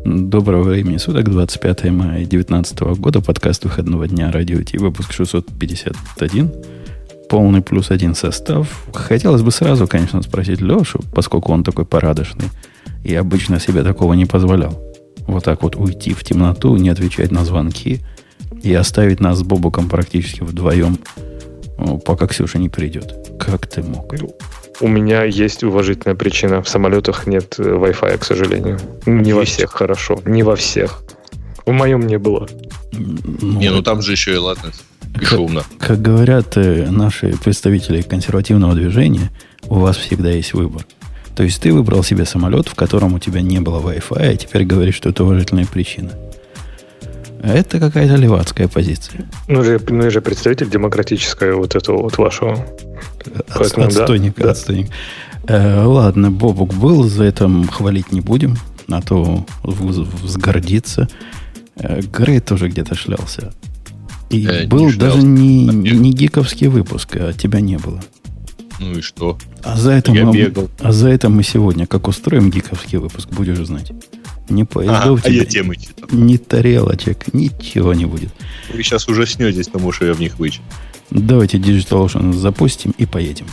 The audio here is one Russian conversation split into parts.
Доброго времени суток, 25 мая 2019 года, подкаст выходного дня Радио Ти, выпуск 651, полный плюс один состав. Хотелось бы сразу, конечно, спросить Лешу, поскольку он такой порядочный и обычно себе такого не позволял. Вот так вот уйти в темноту, не отвечать на звонки и оставить нас с Бобуком практически вдвоем, пока Ксюша не придет. Как ты мог? У меня есть уважительная причина. В самолетах нет Wi-Fi, к сожалению. Не во всех, хорошо. Не во всех. В моем не было. Ну там же еще и ладно. И шумно. Как говорят наши представители консервативного движения, у вас всегда есть выбор. То есть ты выбрал себе самолет, в котором у тебя не было Wi-Fi, а теперь говоришь, что это уважительная причина. Это какая-то левацкая позиция. Ну, я же представитель демократического вот этого вот вашего. Отстойник. Ладно, Бобук был, за это хвалить не будем, а то взгордиться. Грей тоже где-то шлялся. И был даже не гиковский выпуск, а тебя не было. Ну и что? А за это мы сегодня, как устроим гиковский выпуск, будешь знать. Ни поездов тебе, я темы читал. Ни тарелочек, ничего не будет. Вы сейчас уже снетесь, потому что я в них вычел. Давайте DigitalOcean запустим и поедем.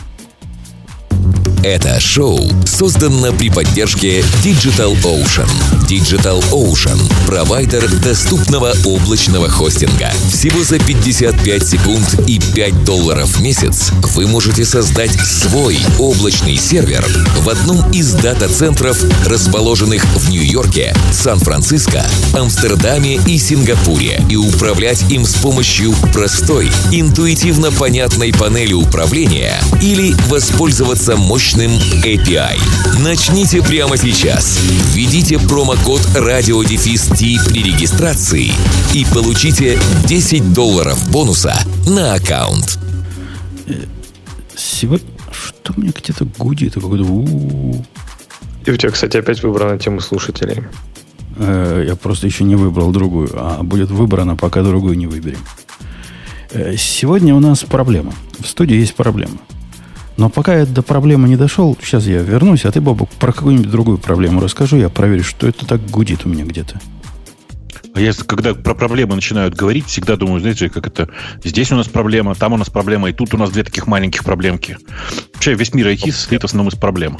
Это шоу создано при поддержке DigitalOcean. DigitalOcean – провайдер доступного облачного хостинга. Всего за 55 секунд и $5 в месяц вы можете создать свой облачный сервер в одном из дата-центров, расположенных в Нью-Йорке, Сан-Франциско, Амстердаме и Сингапуре, и управлять им с помощью простой, интуитивно понятной панели управления или воспользоваться мощным API. Начните прямо сейчас. Введите промокод RadioDefist при регистрации и получите $10 бонуса на аккаунт. Сегодня что у меня где-то гудит? И у тебя, кстати, опять выбрана тема слушателей. Я просто еще не выбрал другую, а будет выбрана, пока другую не выберем. Сегодня у нас проблема. В студии есть проблема. Но пока я до проблемы не дошел, сейчас я вернусь, а ты, Бобок, про какую-нибудь другую проблему расскажу, я проверю, что это так гудит у меня где-то. А я, когда про проблемы начинают говорить, всегда думаю, знаете, как это, здесь у нас проблема, там у нас проблема, и тут у нас две таких маленьких проблемки. Вообще весь мир IT состоит в основном из проблем.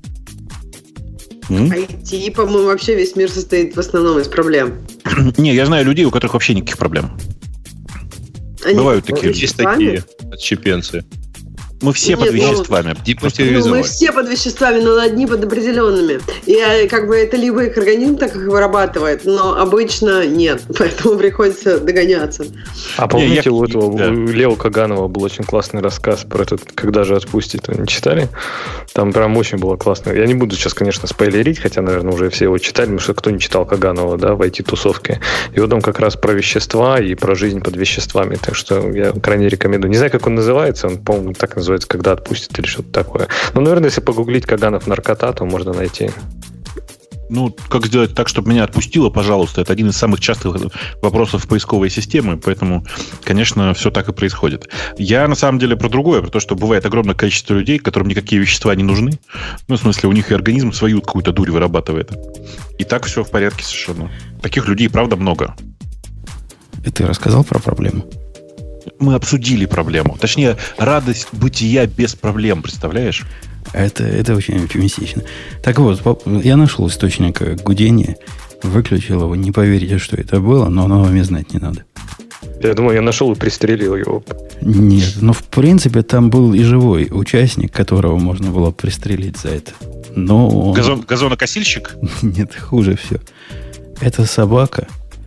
IT, по-моему, вообще весь мир состоит в основном из проблем. Не, я знаю людей, у которых вообще никаких проблем. Бывают такие. Есть такие отщепенцы. Мы все под веществами. Мы все под веществами, но одни под определенными. И это либо их организм так их вырабатывает, но обычно нет. Поэтому приходится догоняться. А помните, у Лео Каганова был очень классный рассказ про этот «Когда же отпустит». Вы не читали? Там прям очень было классно. Я не буду сейчас, конечно, спойлерить, хотя, наверное, уже все его читали, потому что кто не читал Каганова, да, в IT-тусовке. И вот он как раз про вещества и про жизнь под веществами. Так что я крайне рекомендую. Не знаю, как он называется. Он, по-моему, так называется, «Когда отпустит» или что-то такое. Ну, наверное, если погуглить Каганов наркота, то можно найти. Ну, как сделать так, чтобы меня отпустило, пожалуйста, это один из самых частых вопросов поисковой системы, поэтому, конечно, все так и происходит. Я, на самом деле, про другое, про то, что бывает огромное количество людей, которым никакие вещества не нужны. Ну, в смысле, у них и организм свою какую-то дурь вырабатывает. И так все в порядке совершенно. Таких людей, правда, много. И ты рассказал про проблему? Мы обсудили проблему. Точнее, радость бытия без проблем, представляешь? Это очень оптимистично. Так вот, я нашел источник гудения, выключил его. Не поверите, что это было, но оно вам и знать не надо. Я думаю, я нашел и пристрелил его. Нет, но в принципе там был и живой участник, которого можно было пристрелить за это. Но газонокосильщик? Нет, хуже все. Это собака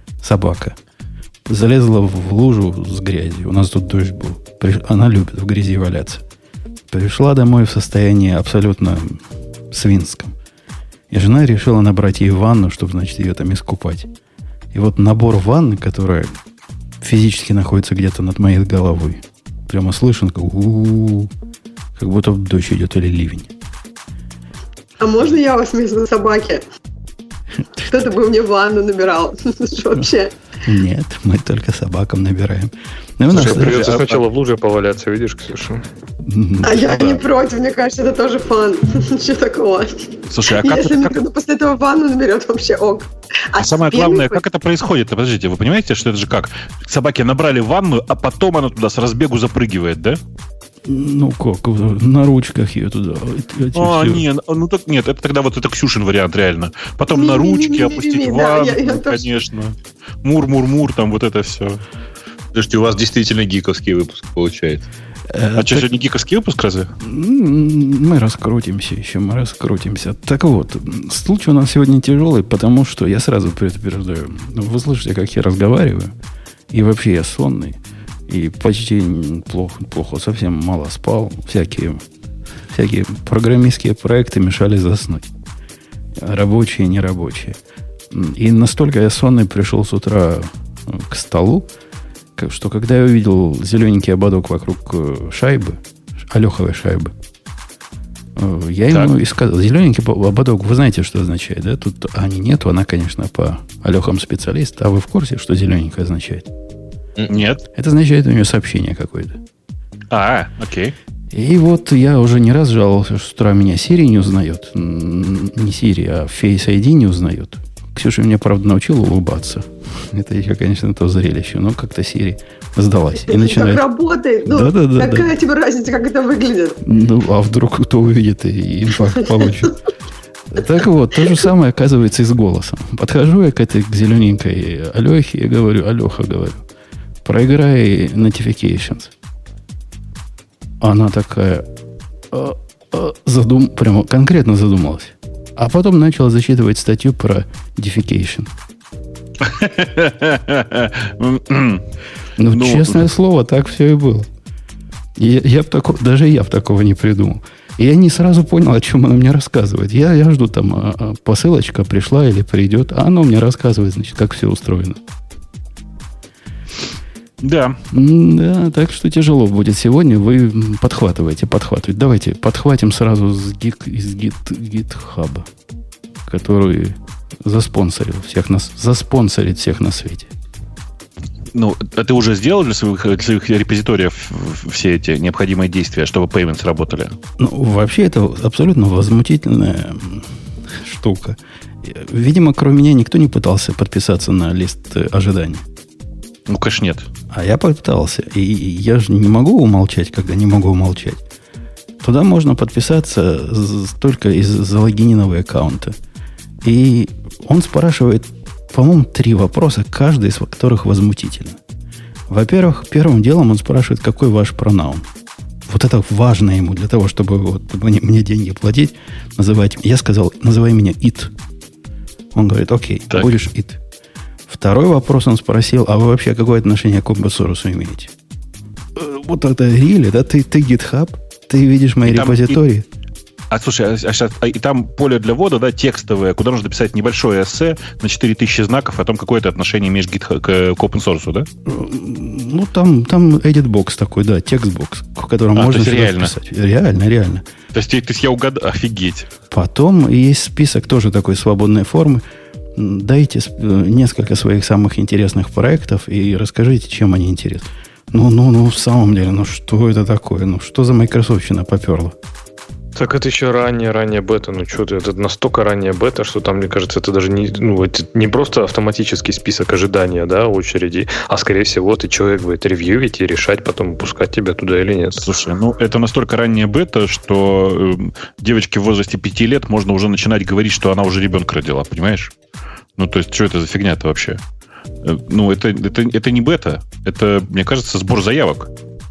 залезла в лужу с грязью. У нас тут дождь был. Она любит в грязи валяться. Пришла домой в состоянии абсолютно свинском. И жена решила набрать ей ванну, чтобы, значит, ее там искупать. И вот набор ванны, которая физически находится где-то над моей головой, прямо слышен, как будто дождь идет или ливень. А можно я вас вместо собаки? Кто-то бы мне ванну набирал. Вообще. Нет, мы только собакам набираем. Слушай, придется сначала в луже поваляться, видишь, Ксюша? А я не против, мне кажется, это тоже фан. Что такого? Слушай, а если мне кто-то после этого ванну наберет, вообще ок. А самое главное, как это происходит? Подождите, вы понимаете, что это же как? Собаки набрали ванну, а потом она туда с разбегу запрыгивает, да? Ну как, на ручках ее туда. Нет, это тогда вот это Ксюшин вариант реально. Потом на ручки опустить ванну, конечно. Мур, там вот это все. Слушайте, у вас действительно гиковский выпуск получается. А что, сегодня гиковский выпуск разве? Мы раскрутимся. Так вот, случай у нас сегодня тяжелый, потому что я сразу предупреждаю. Вы слышите, как я разговариваю, и вообще я сонный. И почти плохо, совсем мало спал. Всякие программистские проекты мешали заснуть. Рабочие, нерабочие. И настолько я сонный пришел с утра к столу, что когда я увидел зелененький ободок вокруг шайбы, Алеховой шайбы, я ему и сказал, зелененький ободок, вы знаете, что означает, да? Тут Ани нету, она, конечно, по Алехам специалист. А вы в курсе, что зелененькое означает? Нет. Это означает у нее сообщение какое-то. Окей. И вот я уже не раз жаловался, что с утра меня Siri не узнает. Не Siri, а Face ID не узнает. Ксюша меня, правда, научила улыбаться. Это еще, конечно, то зрелище. Но как-то Siri сдалась. И начинает... Как работает? Какая тебе разница, как это выглядит? А вдруг кто увидит и инфаркт получит? Так вот, то же самое оказывается и с голосом. Подхожу я к этой зелененькой Алехе и говорю, Алеха, проиграй notifications. Она такая прямо конкретно задумалась. А потом начала зачитывать статью про defecation. Честное слово, так все и было. Даже я бы такого не придумал. И я не сразу понял, о чем она мне рассказывает. Я жду, там посылочка пришла или придет, а она мне рассказывает, значит, как все устроено. Да, так что тяжело будет сегодня. Вы подхватываете. Давайте подхватим сразу из GitHub, который заспонсорит всех на свете. А ты уже сделал для своих репозиториев все эти необходимые действия, чтобы payments работали? Вообще это абсолютно возмутительная штука. Видимо, кроме меня никто не пытался подписаться на лист ожиданий. Конечно, нет. А я попытался. И я же не могу умолчать, когда не могу умолчать. Туда можно подписаться только из залогиненного аккаунта. И он спрашивает, по-моему, 3 вопроса, каждый из которых возмутителен. Во-первых, первым делом он спрашивает, какой ваш пронаун. Вот это важно ему для того, чтобы мне деньги платить. Я сказал, называй меня it. Он говорит, окей, будешь it. Второй вопрос он спросил, а вы вообще какое отношение к open source имеете? Вот это really, да? Ты GitHub? Ты видишь мои репозитории? Слушай, и там поле для ввода, да, текстовое, куда нужно писать небольшое эссе на 4000 знаков о том, какое ты отношение имеешь к open source, да? Там edit box такой, да, текстбокс, в котором можно писать. Реально. То есть я угадал, офигеть. Потом есть список тоже такой свободной формы. Дайте несколько своих самых интересных проектов и расскажите, чем они интересны. В самом деле, что это такое? Что за майкрософтщина поперла? Так это еще ранняя бета. Это настолько ранняя бета, что там, мне кажется, это даже это не просто автоматический список ожидания, да, очереди, а скорее всего ты человек будет ревьюить и решать потом, пускать тебя туда или нет. Слушай, это настолько ранняя бета, что девочке в возрасте 5 лет можно уже начинать говорить, что она уже ребенка родила, понимаешь? То есть, что это за фигня-то вообще? Это не бета. Это, мне кажется, сбор заявок.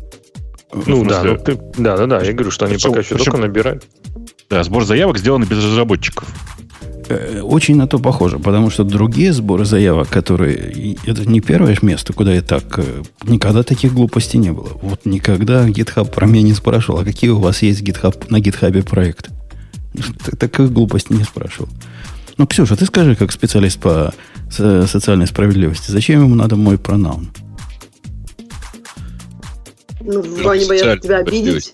Да, я говорю, что они пока еще только набирают. Да, сбор заявок сделан без разработчиков. Очень на то похоже, потому что другие сборы заявок, которые... Это не первое место, куда я так... Никогда таких глупостей не было. Вот никогда GitHub про меня не спрашивал, а какие у вас есть на GitHub проекты. Таких глупостей не спрашивал. Ксюша, ты скажи, как специалист по социальной справедливости, зачем ему надо мой пронаун? Они боятся тебя обидеть.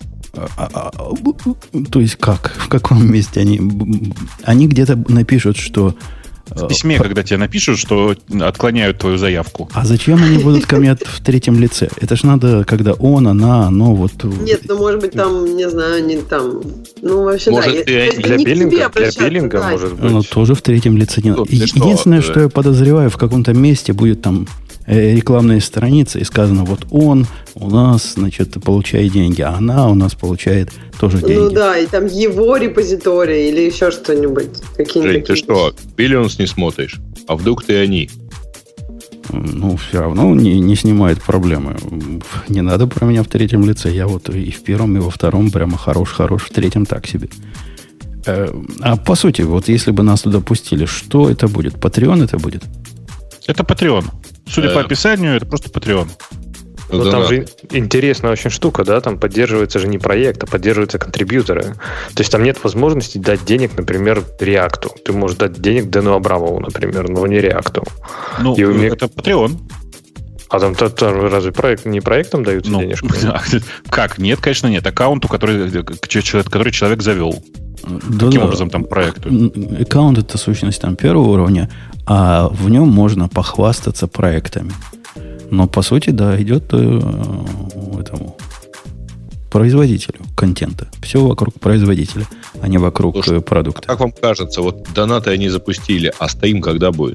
То есть как? В каком месте они где-то напишут, что В письме, когда тебе напишут, что отклоняют твою заявку. А зачем они будут ко мне в третьем лице? Это ж надо, когда он, она, оно, вот... Нет, ну, может быть, там, не знаю, не там... Ну, вообще, может, да. Для биллинга, да. может быть. Ну, тоже в третьем лице не надо. Единственное, что я подозреваю, в каком-то месте будет там рекламная страница, и сказано, вот он у нас, значит, получает деньги, а она у нас получает тоже деньги. Ну да, и там его репозиторий или еще что-нибудь. Жень, ты что, Billions не смотришь? А вдруг ты они? Ну, все равно не снимает проблемы. Не надо про меня в третьем лице. Я вот и в первом, и во втором прямо хорош, в третьем так себе. А по сути, вот если бы нас туда пустили, что это будет? Patreon это будет? Это Patreon. Судя по описанию, это просто Patreon. Ну, там же интересная очень штука, да, там поддерживается же не проект, а поддерживаются контрибьюторы. То есть там нет возможности дать денег, например, React. Ты можешь дать денег Дэну Абрамову, например, но не React. Ну, это Patreon. А там разве не проектом даются денежки? Как? Нет, конечно, нет. Аккаунту, который человек завел. Каким образом там проекту? Аккаунт — это сущность там первого уровня, а в нем можно похвастаться проектами. Но, по сути, да, идет этому производителю контента. Все вокруг производителя, а не вокруг продукта. Как вам кажется, вот донаты они запустили, а стрим когда будет?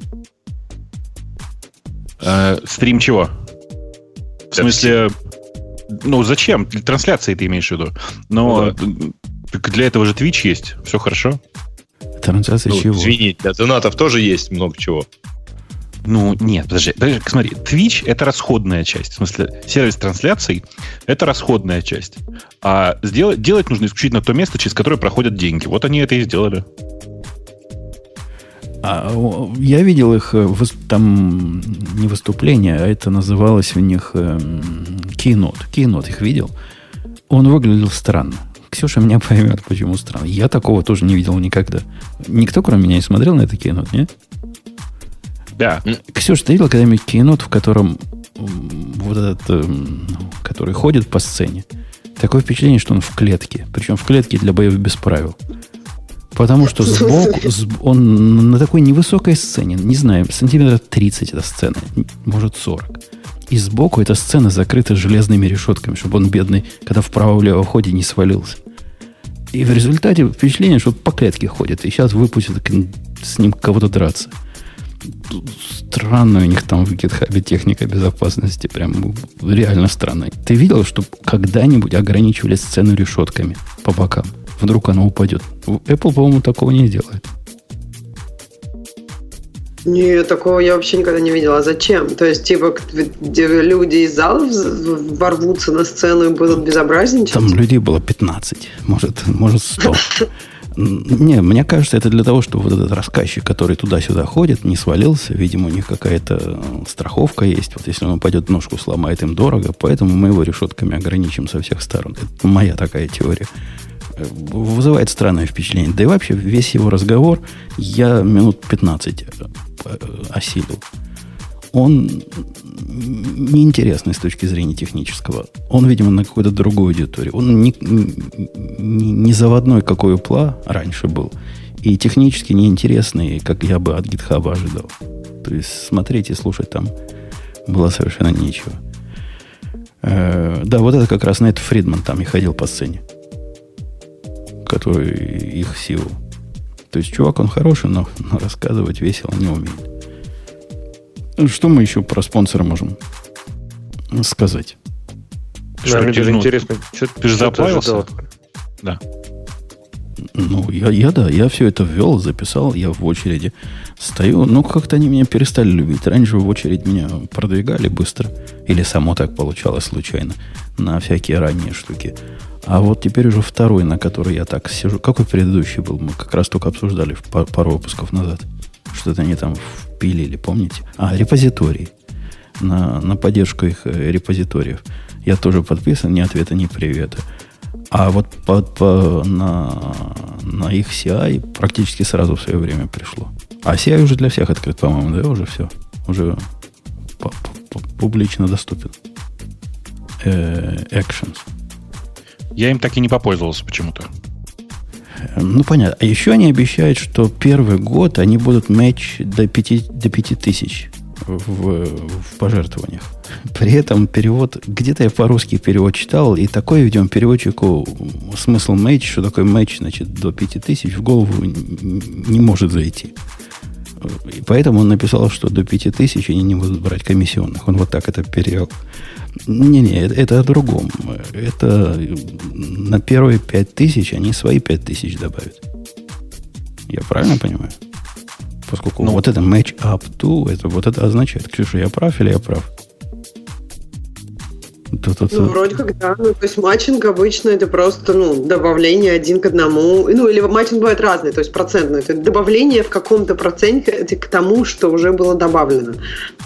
Стрим чего? В смысле, ну, зачем? Для трансляции ты имеешь в виду. Но для этого же Twitch есть. Все хорошо. Трансляция чего? Извини, для донатов тоже есть много чего. Ну, нет, подожди, смотри, Twitch — это расходная часть. В смысле, сервис трансляций — это расходная часть. А делать нужно исключительно то место, через которое проходят деньги. Вот они это и сделали. Я видел их, там не выступление, а это называлось у них Keynote. Keynote их видел. Он выглядел странно. Ксюша меня поймет, почему странно. Я такого тоже не видел никогда. Никто, кроме меня, не смотрел на это Keynote, нет? Да. Ксюша, ты видел когда-нибудь Keynote, в котором вот этот, который ходит по сцене? Такое впечатление, что он в клетке. Причем в клетке для боев без правил. Потому что сбоку, он на такой невысокой сцене, не знаю, сантиметров 30 эта сцена, может 40. И сбоку эта сцена закрыта железными решетками, чтобы он, бедный, когда вправо-влево ходит, не свалился. И в результате впечатление, что по клетке ходит. И сейчас выпустят с ним кого-то драться. Странная у них там в GitHub техника безопасности. Прям реально странная. Ты видел, что когда-нибудь ограничивали сцену решетками по бокам? Вдруг она упадет. Apple, по-моему, такого не делает. Нет, такого я вообще никогда не видела. А зачем? То есть, типа, люди из залов ворвутся на сцену и будут безобразничать? Там людей было 15, может 100. Не, мне кажется, это для того, чтобы вот этот рассказчик, который туда-сюда ходит, не свалился. Видимо, у них какая-то страховка есть. Вот если он упадет, ножку сломает, им дорого. Поэтому мы его решетками ограничим со всех сторон. Это моя такая теория. Вызывает странное впечатление. Да и вообще весь его разговор я минут 15 осилил. Он неинтересный с точки зрения технического. Он, видимо, на какую-то другую аудиторию. Он не заводной, какой упла раньше был. И технически неинтересный, как я бы от GitHub ожидал. То есть смотреть и слушать там было совершенно нечего. Да, вот это как раз Нэт Фридман там и ходил по сцене, который их SEO. То есть чувак, он хороший, но рассказывать весело не умеет. Что мы еще про спонсора можем сказать? Мне же интересно, ты же заплавился? Да. Ну, я все это ввел, записал, я в очереди стою. Ну, как-то они меня перестали любить. Раньше в очередь меня продвигали быстро. Или само так получалось случайно. На всякие ранние штуки. А вот теперь уже второй, на который я так сижу. Какой предыдущий был? Мы как раз только обсуждали пару выпусков назад. Что-то они там впилили, помните? Репозитории. На поддержку их репозиториев. Я тоже подписан, ни ответа, ни привета. А вот на их CI практически сразу в свое время пришло. А CI уже для всех открыт, по-моему, да? Уже все. Уже публично доступен. Actions. Я им так и не попользовался почему-то. Ну, понятно. А еще они обещают, что первый год они будут матч до 5000 в пожертвованиях. При этом перевод... Где-то я по-русски перевод читал, и такой, видимо, переводчику смысл матч, что такое матч, значит, до 5000 в голову не может зайти. И поэтому он написал, что до 5000 они не будут брать комиссионных. Он вот так это перевел. Не-не, это о другом. Это на первые 5000 они свои 5000 добавят. Я правильно понимаю? Поскольку вот это match up to, это вот это означает. Ксюша, я прав или я прав? Ну, вроде как да. Ну, то есть матчинг обычно это просто добавление 1 к 1. Ну, или матчинг бывает разный, то есть процентный. Это добавление в каком-то проценте к тому, что уже было добавлено.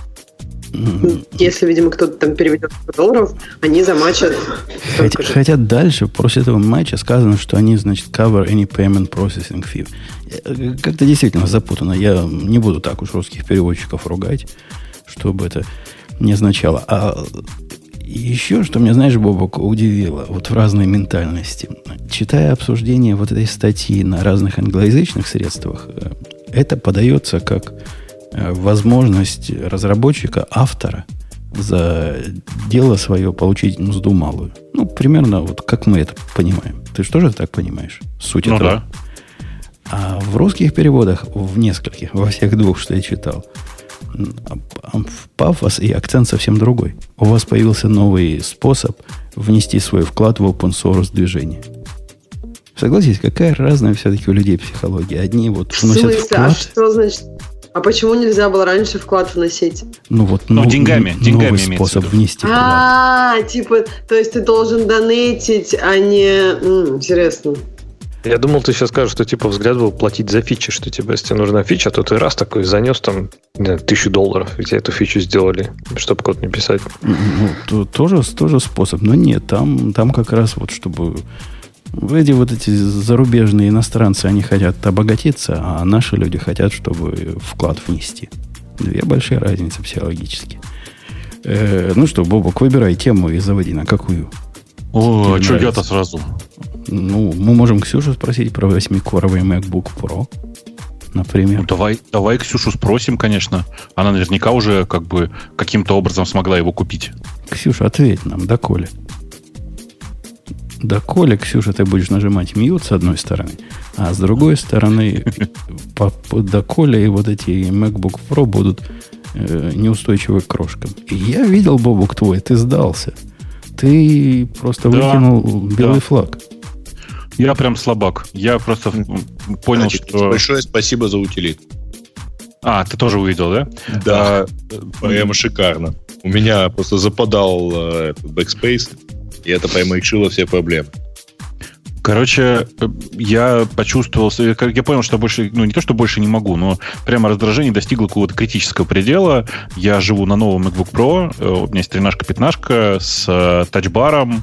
Если, видимо, кто-то там переведет $100, они заматчат. Хотя дальше, после этого матча сказано, что они, значит, cover any payment processing fee. Как-то действительно запутано. Я не буду так уж русских переводчиков ругать, чтобы это не означало. А еще, что меня, знаешь, Бобок, удивило, вот в разной ментальности. Читая обсуждение вот этой статьи на разных англоязычных средствах, это подается как возможность разработчика, автора за дело свое получить мзду малую. Ну, примерно вот как мы это понимаем. Ты же тоже так понимаешь? Суть этого. Да. А в русских переводах, в нескольких, во всех двух, что я читал, пафос и акцент совсем другой. У вас появился новый способ внести свой вклад в open source движение. Согласитесь, какая разная все-таки у людей психология. Одни вот вносят вклад. А что значит? А почему нельзя было раньше вклад вносить? Ну вот, деньгами новый способ внести вклад. Типа, то есть ты должен донейтить, а не... Интересно. Я думал, ты сейчас скажешь, что типа взгляд был платить за фичи, что типа, если тебе нужна фича, то ты раз такой занес там $1000, и тебе эту фичу сделали, чтобы код не писать. Ну, тоже способ, но нет, там как раз вот чтобы... Эти зарубежные иностранцы, они хотят обогатиться, а наши люди хотят, чтобы вклад внести. Две большие разницы психологически. Ну что, Бобок, выбирай тему и заводи на какую. А что я-то сразу? Ну, мы можем Ксюшу спросить про 8-коровый MacBook Pro, например. Ну, давай Ксюшу спросим, конечно. Она наверняка уже как бы каким-то образом смогла его купить. Ксюша, ответь нам, доколе? Доколе, Ксюша, ты будешь нажимать mute с одной стороны, а с другой стороны, доколе и вот эти MacBook Pro будут неустойчивы к крошкам. И я видел, Бобук, твой, ты сдался. Ты просто выкинул белый флаг. Я прям слабак. Я просто понял, что... Большое спасибо за утилит. Ты тоже увидел, да? Да. Прямо шикарно. У меня просто западал Backspace, и это прямо решило все проблемы. Короче, я почувствовал, я понял, что больше, не то, что больше не могу, но прямо раздражение достигло какого-то критического предела. Я живу на новом MacBook Pro, у меня есть 13-15 с тачбаром,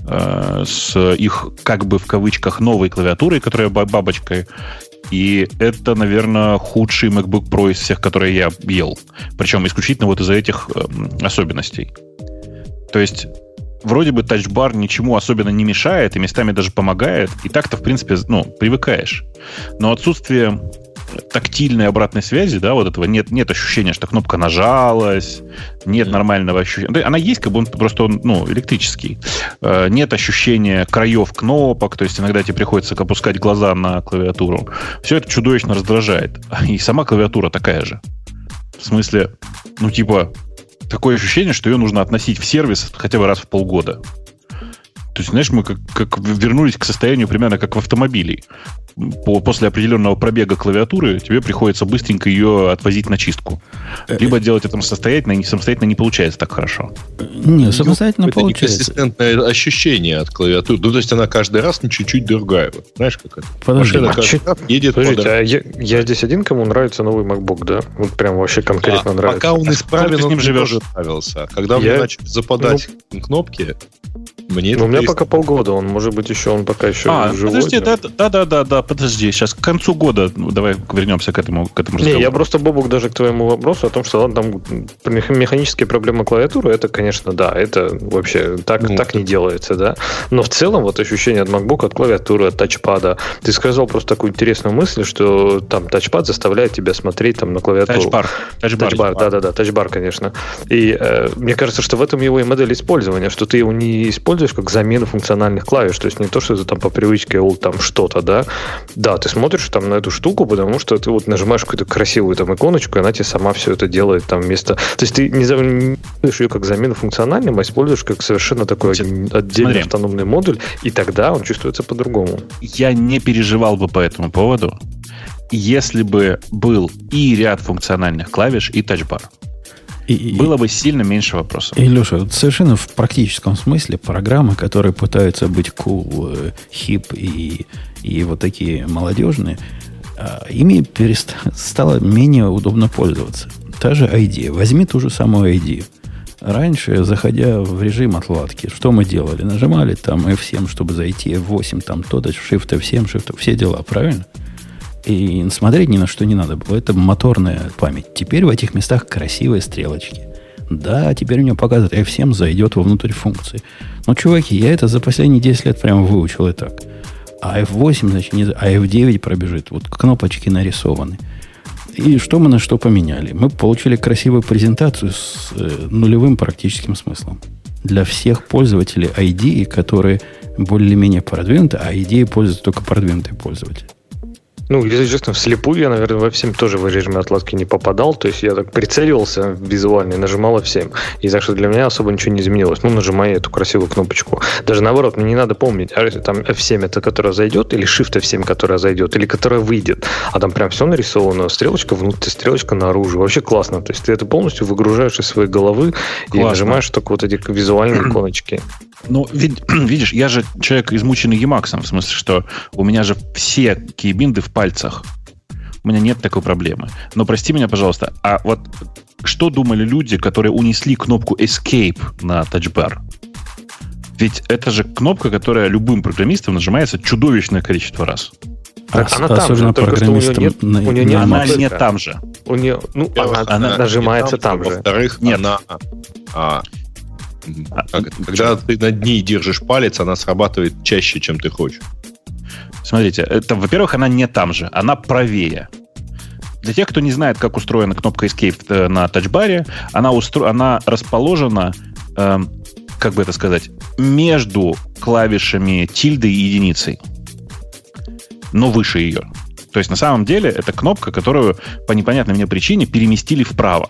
с их, как бы в кавычках, новой клавиатурой, которая бабочкой. И это, наверное, худший MacBook Pro из всех, которые я ел. Причем исключительно вот из-за этих особенностей. То есть... Вроде бы тачбар ничему особенно не мешает и местами даже помогает. И так-то, в принципе, привыкаешь. Но отсутствие тактильной обратной связи, да, вот этого нет ощущения, что кнопка нажалась, нет нормального ощущения. Она есть, как бы он просто электрический. Нет ощущения краев кнопок, то есть иногда тебе приходится опускать глаза на клавиатуру. Все это чудовищно раздражает. И сама клавиатура такая же. В смысле, такое ощущение, что ее нужно относить в сервис хотя бы раз в полгода. То есть, знаешь, мы как вернулись к состоянию примерно как в автомобиле. После определенного пробега клавиатуры тебе приходится быстренько ее отвозить на чистку. Либо делать это самостоятельно не получается так хорошо. Не, самостоятельно получается. Это неконсистентное ощущение от клавиатуры. То есть она каждый раз чуть-чуть другая. Вот, знаешь, как это? Подожди, машина каждый раз едет. Подождите, я здесь один, кому нравится новый MacBook, да? Вот прям вообще конкретно нравится. Пока он исправен, он мне тоже нравился. Когда мне начали западать кнопки, Мне у меня пока полгода, он может быть еще, он пока еще живой. Подожди, да, подожди, сейчас к концу года, давай вернемся к этому разговору. Не, я просто, Бобук, даже к твоему вопросу о том, что ладно, там механические проблемы клавиатуры, это, конечно, да, это вообще так не делается, да. Но в целом вот ощущение от MacBook, от клавиатуры, от тачпада. Ты сказал просто такую интересную мысль, что там тачпад заставляет тебя смотреть там на клавиатуру. Тачбар, да, тачбар, конечно. И мне кажется, что в этом его и модель использования, что ты его не используешь как замену функциональных клавиш, то есть не то, что это там по привычке там что-то, да. Да, ты смотришь там на эту штуку, потому что ты вот нажимаешь какую-то красивую там иконочку, и она тебе сама все это делает там вместо... То есть ты не используешь ее как замену функциональным, а используешь как совершенно такой отдельный автономный модуль, и тогда он чувствуется по-другому. Я не переживал бы по этому поводу, если бы был и ряд функциональных клавиш, и тачбар. Было бы сильно меньше вопросов. Илюша, вот совершенно в практическом смысле программы, которые пытаются быть cool, hip и вот такие молодежные, ими стало менее удобно пользоваться. Та же ID. Возьми ту же самую ID. Раньше, заходя в режим отладки, что мы делали? Нажимали там F7, чтобы зайти, F8, там то-то, Shift F7, Shift, все дела, правильно? И смотреть ни на что не надо было. Это моторная память. Теперь в этих местах красивые стрелочки. Да, теперь мне показывает F7 зайдет вовнутрь функции. Но, чуваки, я это за последние 10 лет прямо выучил и так. А F8, значит, не... а F9 пробежит. Вот кнопочки нарисованы. И что мы на что поменяли? Мы получили красивую презентацию с нулевым практическим смыслом. Для всех пользователей IDE, которые более-менее продвинуты, а IDE пользуются только продвинутые пользователи. Ну, если честно, вслепую я, наверное, во всем тоже в режиме отладки не попадал. То есть я так прицеливался визуально и нажимал F7. И так что для меня особо ничего не изменилось. Ну, нажимая эту красивую кнопочку. Даже наоборот, мне не надо помнить, там F7 это которая зайдет, или Shift F7, которая зайдет, или которая выйдет. А там прям все нарисовано. Стрелочка внутрь, стрелочка наружу. Вообще классно. То есть ты это полностью выгружаешь из своей головы и нажимаешь только вот эти визуальные иконочки. Ну, видишь, я же человек, измученный Emacs, в смысле, что у меня же все кейбинды в пальцах. У меня нет такой проблемы. Но прости меня, пожалуйста, а вот что думали люди, которые унесли кнопку Escape на тачбар? Ведь это же кнопка, которая любым программистом нажимается чудовищное количество раз. Она там же, только что у нее нет она не там же. У нее, она нажимается там же. Во-вторых, она... Когда ты над ней держишь палец, она срабатывает чаще, чем ты хочешь. Смотрите, это, во-первых, она не там же, она правее. Для тех, кто не знает, как устроена кнопка Escape на тачбаре, она расположена, как бы это сказать, между клавишами тильды и единицей, но выше ее. То есть, на самом деле, это кнопка, которую по непонятной мне причине переместили вправо.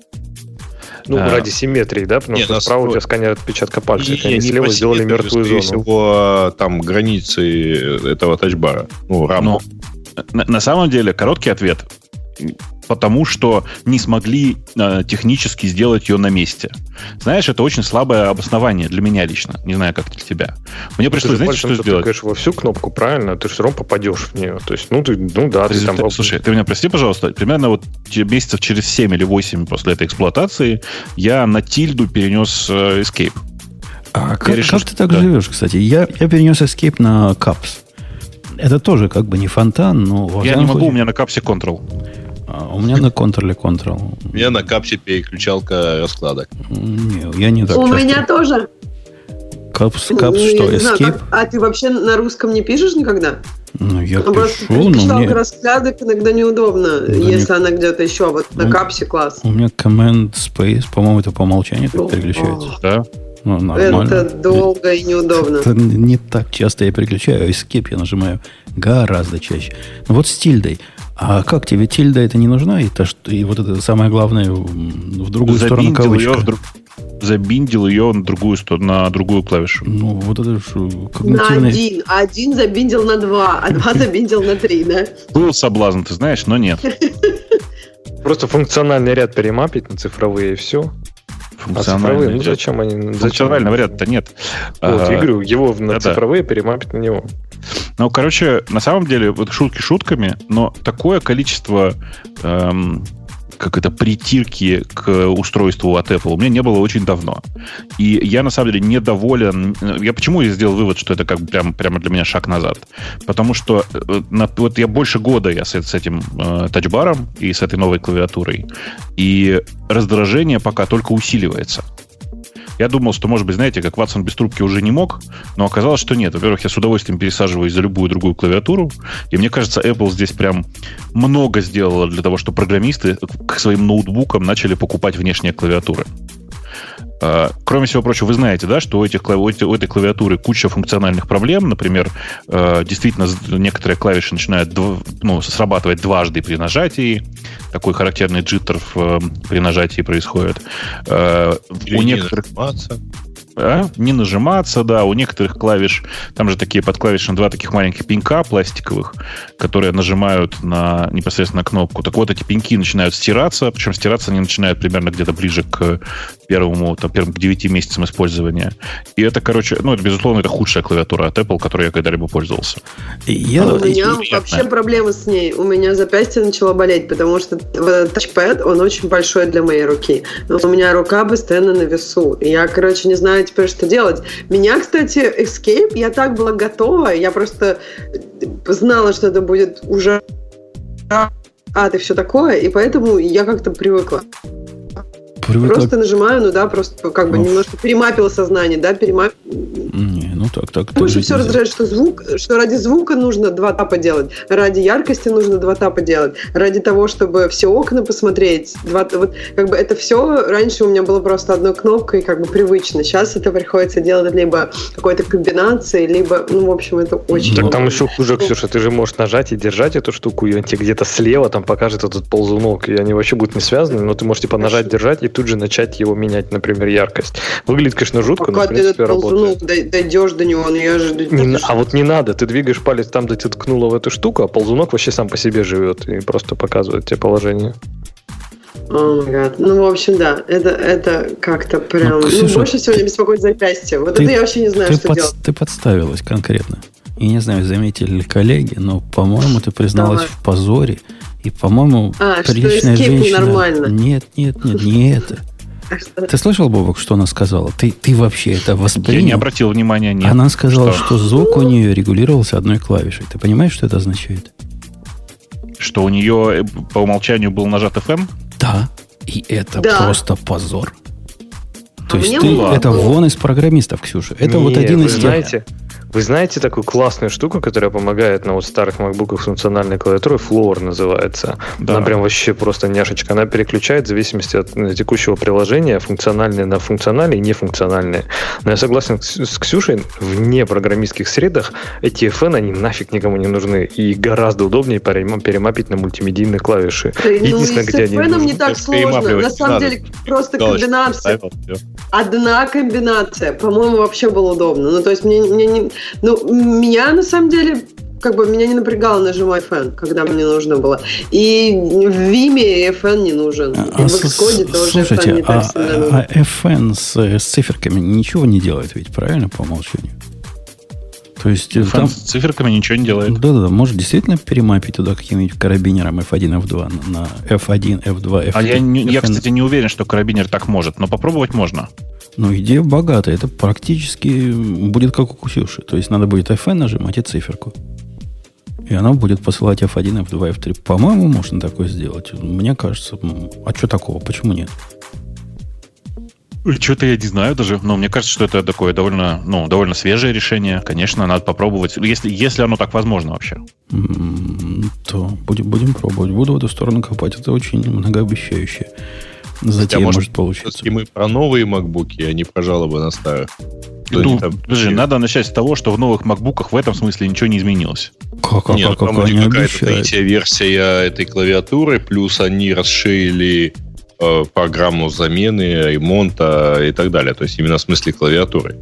Ну, ради симметрии, да? Потому что справа у тебя сканер отпечатка пальца. Они слева сделали мертвую зону. Всего там границы этого тачбара. Ну, раму. На самом деле, короткий ответ. Потому что не смогли технически сделать ее на месте. Знаешь, это очень слабое обоснование для меня лично. Не знаю, как для тебя. Мне пришлось, знаете, что сделать? Ты тыкаешь во всю кнопку, правильно? Ты все равно попадешь в нее. То есть, ты там... Слушай, ты меня прости, пожалуйста. Примерно вот месяцев через 7 или 8 после этой эксплуатации я на тильду перенес Escape. А как ты так живешь, кстати? Я перенес Escape на Caps. Это тоже как бы не фонтан, но... Я не могу, у меня на Caps Control. У меня на контроле Control. У меня на капсе переключалка раскладок. Не, я не так У меня тоже. Капс что, Escape? А ты вообще на русском не пишешь никогда? Ну, я пишу, просто переключалка раскладок иногда неудобно, если она где-то еще. Вот на капсе класс. У меня Command Space, по-моему, это по умолчанию так переключается. Да? Ну, нормально. Это долго и неудобно. Это не так часто я переключаю. Escape я нажимаю гораздо чаще. Ну, вот с тильдой. А как тебе тильда это не нужна? И вот это самое главное в другую сторону кавычка. Забиндил ее на другую клавишу. Ну, вот это же когнитивный... На один забиндил на 2, а 2 забиндил на 3, да? Был соблазн, ты знаешь, но нет. Просто функциональный ряд перемапить на цифровые, и все. Функциональный ряд. Зачем они... Функционального ряда-то нет. Вот, я говорю, его на цифровые перемапить на него. Ну, короче, на самом деле, вот шутки шутками, но такое количество притирки к устройству от Apple у меня не было очень давно. И я, на самом деле, недоволен. Почему я сделал вывод, что это как бы прямо для меня шаг назад? Потому что вот я больше года с этим тачбаром и с этой новой клавиатурой. И раздражение пока только усиливается. Я думал, что, может быть, знаете, как Ватсон без трубки уже не мог, но оказалось, что нет. Во-первых, я с удовольствием пересаживаюсь за любую другую клавиатуру, и мне кажется, Apple здесь прям много сделала для того, чтобы программисты к своим ноутбукам начали покупать внешние клавиатуры. Кроме всего прочего, вы знаете, да, что у этой клавиатуры куча функциональных проблем. Например, действительно, некоторые клавиши начинают срабатывать дважды при нажатии. Такой характерный джиттер при нажатии происходит. У некоторых... Не нажиматься, да. У некоторых клавиш, там же такие подклавиши, два таких маленьких пенька пластиковых, которые нажимают на непосредственно кнопку. Так вот, эти пеньки начинают стираться, причем стираться они начинают примерно где-то ближе к первым 9 месяцам использования. И это, это, безусловно, это худшая клавиатура от Apple, которой я когда-либо пользовался. У меня вообще проблемы с ней. У меня запястье начало болеть, потому что тачпэд, он очень большой для моей руки. Но у меня рука постоянно на весу. И я, не знаю теперь, что делать. Меня, кстати, Escape, я так была готова, я просто знала, что это будет уже и все такое, и поэтому я как-то привыкла. Просто нажимаю, просто немножко перемапила сознание, да, Не, так. Больше все раздражает, что ради звука нужно 2 тапа делать, ради яркости нужно 2 тапа делать, ради того, чтобы все окна посмотреть, это все раньше у меня было просто одной кнопкой, привычно. Сейчас это приходится делать либо какой-то комбинацией, либо, в общем, это очень... Так там еще хуже, Ксюша, ты же можешь нажать и держать эту штуку, и он тебе где-то слева там покажет этот ползунок, и они вообще будут не связаны, но ты можешь нажать, держать, и тут же начать его менять, например, яркость. Выглядит, конечно, жутко, но в принципе работает. Дойдешь до него, но я же... не надо, ты двигаешь палец там, где ты ткнула в эту штуку, а ползунок вообще сам по себе живет и просто показывает тебе положение. В общем, да, это как-то прям... Ксюша, больше всего меня беспокоит запястье. Это я вообще не знаю, что делать. Ты подставилась конкретно. И не знаю, заметили ли коллеги, но, по-моему, ты призналась в позоре. И, по-моему, приличная женщина... нормально. Нет, не это. Ты слышал, Бобок, что она сказала? Ты вообще это воспринял? Я не обратил внимания, нет. Она сказала, что звук у нее регулировался одной клавишей. Ты понимаешь, что это означает? Что у нее по умолчанию был нажат FM? Да. И это просто позор. То есть это это вон из программистов, Ксюша. Это один из тех... Вы знаете такую классную штуку, которая помогает на старых макбуках функциональной клавиатуры? Floor называется. Да. Она прям вообще просто няшечка. Она переключает в зависимости от текущего приложения функциональные на функциональные и нефункциональные. Но я согласен с Ксюшей, в непрограммистских средах эти FN, они нафиг никому не нужны. И гораздо удобнее перемапить на мультимедийные клавиши. Единственное, где они нужны. Не так сложно. На самом деле, просто комбинация. Одна комбинация. По-моему, вообще было удобно. То есть меня, на самом деле, меня не напрягало нажимать FN, когда мне нужно было. И в Vime FN не нужен. И в Xcode тоже слушайте, FN не так сильно нужен. А FN с циферками ничего не делает ведь, правильно, по умолчанию? То есть там с циферками ничего не делает. Да, может действительно перемапить туда каким-нибудь карабинером F1, F2 на F1, F2, F3. Я, кстати, не уверен, что карабинер так может, но попробовать можно. Идея богатая. Это практически будет как у Ксюши. То есть надо будет FN нажимать и циферку. И она будет посылать F1, F2, F3. По-моему, можно такое сделать. Мне кажется, а что такого? Почему нет? Что-то я не знаю даже, но мне кажется, что это такое довольно свежее решение. Конечно, надо попробовать, если оно так возможно вообще. То будем пробовать. Буду в эту сторону копать. Это очень многообещающе. Затем может получиться. И мы про новые макбуки, а не про жалобы на старых. Подожди, надо начать с того, что в новых макбуках в этом смысле ничего не изменилось. Нет, там какая-то третья версия этой клавиатуры, плюс они расширили программу замены, ремонта и так далее. То есть именно в смысле клавиатуры.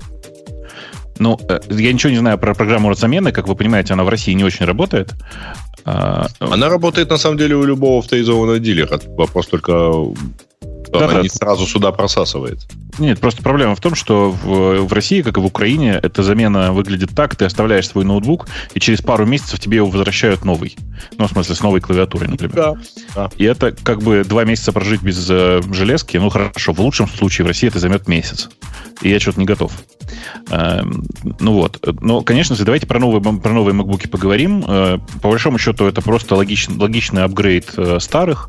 Я ничего не знаю про программу замены. Как вы понимаете, она в России не очень работает. Она работает, на самом деле, у любого авторизованного дилера. Вопрос только... Она не сразу сюда просасывает. Нет, просто проблема в том, что в России, как и в Украине, эта замена выглядит так: ты оставляешь свой ноутбук, и через пару месяцев тебе его возвращают новый. Ну, в смысле, с новой клавиатурой, например. Да. И это как бы 2 месяца прожить без железки. Ну, хорошо, в лучшем случае в России это займет месяц. И я что-то не готов. Ну вот. Но, конечно, давайте про новые MacBook'и поговорим. По большому счету, это просто логичный апгрейд старых.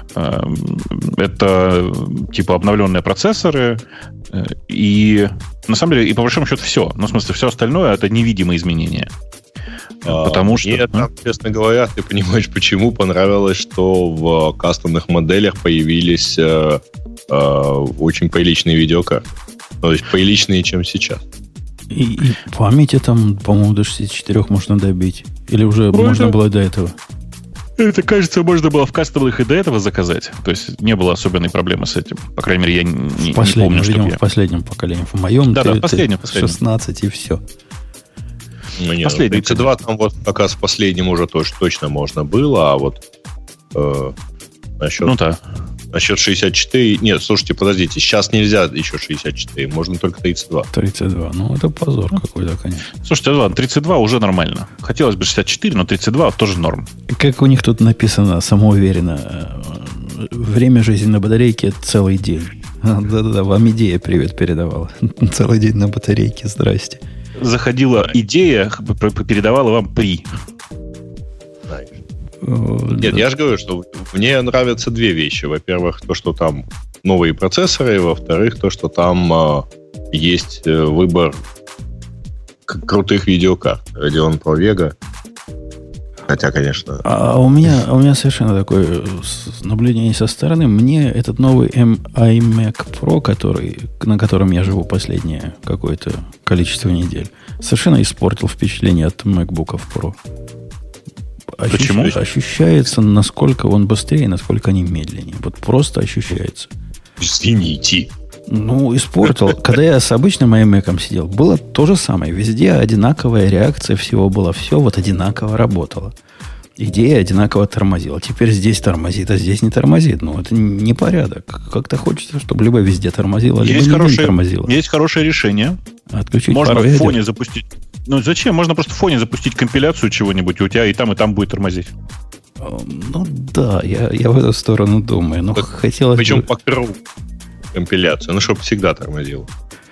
Это типа обновленные процессоры. И на самом деле, и по большому счету все. Ну, в смысле, все остальное это невидимые изменения. Потому что... Мне, честно говоря, ты понимаешь, почему понравилось, что в кастомных моделях появились очень приличные видеокарты. То есть приличнее, чем сейчас. И памяти там, по-моему, до 64 можно добить. Или уже можно было до этого? Это, кажется, можно было в кастомных и до этого заказать. То есть не было особенной проблемы с этим. По крайней мере, я не помню, что в последнем поколении. В моем в последнем. 16 и все. Ну, последний. 32 там вот как раз в последнем уже точно можно было, а вот насчет... Ну да. Насчет 64... Нет, слушайте, подождите. Сейчас нельзя еще 64. Можно только 32. 32. Ну, это позор какой-то, конечно. Слушайте, ладно, 32 уже нормально. Хотелось бы 64, но 32 тоже норм. Как у них тут написано самоуверенно, время жизни на батарейке – целый день. Да-да-да, вам идея привет передавала. Целый день на батарейке, здрасте. Заходила идея, передавала вам при... Нет, я же говорю, что мне нравятся 2 вещи. Во-первых, то, что там новые процессоры, во-вторых, то, что там есть выбор крутых видеокарт. Radeon Pro Vega. Хотя, конечно... А у меня совершенно такое наблюдение со стороны. Мне этот новый iMac Pro, на котором я живу последнее какое-то количество недель, совершенно испортил впечатление от MacBook'ов Pro. Почему? Ощущается, насколько он быстрее, насколько они медленнее. Вот просто ощущается. Извините. Ну, испортил. Когда я с обычным iMac'ом сидел, было то же самое. Везде одинаковая реакция всего была. Все вот одинаково работало. Идея одинаково тормозила. Теперь здесь тормозит, а здесь не тормозит. Ну, это не порядок. Как-то хочется, чтобы либо везде тормозило, либо нигде не тормозило. Есть хорошее решение. Отключить можно в фоне запустить. Ну, зачем? Можно просто в фоне запустить компиляцию чего-нибудь, и у тебя и там будет тормозить. Ну, да, я в эту сторону думаю. Но хотелось причем по перу компиляцию, чтобы всегда тормозило.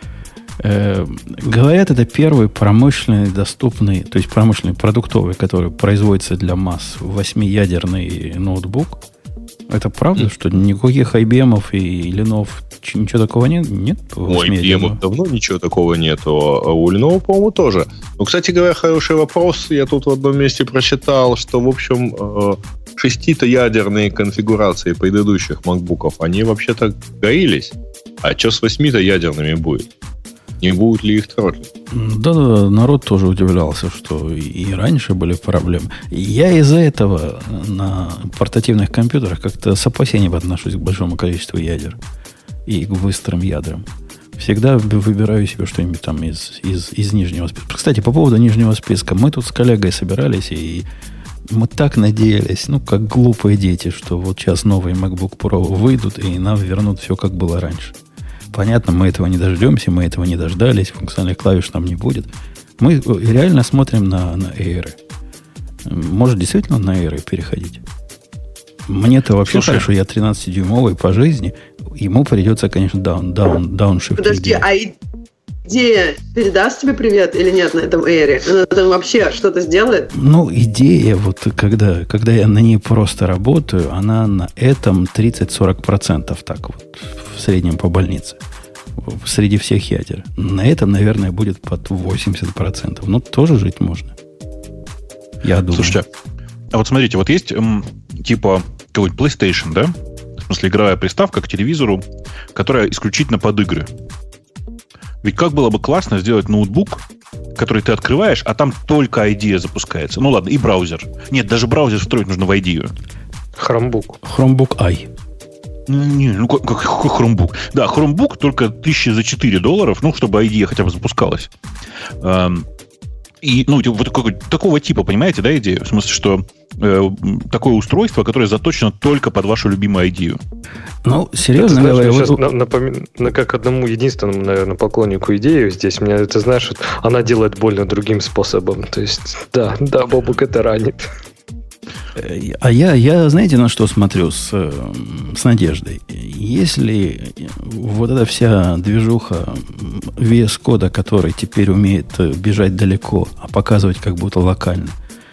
Говорят, это первый промышленный, доступный, то есть промышленный, продуктовый, который производится для масс, 8-ядерный ноутбук. Это правда, что никаких IBM и Lenovo ничего такого нет? Нет? У IBM давно ничего такого нету, а у Lenovo, по-моему, тоже. Ну, кстати говоря, хороший вопрос. Я тут в одном месте прочитал, что, в общем, 6-ядерные конфигурации предыдущих MacBook'ов, они вообще-то горелись. А что с 8-ядерными будет? Не будут ли их тротлить? Да, народ тоже удивлялся, что и раньше были проблемы. Я из-за этого на портативных компьютерах как-то с опасением отношусь к большому количеству ядер и к быстрым ядрам. Всегда выбираю себе что-нибудь там из нижнего списка. Кстати, по поводу нижнего списка. Мы тут с коллегой собирались, и мы так надеялись, как глупые дети, что вот сейчас новые MacBook Pro выйдут, и нам вернут все, как было раньше. Понятно, мы этого не дождемся, мы этого не дождались, функциональных клавиш нам не будет. Мы реально смотрим на Air. Может, действительно на Air переходить? Мне-то вообще хорошо, я 13-дюймовый по жизни. Ему придется, конечно, дауншифт. Подожди, а идея передаст тебе привет или нет на этом Air? Она там вообще что-то сделает? Ну, идея, вот когда я на ней просто работаю, она на этом 30-40% так вот в среднем по больнице. Среди всех ядер. На этом, наверное, будет под 80%. Но тоже жить можно. Я думаю. Слушайте, а вот смотрите, вот есть типа какой-нибудь PlayStation, да? В смысле, игровая приставка к телевизору, которая исключительно под игры. Ведь как было бы классно сделать ноутбук, который ты открываешь, а там только IDEA запускается. Ну ладно, и браузер. Нет, даже браузер встроить нужно в IDEA. Chromebook i. Не, как Chromebook. Да, Chromebook только $1004, чтобы IDEA хотя бы запускалась. И, вот такого типа, понимаете, да, идею? В смысле, что такое устройство, которое заточено только под вашу любимую идею. Ну, серьезно говоря... Сейчас как одному единственному, наверное, поклоннику идеи здесь, меня это, знаешь, она делает больно другим способом. То есть, да, Бобук это ранит. А я, знаете, на что смотрю с надеждой? Если вот эта вся движуха VS Code, который теперь умеет бежать далеко, а показывать как будто локально,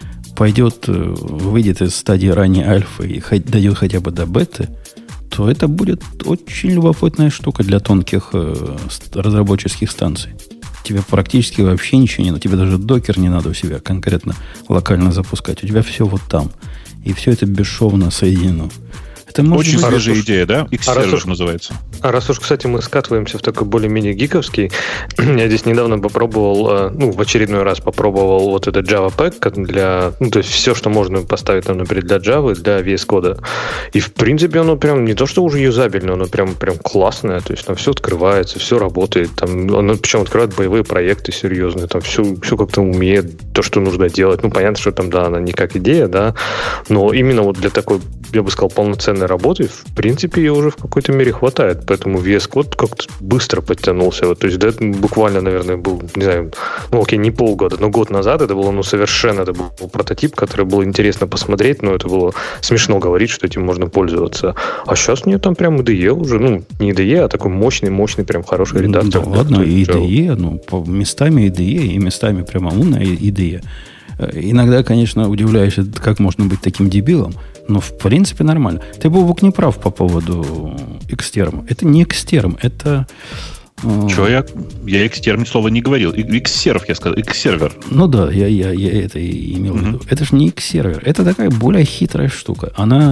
выйдет из стадии ранней альфы и дойдет хотя бы до беты, то это будет очень любопытная штука для тонких разработческих станций. Тебе практически вообще ничего не надо. Тебе даже докер не надо у себя конкретно локально запускать. У тебя все вот там. И все это бесшовно соединено. Это очень свежая идея, да? X-сервер называется. А раз уж, кстати, мы скатываемся в такой более-менее гиковский, я здесь недавно попробовал, в очередной раз попробовал вот этот Java Pack для, то есть все, что можно поставить там, например, для Java, для VS Code. И, в принципе, оно прям не то, что уже юзабельно, оно прям классное, то есть там все открывается, все работает, там, оно причем открывает боевые проекты серьезные, там все как-то умеет, то, что нужно делать. Понятно, что там, да, она не как идея, да, но именно вот для такой, я бы сказал, полноценной работы, в принципе, ее уже в какой-то мере хватает. Поэтому VS Code как-то быстро подтянулся. То есть, да, буквально, наверное, был, не знаю, не полгода, но год назад это было, совершенно, это был прототип, который было интересно посмотреть, но это было смешно говорить, что этим можно пользоваться. А сейчас нет, там прям IDE уже, не IDE, а такой мощный, прям хороший редактор. Да ладно, IDE, местами IDE и местами прямо умная IDE. Иногда, конечно, удивляешься, как можно быть таким дебилом, но в принципе нормально. Ты, Бобук, не прав по поводу Xterm. Это не Xterm, это... Чего я Xterm слова не говорил. Xserv, я сказал, Xserver. Ну да, я это и имел в виду. Это же не Xserver, это такая более хитрая штука. Она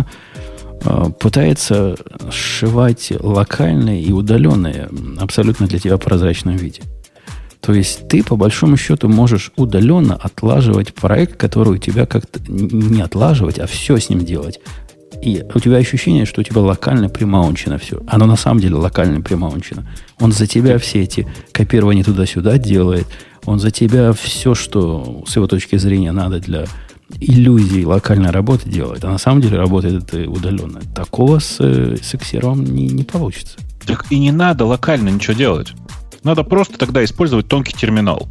пытается сшивать локальные и удаленные абсолютно для тебя прозрачном виде. То есть ты, по большому счету, можешь удаленно отлаживать проект, который у тебя как-то не отлаживать, а все с ним делать. И у тебя ощущение, что у тебя локально примаунчено все. Оно на самом деле локально примаунчено. Он за тебя все эти копирования туда-сюда делает. Он за тебя все, что с его точки зрения надо для иллюзии локальной работы делает. А на самом деле работает это удаленно. Такого с Xserv не получится. Так и не надо локально ничего делать. Надо просто тогда использовать тонкий терминал.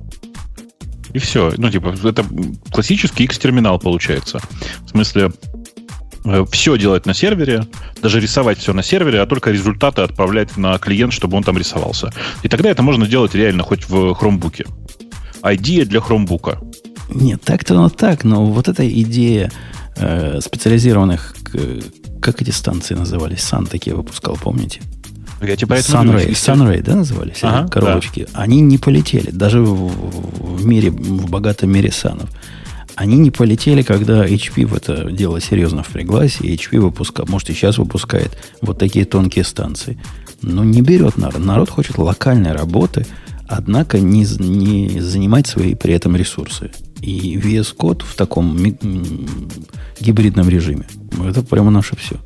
И все. Это классический X-терминал получается. В смысле, все делать на сервере, даже рисовать все на сервере, а только результаты отправлять на клиент, чтобы он там рисовался. И тогда это можно делать реально хоть в Chromebook. Идея для Chromebook. Нет, так-то так, но вот эта идея специализированных, как эти станции назывались, Sun такие выпускал, помните? Sunray, да, назывались? Коробочки. Да. Они не полетели. Даже в богатом мире санов. Они не полетели, когда HP в это дело серьезно впряглась, и HP выпускает, может, и сейчас выпускает вот такие тонкие станции. Но не берет народ. Народ хочет локальной работы, однако не занимать свои при этом ресурсы. И VS Code в таком гибридном режиме. Это прямо наше все.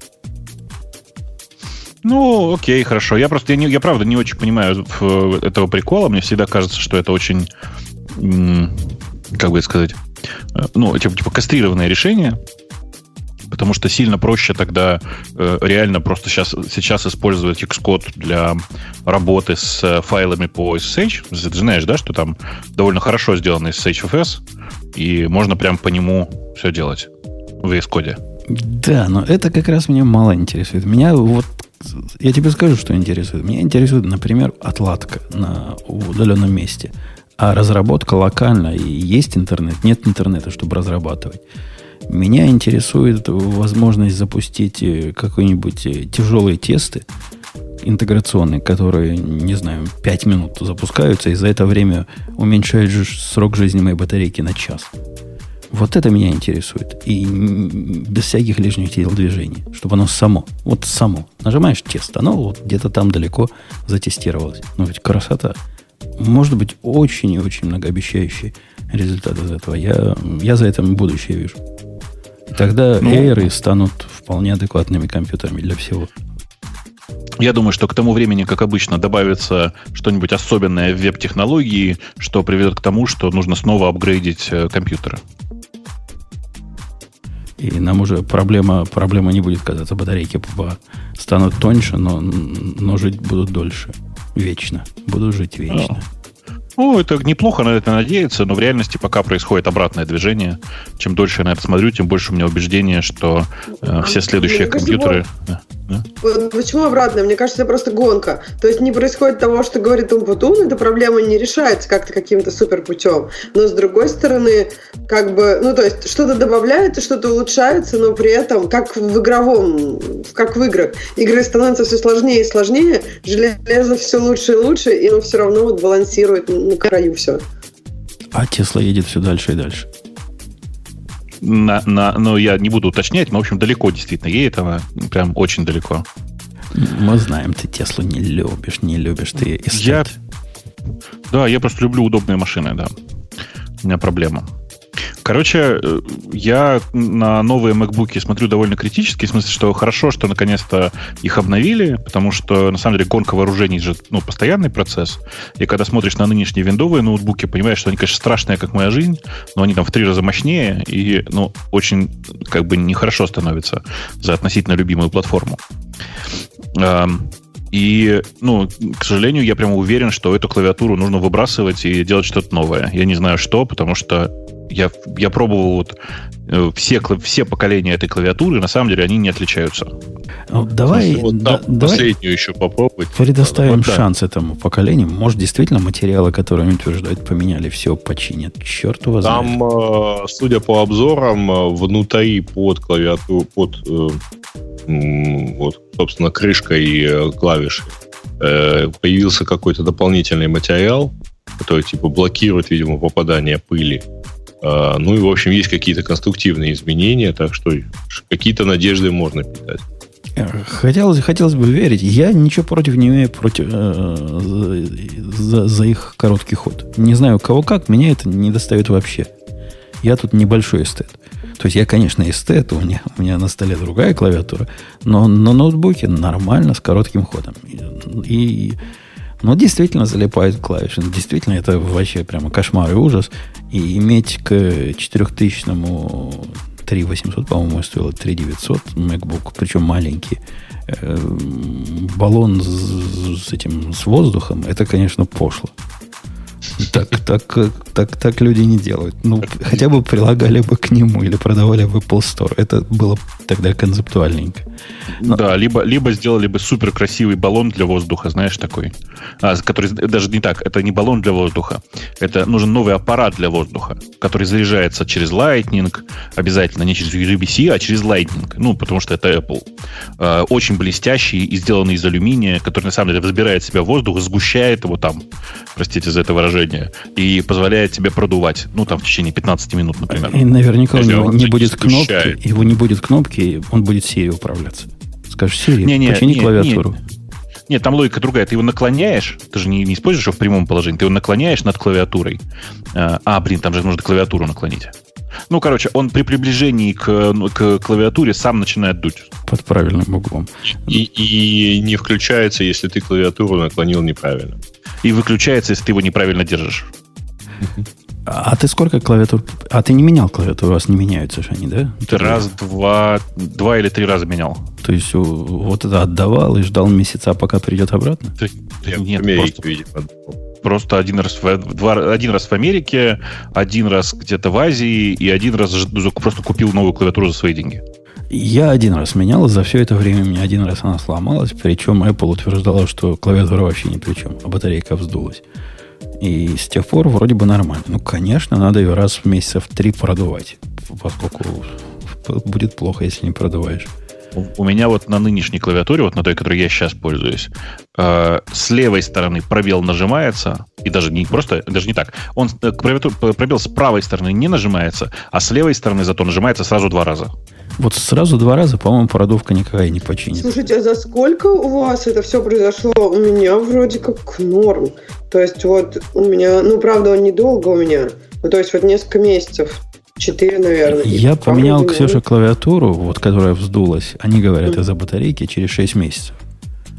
Окей, хорошо. Я правда не очень понимаю этого прикола. Мне всегда кажется, что это очень, как бы сказать, типа кастрированное решение, потому что сильно проще тогда реально просто сейчас использовать Xcode для работы с файлами по SSH. Ты знаешь, да, что там довольно хорошо сделанный SSHFS, и можно прям по нему все делать в VS Code. Да, но это как раз меня мало интересует. Я тебе скажу, что интересует. Меня интересует, например, отладка на удаленном месте. А разработка локально. И есть интернет, нет интернета, чтобы разрабатывать. Меня интересует возможность запустить какие-нибудь тяжелые тесты интеграционные, которые, 5 минут запускаются, и за это время уменьшают срок жизни моей батарейки на час. Вот это меня интересует. И без всяких лишних телодвижений. Чтобы оно само. Нажимаешь тест, оно где-то там далеко затестировалось. Ведь красота. Может быть, очень и очень многообещающий результат из этого. Я за это будущее вижу. И тогда Air станут вполне адекватными компьютерами для всего. Я думаю, что к тому времени, как обычно, добавится что-нибудь особенное в веб-технологии, что приведет к тому, что нужно снова апгрейдить компьютеры. И нам уже проблема не будет казаться. Батарейки станут тоньше, но жить будут дольше. Вечно. Будут жить вечно. Ну, это неплохо на это надеяться, но в реальности пока происходит обратное движение. Чем дольше я на это смотрю, тем больше у меня убеждения, что все следующие компьютеры... Почему обратное? Мне кажется, это просто гонка. То есть не происходит того, что говорит Умпутун, эта проблема не решается как-то каким-то супер путем. Но с другой стороны, как бы, то есть что-то добавляется, что-то улучшается, но при этом, как в играх, игры становятся все сложнее и сложнее, железо все лучше и лучше, и оно все равно вот балансирует на краю все. А Тесла едет все дальше и дальше. Но я не буду уточнять, но, в общем, далеко действительно едет она, прям очень далеко. Мы знаем, ты Теслу не любишь, ты эстет. Я просто люблю удобные машины, да. У меня проблема. Короче, я на новые MacBook'и смотрю довольно критически, в смысле, что хорошо, что наконец-то их обновили, потому что, на самом деле, гонка вооружений же постоянный процесс. И когда смотришь на нынешние виндовые ноутбуки, понимаешь, что они, конечно, страшные, как моя жизнь, но они там в 3 раза мощнее и, очень, как бы, нехорошо становится за относительно любимую платформу. И, к сожалению, я прямо уверен, что эту клавиатуру нужно выбрасывать и делать что-то новое. Я не знаю что, потому что я пробовал все поколения этой клавиатуры, на самом деле они не отличаются. Давай последнюю еще попробовать. Предоставим шанс этому поколению. Может, действительно материалы, которые они утверждают, поменяли, все починят. Черт его знает. Там, судя по обзорам, внутри под клавиатуру, собственно, крышкой клавиши появился какой-то дополнительный материал, который блокирует, видимо, попадание пыли. И, в общем, есть какие-то конструктивные изменения, так что какие-то надежды можно питать. Хотелось бы верить. Я ничего против не имею за их короткий ход. Не знаю, кого как, меня это не достает вообще. Я тут небольшой эстет. То есть я, конечно, эстет, у меня на столе другая клавиатура, но на ноутбуке нормально, с коротким ходом. Но действительно залипают клавиши. Действительно, это вообще прямо кошмар и ужас. И иметь к 4000-му 3800, по-моему, стоило 3900 MacBook, причем маленький, баллон с воздухом, это, конечно, пошло. Так люди не делают. Хотя бы прилагали бы к нему или продавали в Apple Store. Это было тогда концептуальненько. Да, либо сделали бы супер красивый баллон для воздуха, знаешь, такой. Который даже не так, это не баллон для воздуха. Это нужен новый аппарат для воздуха, который заряжается через Lightning, обязательно не через USB-C, а через Lightning. Потому что это Apple. Очень блестящий и сделанный из алюминия, который на самом деле взбирает в себя воздух, сгущает его там, простите за это выражение, и позволяет тебе продувать, в течение 15 минут, например. И наверняка у него не будет кнопки, его не будет кнопки, он будет Siri управляться. Скажешь, Siri, почини клавиатуру. Нет, там логика другая. Ты его наклоняешь, ты же не используешь его в прямом положении, ты его наклоняешь над клавиатурой. Там же нужно клавиатуру наклонить. Он при приближении к клавиатуре сам начинает дуть. Под правильным углом. И не включается, если ты клавиатуру наклонил неправильно. И выключается, если ты его неправильно держишь. А ты сколько клавиатур... А ты не менял клавиатуру? У вас не меняются же они, да? Два или 3 раза менял. То есть вот это отдавал и ждал месяца, пока придет обратно? Нет, просто один раз в Америке, один раз где-то в Азии, и один раз просто купил новую клавиатуру за свои деньги. Я один раз менял, за все это время у меня один раз она сломалась, причем Apple утверждала, что клавиатура вообще ни при чем, а батарейка вздулась. И с тех пор вроде бы нормально. Конечно, надо ее раз в месяцев 3 продувать, поскольку будет плохо, если не продуваешь. У меня на нынешней клавиатуре, на той, которой я сейчас пользуюсь, с левой стороны пробел нажимается, и даже не так. Пробел с правой стороны не нажимается, а с левой стороны зато нажимается сразу 2 раза. Вот сразу 2 раза, по-моему, продувка никакая не починит. Слушайте, а за сколько у вас это все произошло? У меня вроде как норм. То есть у меня, правда, он недолго у меня. То есть несколько месяцев. 4, наверное. Я поменял, Ксюша, клавиатуру, которая вздулась. Они говорят, из-за батарейки через 6 месяцев.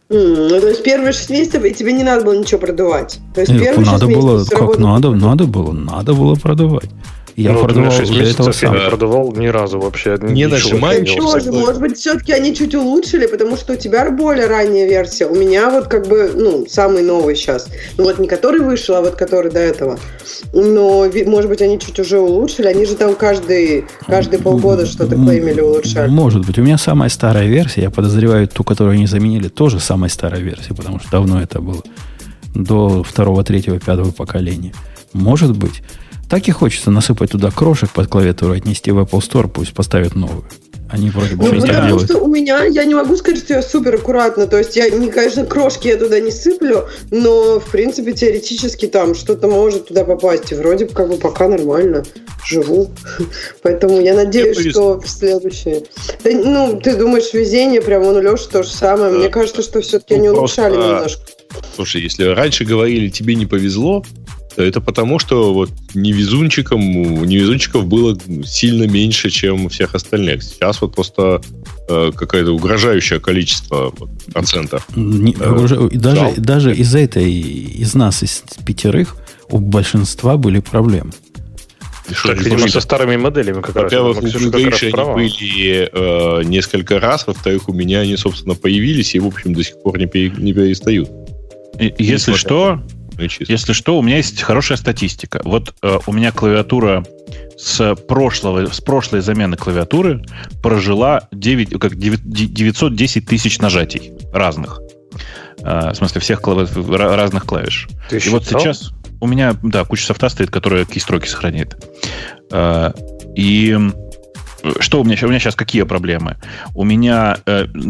Ну, то есть первые 6 месяцев и тебе не надо было ничего продувать. То есть первые 6 надо было, месяцев как надо было продувать. Я продавал 6 для этого месяцев, я не продавал ни разу вообще. Не нажимаем. Может быть, все-таки они чуть улучшили, потому что у тебя более ранняя версия. У меня вот как бы, самый новый сейчас. Ну вот не который вышел, а вот который до этого. Но, может быть, они чуть уже улучшили. Они же там каждые полгода что-то клеймили, улучшали. Может быть. У меня самая старая версия, я подозреваю, ту, которую они заменили, тоже самая старая версия, потому что давно это было. До 2, 3, 5 поколения. Может быть. Так и хочется насыпать туда крошек под клавиатуру, отнести в Apple Store, пусть поставят новую. Они вроде бы так делают. Потому что у меня, я не могу сказать, что я супер аккуратно. То есть, конечно, крошки я туда не сыплю, но, в принципе, теоретически там что-то может туда попасть. И вроде бы как бы пока нормально живу. Поэтому я надеюсь, что в следующее... ты думаешь, везение, прямо у Леши то же самое. Мне кажется, что все-таки они улучшали немножко. Слушай, если раньше говорили, тебе не повезло, это потому, что вот невезунчиков было сильно меньше, чем всех остальных. Сейчас вот просто какое-то угрожающее количество процентов. Даже из нас, из 5, у большинства были проблемы. Так, видимо, со старыми моделями как раз. Во-первых, у Гриши они были несколько раз, во-вторых, у меня они, собственно, появились и, в общем, до сих пор не перестают. Если что, у меня есть хорошая статистика. Вот у меня клавиатура с прошлой замены клавиатуры прожила 910 тысяч нажатий разных. В смысле, всех разных клавиш. Ты и вот сейчас у меня, куча софта стоит, которая кейстроки сохраняет. И что у меня сейчас какие проблемы? У меня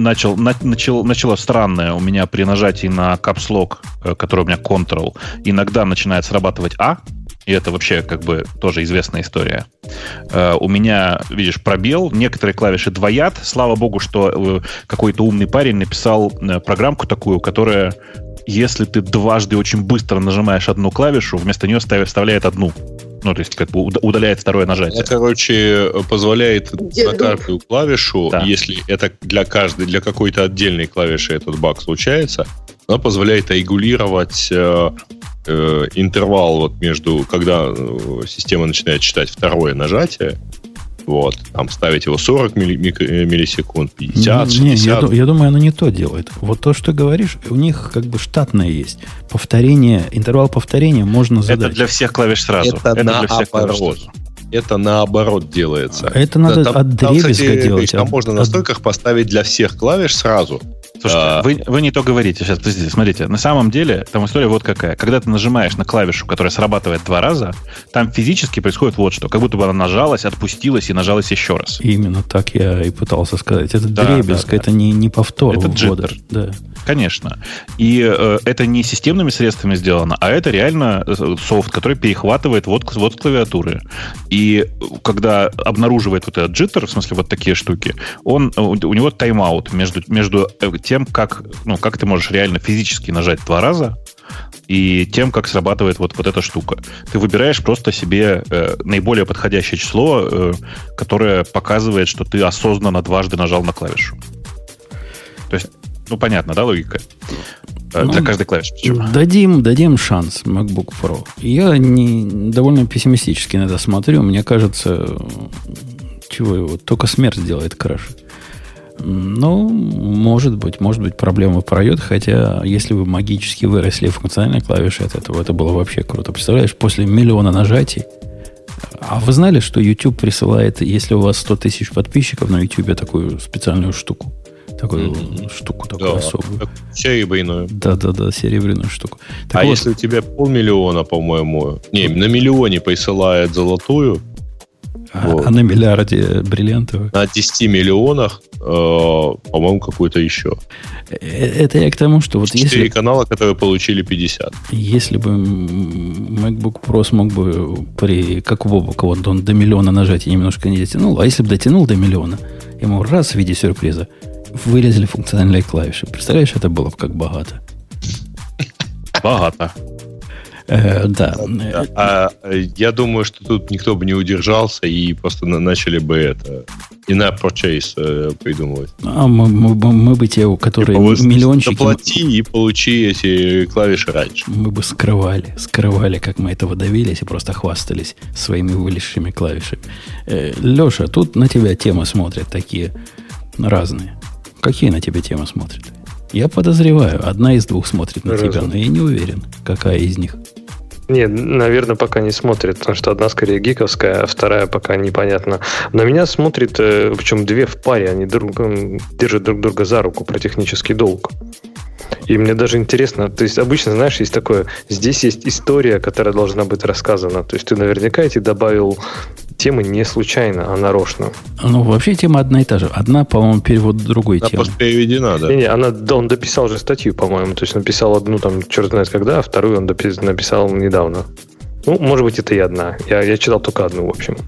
начало странное. У меня при нажатии на Caps Lock, который у меня Ctrl, иногда начинает срабатывать А, и это вообще как бы тоже известная история. У меня, видишь, пробел, некоторые клавиши двоят. Слава богу, что какой-то умный парень написал программку такую, которая, если ты дважды очень быстро нажимаешь одну клавишу, вместо нее вставляет одну. То есть как бы удаляет второе нажатие. Это, позволяет на каждую клавишу, если это для какой-то отдельной клавиши этот баг случается, она позволяет регулировать интервал между, когда система начинает читать второе нажатие, там ставить его 40 миллисекунд, 50, 60. Я думаю, оно не то делает. Вот то, что ты говоришь, у них как бы штатное есть. Интервал повторения можно задать. Это для всех клавиш сразу. Это наоборот делается. Это надо от дребезга делать. Там можно на стойках поставить для всех клавиш сразу. Слушайте, вы не то говорите. Сейчас, подождите, смотрите. На самом деле, там история вот какая. Когда ты нажимаешь на клавишу, которая срабатывает 2 раза, там физически происходит вот что. Как будто бы она нажалась, отпустилась и нажалась еще раз. Именно так я и пытался сказать. Это дребезг, это не повтор. Это джиттер. Да. Конечно. И это не системными средствами сделано, а это реально софт, который перехватывает вот клавиатуры. И когда обнаруживает вот этот джиттер, в смысле вот такие штуки, у него тайм-аут между тем, как ты можешь реально физически нажать 2 раза, и тем, как срабатывает вот эта штука. Ты выбираешь просто себе наиболее подходящее число, которое показывает, что ты осознанно дважды нажал на клавишу. То есть, понятно, да, логика? Для каждой клавиши. Дадим шанс MacBook Pro. Я довольно пессимистически на это смотрю. Мне кажется, только смерть сделает краше. Может быть, проблема пройдет, хотя если вы магически выросли функциональной клавишей от этого, это было вообще круто. Представляешь, после миллиона нажатий. А вы знали, что YouTube присылает, если у вас 100 тысяч подписчиков на YouTube, такую специальную штуку? Такую штуку, такую особую. Серебряную. Да, серебряную штуку. Так если у тебя 500 000, по-моему, на миллионе присылает золотую, а на миллиарде бриллиантовых? На 10 миллионах, по-моему, какую-то еще. Это я к тому, что 4 канала, которые получили 50. Если бы MacBook Pro смог бы как у Бобука, он до миллиона нажатий немножко не дотянул, а если бы дотянул до миллиона, ему раз в виде сюрприза вырезали функциональные клавиши. Представляешь, это было бы как богато. Богато. Да. Я думаю, что тут никто бы не удержался и просто начали бы это in-app purchase придумывать. Мы бы те, которые миллиончики... Заплати и получи эти клавиши раньше. Мы бы скрывали, как мы этого добились, и просто хвастались своими вылезшими клавишами. Леша, тут на тебя темы смотрят такие разные. Какие на тебя темы смотрят? Я подозреваю, одна из двух смотрит на тебя, но я не уверен, какая из них. Нет, наверное, пока не смотрит, потому что одна скорее гиковская, а вторая пока непонятно. На меня смотрит, причем две в паре, они держат друг друга за руку про технический долг. И мне даже интересно, то есть обычно, знаешь, есть такое, здесь есть история, которая должна быть рассказана. То есть ты наверняка эти добавил темы не случайно, а нарочно. Ну, вообще тема одна и та же. Одна, по-моему, перевод другой темы. Она просто переведена, да? Не, он дописал же статью, по-моему. То есть написал одну, там, черт знает когда, а вторую он написал недавно. Ну, может быть, это и одна. Я читал только одну, в общем.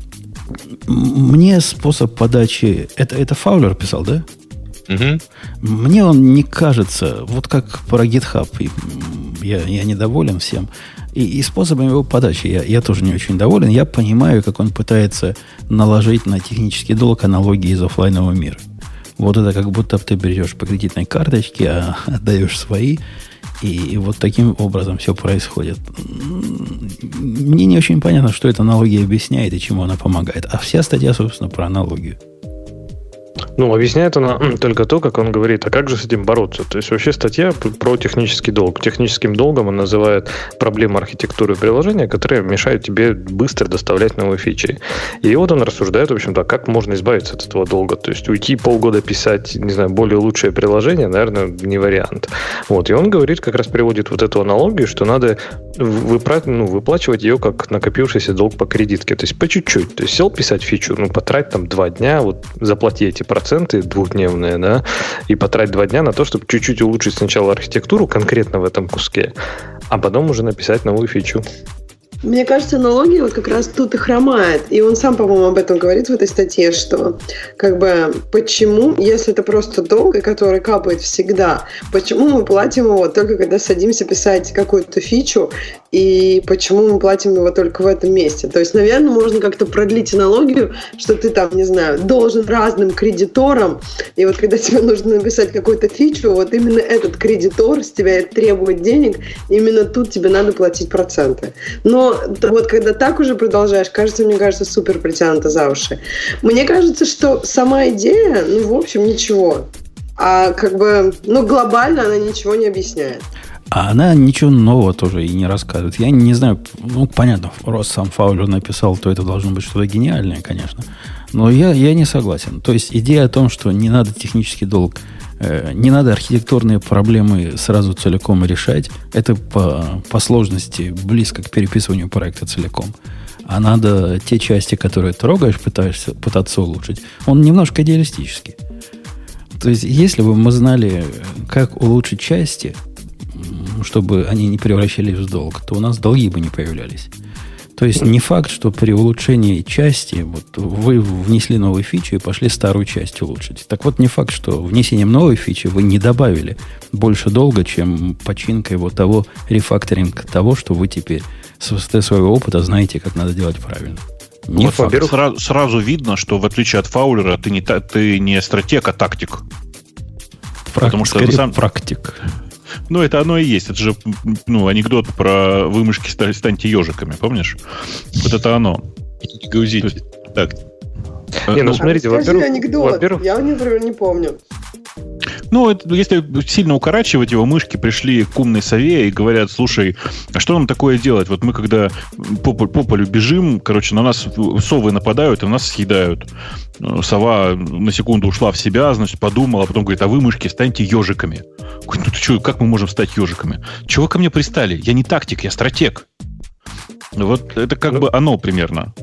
Мне способ подачи... Это Фаулер писал, да? Угу. Мне он не кажется, вот как про GitHub, я недоволен всем. И способом его подачи я тоже не очень доволен. Я понимаю, как он пытается наложить на технический долг аналогии из офлайнового мира. Вот это как будто ты берешь по кредитной карточке, а отдаешь свои. И вот таким образом все происходит. Мне не очень понятно, что эта аналогия объясняет и чему она помогает. А вся статья, собственно, про аналогию. Ну, объясняет она только то, как он говорит, а как же с этим бороться? То есть вообще статья про технический долг. Техническим долгом он называет проблему архитектуры приложения, которые мешают тебе быстро доставлять новые фичи. И вот он рассуждает, в общем-то, как можно избавиться от этого долга. То есть уйти полгода писать, не знаю, более лучшее приложение, наверное, не вариант. Вот. И он говорит, как раз приводит вот эту аналогию, что надо выплачивать ее как накопившийся долг по кредитке. То есть по чуть-чуть. То есть сел писать фичу, потрать там 2 дня, вот заплати эти проценты двухдневные, да, и потратить 2 дня на то, чтобы чуть-чуть улучшить сначала архитектуру конкретно в этом куске, а потом уже написать новую фичу. Мне кажется, аналогия вот как раз тут и хромает. И он сам, по-моему, об этом говорит в этой статье, что почему, если это просто долг, который капает всегда, почему мы платим его только когда садимся писать какую-то фичу, и почему мы платим его только в этом месте. То есть, наверное, можно как-то продлить аналогию, что ты там, не знаю, должен разным кредиторам, и вот когда тебе нужно написать какую-то фичу, вот именно этот кредитор с тебя требует денег, именно тут тебе надо платить проценты. Но вот когда так уже продолжаешь, мне кажется, супер притянуто за уши. Мне кажется, что сама идея, в общем, ничего. А глобально она ничего не объясняет. А она ничего нового тоже и не рассказывает. Я не знаю, понятно, раз сам Фаулер написал, то это должно быть что-то гениальное, конечно. Но я не согласен. То есть идея о том, что не надо технический долг, не надо архитектурные проблемы сразу целиком решать, это по сложности близко к переписыванию проекта целиком. А надо те части, которые трогаешь, пытаться улучшить. Он немножко идеалистический. То есть, если бы мы знали, как улучшить части, чтобы они не превращались в долг, то у нас долги бы не появлялись. То есть не факт, что при улучшении части вы внесли новую фичу и пошли старую часть улучшить. Так вот, не факт, что внесением новой фичи вы не добавили больше долга, чем починкой того рефакторинг того, что вы теперь с своего опыта знаете, как надо делать правильно. Во-первых, сразу видно, что в отличие от Фаулера ты не стратег, а тактик. Потому что сам практик. Это оно и есть. Это же анекдот про вымышки станьте ежиками, помнишь? Вот это оно. Не грузите. Так. Смотрите, во-первых... Я, например, не помню. Если сильно укорачивать его, мышки пришли к умной сове и говорят: слушай, а что нам такое делать? Вот мы когда по полю бежим, на нас совы нападают и нас съедают. Сова на секунду ушла в себя, значит, подумала, а потом говорит: а вы, мышки, станьте ежиками. Ты что, как мы можем стать ежиками? Чего вы ко мне пристали? Я не тактик, я стратег. Вот это оно примерно.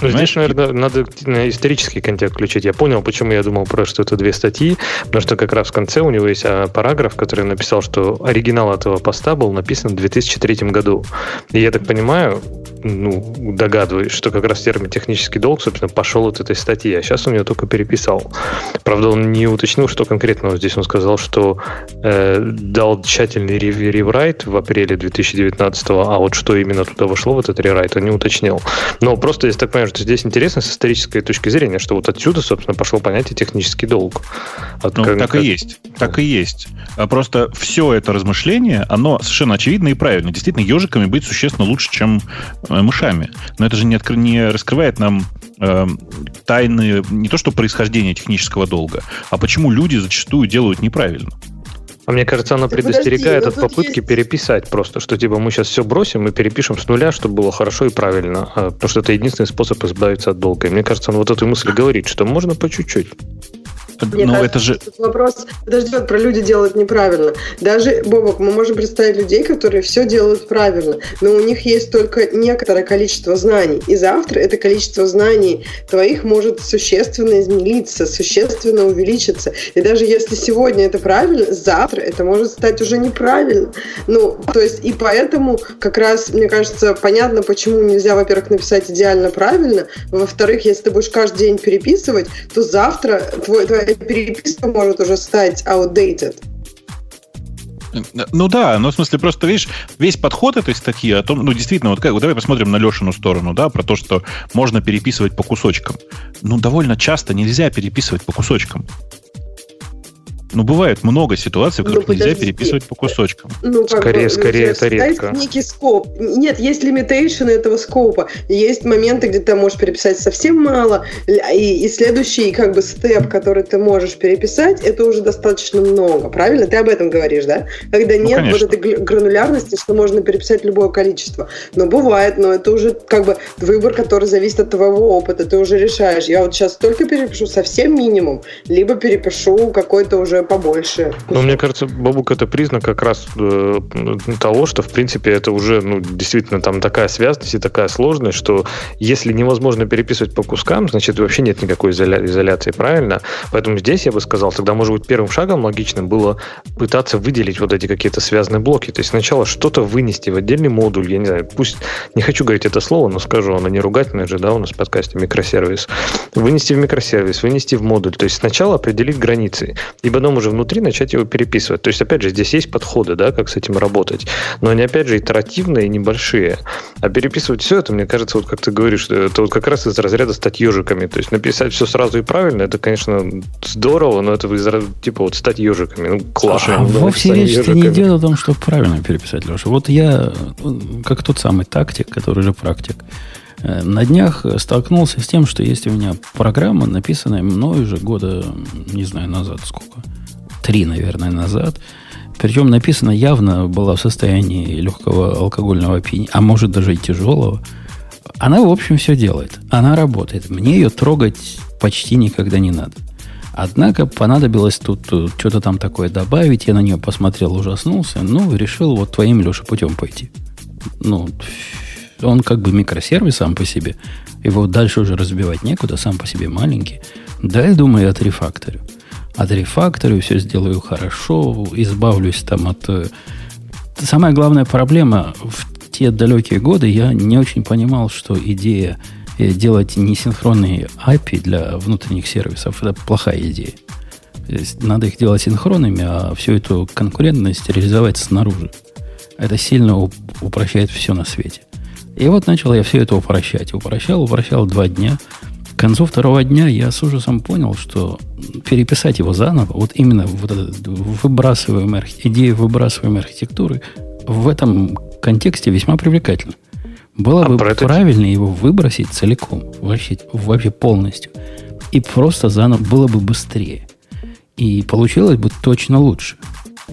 Здесь, наверное, надо исторический контекст включить. Я понял, почему я думал, что это 2 статьи, потому что как раз в конце у него есть параграф, который написал, что оригинал этого поста был написан в 2003 году. И я так понимаю, догадываюсь, что как раз термин «технический долг», собственно, пошел от этой статьи, а сейчас он ее только переписал. Правда, он не уточнил, что конкретно здесь. Он сказал, что дал тщательный реврайт в апреле 2019-го, а вот что именно туда вошло в этот реврайт, он не уточнил. Но просто, если так понимаю, что здесь интересно с исторической точки зрения, что вот отсюда, собственно, пошло понятие «технический долг». Так и есть. Так и есть. Просто все это размышление, оно совершенно очевидно и правильно. Действительно, ежиками быть существенно лучше, чем мышами. Но это же не раскрывает нам тайны не то что происхождения технического долга, а почему люди зачастую делают неправильно. А мне кажется, она предостерегает от попытки переписать просто, что типа мы сейчас все бросим и перепишем с нуля, чтобы было хорошо и правильно. Потому что это единственный способ избавиться от долга. И мне кажется, он вот эту мысль говорит, что можно по чуть-чуть. Мне кажется, это же... вопрос, подожди, про люди делают неправильно. Даже, Бобок, мы можем представить людей, которые все делают правильно, но у них есть только некоторое количество знаний. И завтра это количество знаний твоих может существенно измениться, существенно увеличиться. И даже если сегодня это правильно, завтра это может стать уже неправильно. То есть, и поэтому как раз, мне кажется, понятно, почему нельзя, во-первых, написать идеально правильно, во-вторых, если ты будешь каждый день переписывать, то завтра твоя переписка может уже стать outdated. Да, но в смысле просто, видишь, весь подход этой статьи о том, действительно, вот давай посмотрим на Лешину сторону, да, про то, что можно переписывать по кусочкам. довольно часто нельзя переписывать по кусочкам. Бывает много ситуаций, в которых нельзя переписывать по кусочкам. Скорее это редко. Некий скоп. Нет, есть лимитейшн этого скопа. Есть моменты, где ты можешь переписать совсем мало, и следующий степ, который ты можешь переписать, это уже достаточно много. Правильно? Ты об этом говоришь, да? Когда нет конечно. Вот этой гранулярности, что можно переписать любое количество. Но бывает, но это уже выбор, который зависит от твоего опыта. Ты уже решаешь, я вот сейчас только перепишу совсем минимум, либо перепишу какой-то уже побольше. Мне кажется, Бабук, это признак как раз того, что, в принципе, это уже действительно там такая связность и такая сложность, что если невозможно переписывать по кускам, значит, вообще нет никакой изоляции, правильно? Поэтому здесь, я бы сказал, тогда, может быть, первым шагом логичным было пытаться выделить вот эти какие-то связанные блоки. То есть сначала что-то вынести в отдельный модуль, я не знаю, пусть, не хочу говорить это слово, но скажу, оно не ругательное же, да, у нас в подкасте микросервис. Вынести в микросервис, вынести в модуль. То есть сначала определить границы, и потом уже внутри начать его переписывать. То есть, опять же, здесь есть подходы, да, как с этим работать, но они, опять же, итеративные и небольшие. А переписывать все это, мне кажется, вот как ты говоришь, это вот как раз из разряда стать ежиками. То есть написать все сразу и правильно, это, конечно, здорово, но это типа вот стать ежиками. Классно. Вовсе речь не идет о том, что правильно переписать, Леша. Вот я, как тот самый тактик, который же практик, на днях столкнулся с тем, что есть у меня программа, написанная мной уже года, не знаю, назад сколько, 3, наверное, назад. Причем написана явно была в состоянии легкого алкогольного опьянения, а может даже и тяжелого. Она, в общем, все делает. Она работает. Мне ее трогать почти никогда не надо. Однако понадобилось тут что-то там такое добавить. Я на нее посмотрел, ужаснулся. Решил вот твоим, Леша, путем пойти. Он как бы микросервис сам по себе. Его дальше уже разбивать некуда, сам по себе маленький. Да, я думаю, отрефакторю. Отрефакторю, все сделаю хорошо, избавлюсь там от... Самая главная проблема, в те далекие годы я не очень понимал, что идея делать несинхронные API для внутренних сервисов – это плохая идея. То есть надо их делать синхронными, а всю эту конкурентность реализовать снаружи. Это сильно упрощает все на свете. И вот начал я все это упрощать. Упрощал 2 дня. К концу 2-го дня я с ужасом понял, что переписать его заново, вот именно вот эту идею выбрасываемой архитектуры в этом контексте весьма привлекательно. Было бы правильно его выбросить целиком, вообще полностью. И просто заново было бы быстрее. И получилось бы точно лучше.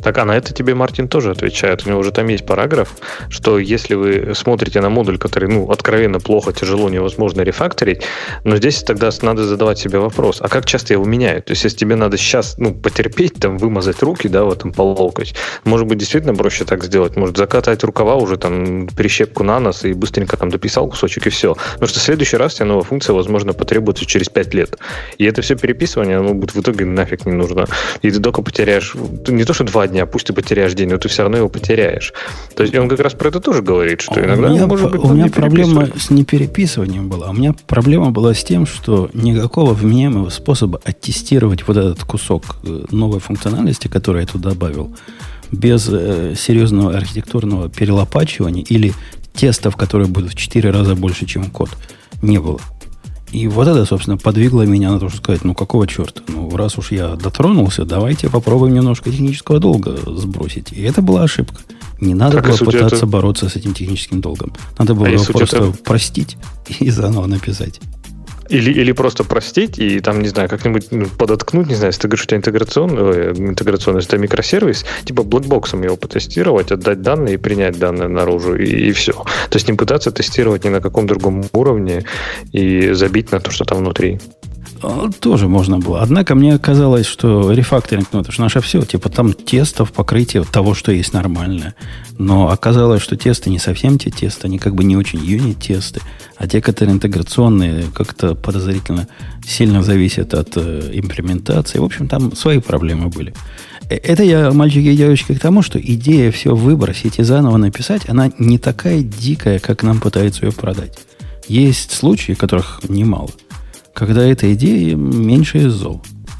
Так, а на это тебе Мартин тоже отвечает. У него уже там есть параграф, что если вы смотрите на модуль, который, откровенно плохо, тяжело, невозможно рефакторить, но здесь тогда надо задавать себе вопрос, а как часто его меняют? То есть, если тебе надо сейчас, потерпеть, там, вымазать руки, да, в этом по локоть, может быть, действительно проще так сделать. Может, закатать рукава уже, там, прищепку на нос и быстренько там дописал кусочек и все. Потому что в следующий раз тебе новая функция, возможно, потребуется через 5 лет. И это все переписывание, оно будет в итоге нафиг не нужно. И ты только потеряешь, не то, что 2 дня, пусть ты потеряешь день, но ты все равно его потеряешь. То есть он как раз про это тоже говорит, что иногда может быть... У меня проблема с непереписыванием была. У меня проблема была с тем, что никакого вменяемого способа оттестировать вот этот кусок новой функциональности, который я тут добавил, без серьезного архитектурного перелопачивания или тестов, которые будут в 4 раза больше, чем код, не было. И вот это, собственно, подвигло меня на то, что сказать, какого черта? Раз уж я дотронулся, давайте попробуем немножко технического долга сбросить. И это была ошибка. Не надо было пытаться бороться с этим техническим долгом. Надо было его просто простить и заново написать. Или просто простить и там, не знаю, как-нибудь подоткнуть, не знаю, если ты говоришь, у тебя интеграционный, если это микросервис, типа блэкбоксом его потестировать, отдать данные и принять данные наружу, и все. То есть не пытаться тестировать ни на каком другом уровне и забить на то, что там внутри. Тоже можно было. Однако мне казалось, что рефакторинг, это же наше все. Типа там тестов, покрытие того, что есть нормальное. Но оказалось, что тесты не совсем те тесты. Они как бы не очень юнит-тесты. А те, которые интеграционные, как-то подозрительно сильно зависят от имплементации. В общем, там свои проблемы были. Это я, мальчики и девочки, к тому, что идея все выбросить и заново написать, она не такая дикая, как нам пытаются ее продать. Есть случаи, которых немало, когда эта идея меньше из зол.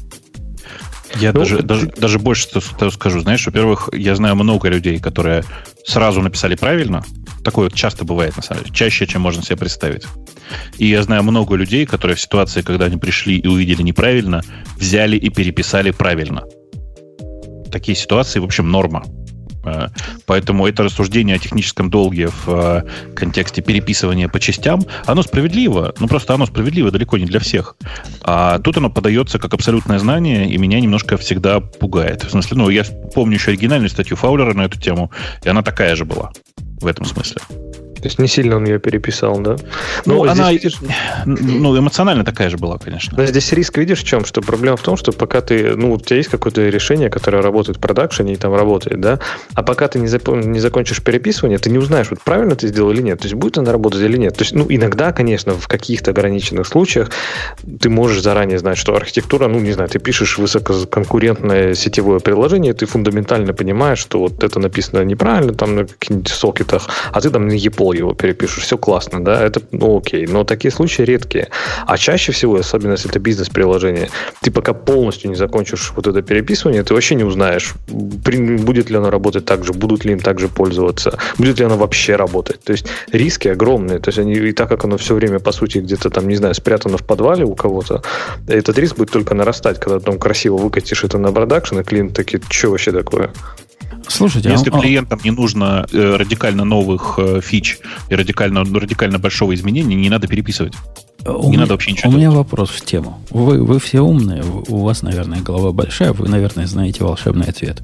Я даже больше скажу. Знаешь, во-первых, я знаю много людей, которые сразу написали правильно. Такое часто бывает, на самом деле. Чаще, чем можно себе представить. И я знаю много людей, которые в ситуации, когда они пришли и увидели неправильно, взяли и переписали правильно. Такие ситуации, в общем, норма. Поэтому это рассуждение о техническом долге в контексте переписывания по частям, оно справедливо, просто оно справедливо далеко не для всех. А тут оно подается как абсолютное знание, и меня немножко всегда пугает. В смысле, я помню еще оригинальную статью Фаулера на эту тему, и она такая же была в этом смысле. То есть не сильно он ее переписал, да? Она эмоционально такая же была, конечно. Но здесь риск, видишь, в чем? Что проблема в том, что пока ты, у тебя есть какое-то решение, которое работает в продакшене и там работает, да, а пока ты не закончишь переписывание, ты не узнаешь, вот правильно ты сделал или нет, то есть будет она работать или нет. То есть, иногда, конечно, в каких-то ограниченных случаях ты можешь заранее знать, что архитектура, не знаю, ты пишешь высококонкурентное сетевое приложение, ты фундаментально понимаешь, что вот это написано неправильно там на каких-нибудь сокетах, а ты там на EPOL его перепишешь, все классно, да, это окей, но такие случаи редкие. А чаще всего, особенно если это бизнес-приложение, ты пока полностью не закончишь вот это переписывание, ты вообще не узнаешь, будет ли оно работать так же, будут ли им так же пользоваться, будет ли оно вообще работать. То есть риски огромные, то есть они, и так как оно все время, по сути, где-то там, не знаю, спрятано в подвале у кого-то, этот риск будет только нарастать, когда ты там красиво выкатишь это на продакшн, и клиент такие, что вообще такое? Слушайте, если клиентам не нужно радикально новых фич и радикально большого изменения, не надо переписывать. Надо вообще ничего делать. У меня вопрос в тему. Вы все умные, у вас, наверное, голова большая, вы, наверное, знаете волшебный ответ.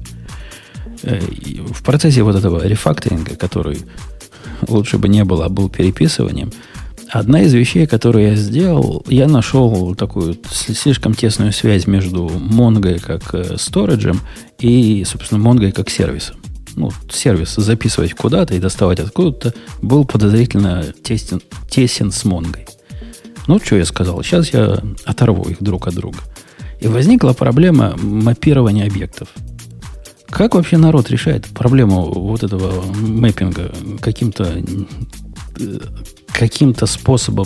В процессе вот этого рефакторинга, который лучше бы не было, а был переписыванием, одна из вещей, которую я сделал, я нашел такую слишком тесную связь между Mongo как сториджем и, собственно, Mongo как сервисом. Сервис записывать куда-то и доставать откуда-то был подозрительно тесен с Mongo. Что я сказал? Сейчас я оторву их друг от друга. И возникла проблема маппирования объектов. Как вообще народ решает проблему вот этого мэппинга каким-то способом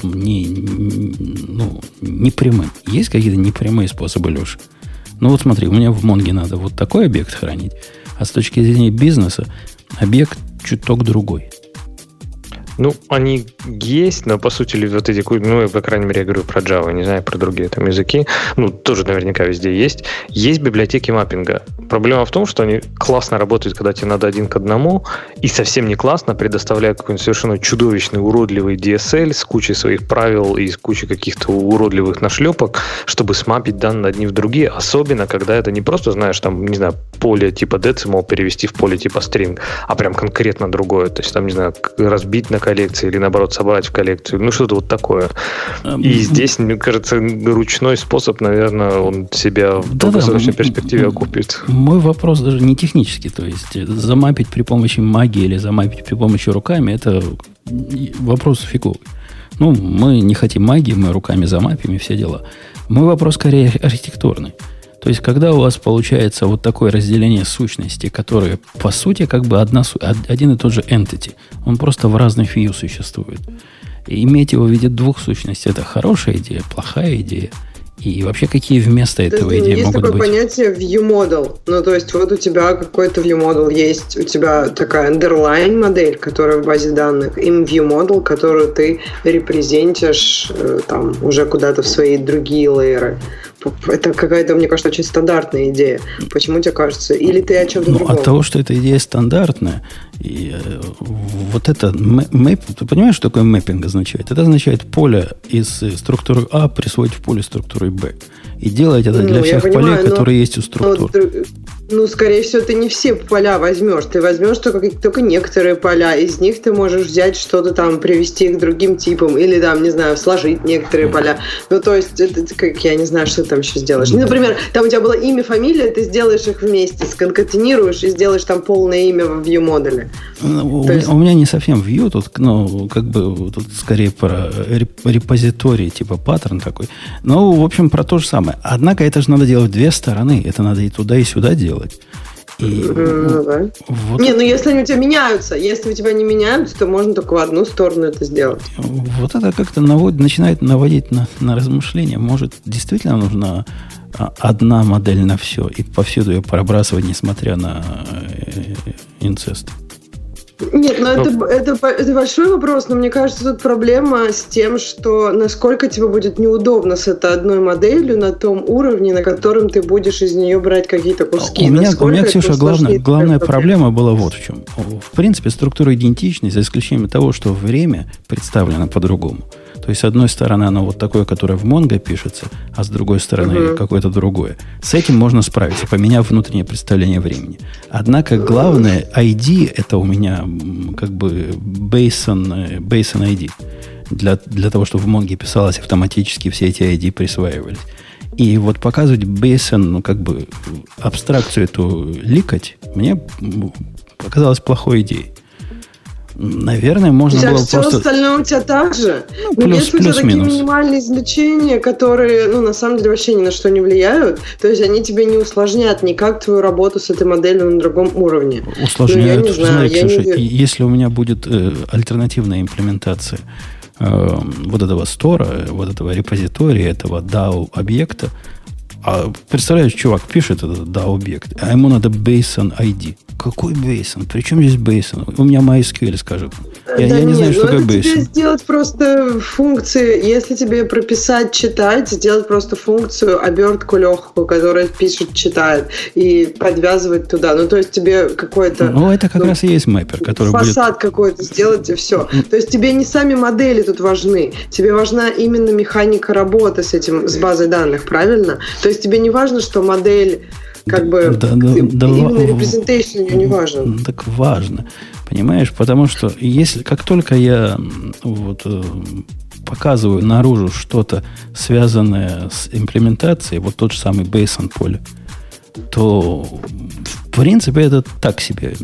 непрямым? Есть какие-то непрямые способы, Леша? Смотри, у меня в Монге надо вот такой объект хранить, а с точки зрения бизнеса объект чуток другой. Ну, они есть, но, по сути, вот эти, ну, я, по крайней мере, я говорю про Java, не знаю, про другие там языки, ну, тоже наверняка везде есть. Есть библиотеки маппинга. Проблема в том, что они классно работают, когда тебе надо один к одному, и совсем не классно предоставляют какой-нибудь совершенно чудовищный, уродливый DSL с кучей своих правил и с кучей каких-то уродливых нашлепок, чтобы смапить данные одни в другие, особенно, когда это не просто, знаешь, там, не знаю, поле типа decimal перевести в поле типа string, а прям конкретно другое. То есть, там, не знаю, разбить на коллекции или, наоборот, собрать в коллекцию. Ну, что-то вот такое. И здесь, мне кажется, ручной способ, наверное, он себя в долгосрочной перспективе окупит. Мой вопрос даже не технический. То есть, замапить при помощи магии или замапить при помощи руками, это вопрос фиговый. Ну, мы не хотим магии, мы руками замапим и все дела. Мой вопрос скорее архитектурный. То есть, когда у вас получается вот такое разделение сущностей, которые, по сути, как бы один и тот же entity, он просто в разных view существует. И иметь его в виде двух сущностей – это хорошая идея, плохая идея. И вообще, какие вместо этого идеи могут быть? Есть такое понятие view model. Ну, то есть, вот у тебя какой-то view model есть, у тебя такая underlying модель, которая в базе данных, и view model, которую ты репрезентишь там уже куда-то в свои другие лейеры. Это какая-то, мне кажется, очень стандартная идея. Почему тебе кажется? Или ты о чем-то другом? От того, что эта идея стандартная, и вот это ты понимаешь, что такое мэппинг означает? Это означает поле из структуры А присвоить в поле структуры Б. И делать это для всех полей, которые есть у структур. Ну, скорее всего, ты не все поля возьмешь. Ты возьмешь только некоторые поля. Из них ты можешь взять что-то там, привести к другим типам. Или там, не знаю, сложить некоторые поля. Ну, то есть, это как, я не знаю, что ты там еще сделаешь. Ну, например, там у тебя было имя, фамилия, ты сделаешь их вместе, сконкатенируешь и сделаешь там полное имя в view-модуле. У меня не совсем view, тут, ну, как бы, тут скорее про репозиторий, типа паттерн такой. Ну, в общем, про то же самое. Однако это же надо делать две стороны. Это надо и туда, и сюда делать. И да. Вот не, ну если они у тебя меняются, если у тебя не меняются, то можно только в одну сторону это сделать. Вот это как-то начинает наводить на размышления. Может, действительно нужна одна модель на все, и повсюду ее пробрасывать, несмотря на инцест? Нет, это большой вопрос, но мне кажется, тут проблема с тем, что насколько тебе будет неудобно с этой одной моделью на том уровне, на котором ты будешь из нее брать какие-то куски. У меня, Ксюша, главная проблема была вот в чем. В принципе, структура идентичной, за исключением того, что время представлено по-другому. То есть, с одной стороны, оно вот такое, которое в Mongo пишется, а с другой стороны, какое-то другое. С этим можно справиться, поменяв внутреннее представление времени. Однако, главное, ID – это у меня как бы based on ID. Для того, чтобы в Mongo писалось автоматически, все эти ID присваивались. И вот показывать based on, ну, как бы, абстракцию эту ликать, мне показалось плохой идеей. Наверное, можно было все просто... остальное у тебя так же. Ну, если у тебя такие минимальные значения, которые, ну, на самом деле, вообще ни на что не влияют, то есть они тебе не усложнят никак твою работу с этой моделью на другом уровне. Усложняют. Ну, я не знаю, Ксюша, если у меня будет альтернативная имплементация вот этого стора, вот этого репозитория, этого DAO-объекта, а представляешь, чувак пишет этот DAO-объект, а ему надо based on ID. Какой Bayesian? Причем здесь Bayesian? У меня MySQL, скажем. Я не знаю, что такое Bayesian. Тебе сделать просто функции, если тебе прописать читать, сделать просто функцию, обертку легкую, которая пишет, читает, и подвязывать туда. Ну, то есть тебе какой-то... Ну, это как раз и есть мэппер, который фасад будет... какой-то сделать, и все. То есть тебе не сами модели тут важны. Тебе важна именно механика работы с этим, с базой данных, правильно? То есть тебе не важно, что модель... Как бы именно representation ее не важно. Так важно. Понимаешь? Потому что если как только я вот, показываю наружу что-то, связанное с имплементацией, вот тот же самый Bayesian поле, то в принципе это так себе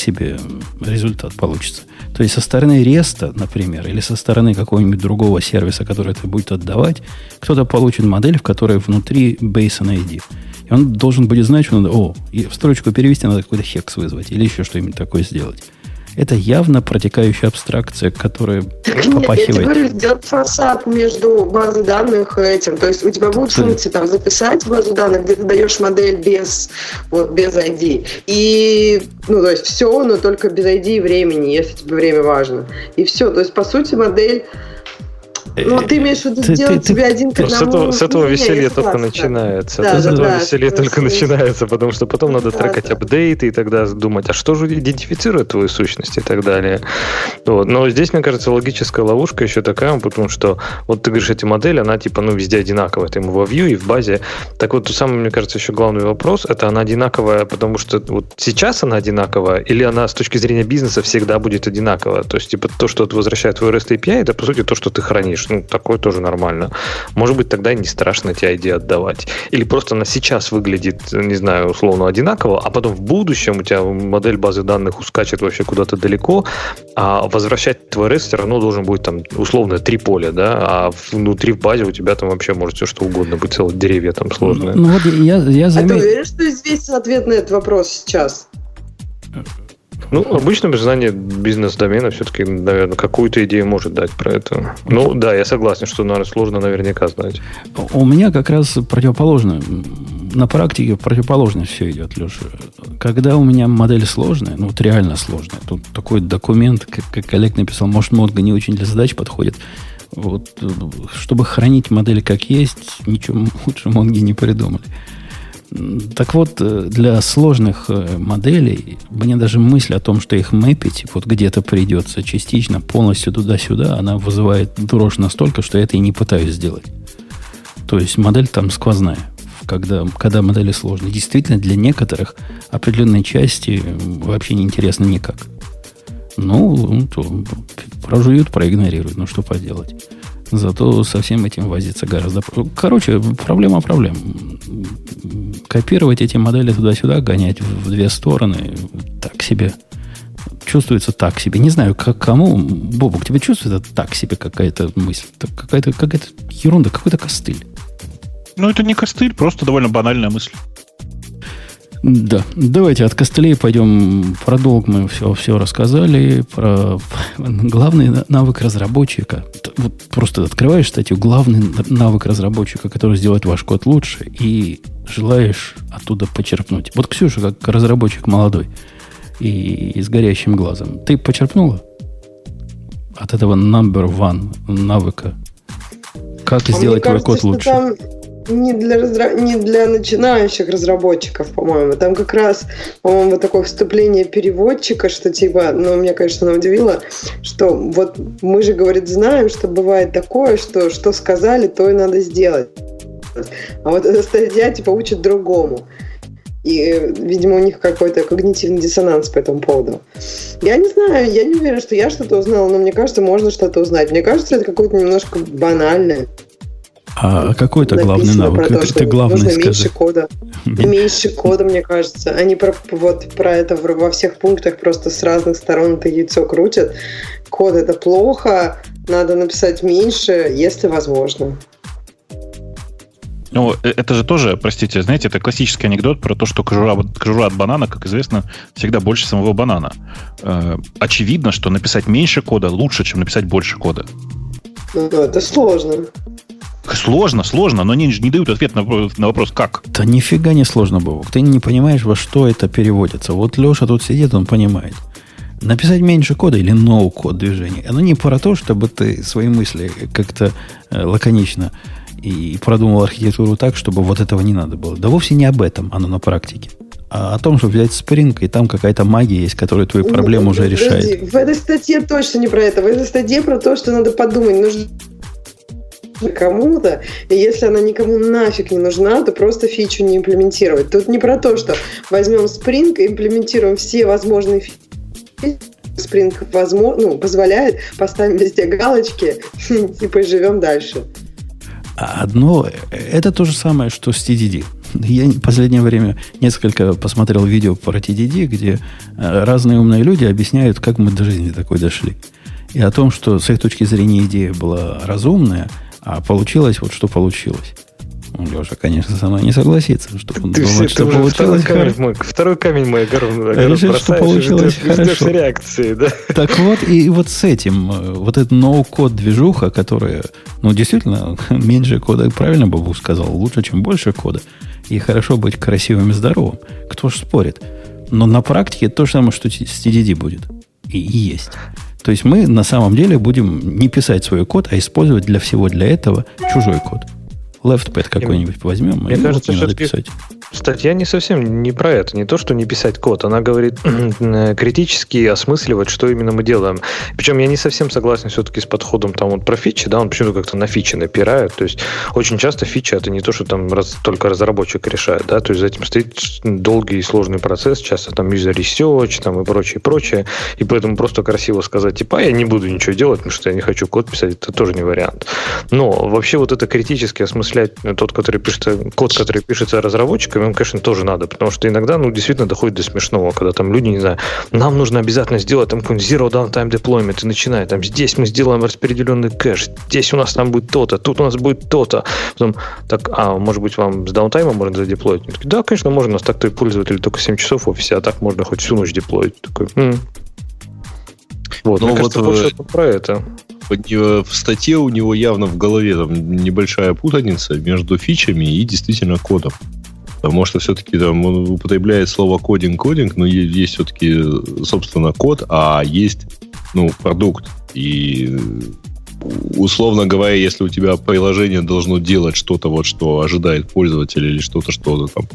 результат получится. То есть со стороны REST, например, или со стороны какого-нибудь другого сервиса, который это будет отдавать, кто-то получит модель, в которой внутри Bayesian ID. И он должен будет знать, что надо, в строчку перевести надо какой-то хекс вызвать или еще что-нибудь такое сделать. Это явно протекающая абстракция, которая попахивает. Я тебе говорю, сделать фасад между базой данных и этим. То есть у тебя будут функции там записать в базу данных, где ты даешь модель без ID. И, то есть все, но только без ID и времени, если тебе время важно. И все. То есть, по сути, модель... ты имеешь в виду сделать тебе один к одному. С этого веселье только начинается. С этого веселье только начинается, потому что потом надо трекать апдейты и тогда думать, а что же идентифицирует твою сущность и так далее. Но здесь, мне кажется, логическая ловушка еще такая, потому что вот ты говоришь, эти модели, она типа, везде одинаковая. Ты во view и в базе. Так вот, самый, мне кажется, еще главный вопрос, это она одинаковая, потому что вот сейчас она одинаковая, или она с точки зрения бизнеса всегда будет одинаковая. То есть, типа, то, что возвращает твой REST API, это, по сути, то, что ты хранишь. Такое тоже нормально. Может быть, тогда не страшно эти ID отдавать. Или просто она сейчас выглядит, не знаю, условно одинаково, а потом в будущем у тебя модель базы данных ускачет вообще куда-то далеко, а возвращать твой REST все равно должен будет там условно 3 поля, да, а внутри в базе у тебя там вообще может все что угодно быть, целые деревья там сложные. Я заметил... А ты уверен, что известен ответ на этот вопрос сейчас? Обычно без знания бизнес-домена все-таки, наверное, какую-то идею может дать про это. Да, я согласен, что, наверное, сложно наверняка знать. У меня как раз противоположно. На практике противоположно все идет, Леша. Когда у меня модель сложная, реально сложная, тут такой документ, как Олег написал, может, Mongo не очень для задач подходит. Чтобы хранить модель как есть, ничего лучше Mongo не придумали. Так вот, для сложных моделей мне даже мысль о том, что их мэпить где-то придется частично, полностью туда-сюда, она вызывает дрожь настолько, что я это и не пытаюсь сделать. То есть модель там сквозная, когда модели сложные. Действительно, для некоторых определенной части вообще не интересно никак. То прожуют, проигнорируют, что поделать. Зато со всем этим возиться гораздо... Короче, проблема проблем. Копировать эти модели туда-сюда, гонять в две стороны, так себе. Чувствуется так себе. Не знаю, кому. Бобук, тебе чувствуется так себе какая-то мысль? Какая-то ерунда, какой-то костыль. Это не костыль, просто довольно банальная мысль. Да, давайте от костылей пойдем про долг. Мы все рассказали. Про главный навык разработчика. Просто открываешь статью «Главный навык разработчика, который сделает ваш код лучше», и желаешь оттуда почерпнуть. Вот Ксюша, как разработчик молодой и с горящим глазом, ты почерпнула от этого number one навыка? Как сделать твой код лучше? Не для начинающих разработчиков, по-моему. Там как раз, по-моему, такое вступление переводчика, что меня, конечно, она удивила, что мы же, говорит, знаем, что бывает такое, что сказали, то и надо сделать. А эта статья, учит другому. И, видимо, у них какой-то когнитивный диссонанс по этому поводу. Я не знаю, я не уверена, что я что-то узнала, но мне кажется, можно что-то узнать. Мне кажется, это какое-то немножко банальное. А какой-то главный навык? Ты главный скажи. Меньше кода. Меньше кода, мне кажется. Они про это во всех пунктах просто с разных сторон это яйцо крутят. Код — это плохо, надо написать меньше, если возможно. Это же тоже, простите, знаете, это классический анекдот про то, что кожура от банана, как известно, всегда больше самого банана. Очевидно, что написать меньше кода лучше, чем написать больше кода. Это сложно. Сложно, но они же не дают ответ на вопрос «как?». Да нифига не сложно, Бобок. Ты не понимаешь, во что это переводится. Вот Леша тут сидит, он понимает. Написать меньше кода или ноу-код движение, оно не про то, чтобы ты свои мысли как-то лаконично и продумал архитектуру так, чтобы вот этого не надо было. Да вовсе не об этом оно на практике. А о том, чтобы взять Spring, и там какая-то магия есть, которая твою проблему уже решает. В этой статье точно не про это. В этой статье про то, что надо подумать. Нужно кому-то, и если она никому нафиг не нужна, то просто фичу не имплементировать. Тут не про то, что возьмем Spring и имплементируем все возможные фичи. Spring позволяет, поставим везде галочки и живем дальше. Одно, это то же самое, что с TDD. Я в последнее время несколько посмотрел видео про TDD, где разные умные люди объясняют, как мы до жизни такой дошли. И о том, что с их точки зрения идея была разумная, а получилось вот что получилось. Леша, конечно, со мной не согласится, что он думает, что получилось хорошо. Второй камень мой решил, что получилось хорошо. Реакции, да? Так вот, и вот с этим, вот эта ноу-код движуха, которая, ну, действительно, меньше кода, правильно Бобук сказал, лучше, чем больше кода. И хорошо быть красивым и здоровым. Кто ж спорит? Но на практике то же самое, что с TDD будет. И есть. То есть мы на самом деле будем не писать свой код, а использовать для всего для этого чужой код. LeftPad какой-нибудь возьмем, мне кажется, не надо писать. Статья не совсем не про это, не то, что не писать код. Она говорит критически осмысливать, что именно мы делаем. Причем я не совсем согласен все-таки с подходом там вот про фичи, да, он почему-то как-то на фичи напирает. То есть очень часто фича это не то, что там только разработчик решает, да, то есть за этим стоит долгий и сложный процесс, часто там user research там, и прочее. И поэтому просто красиво сказать, типа, я не буду ничего делать, потому что я не хочу код писать, это тоже не вариант. Но вообще вот это критически осмыслять код, который пишется разработчиками, он, конечно, тоже надо, потому что иногда, ну, действительно доходит до смешного, когда там люди, не знаю, нам нужно обязательно сделать там какой-нибудь zero downtime deployment, и начинает, там, здесь мы сделаем распределенный кэш, здесь у нас там будет то-то, тут у нас будет то-то. Потом, так, может быть, вам с даунтаймом можно задеплоить? Да, конечно, можно, у нас так-то и пользователь только 7 часов в офисе, а так можно хоть всю ночь деплоить. Такой, Вот, мне кажется, больше про это. В статье у него явно в голове там небольшая путаница между фичами и действительно кодом. Потому что все-таки там он употребляет слово кодинг, но есть все-таки, собственно, код, а есть, ну, продукт. И, условно говоря, если у тебя приложение должно делать что-то, вот, что ожидает пользователь или что-то там,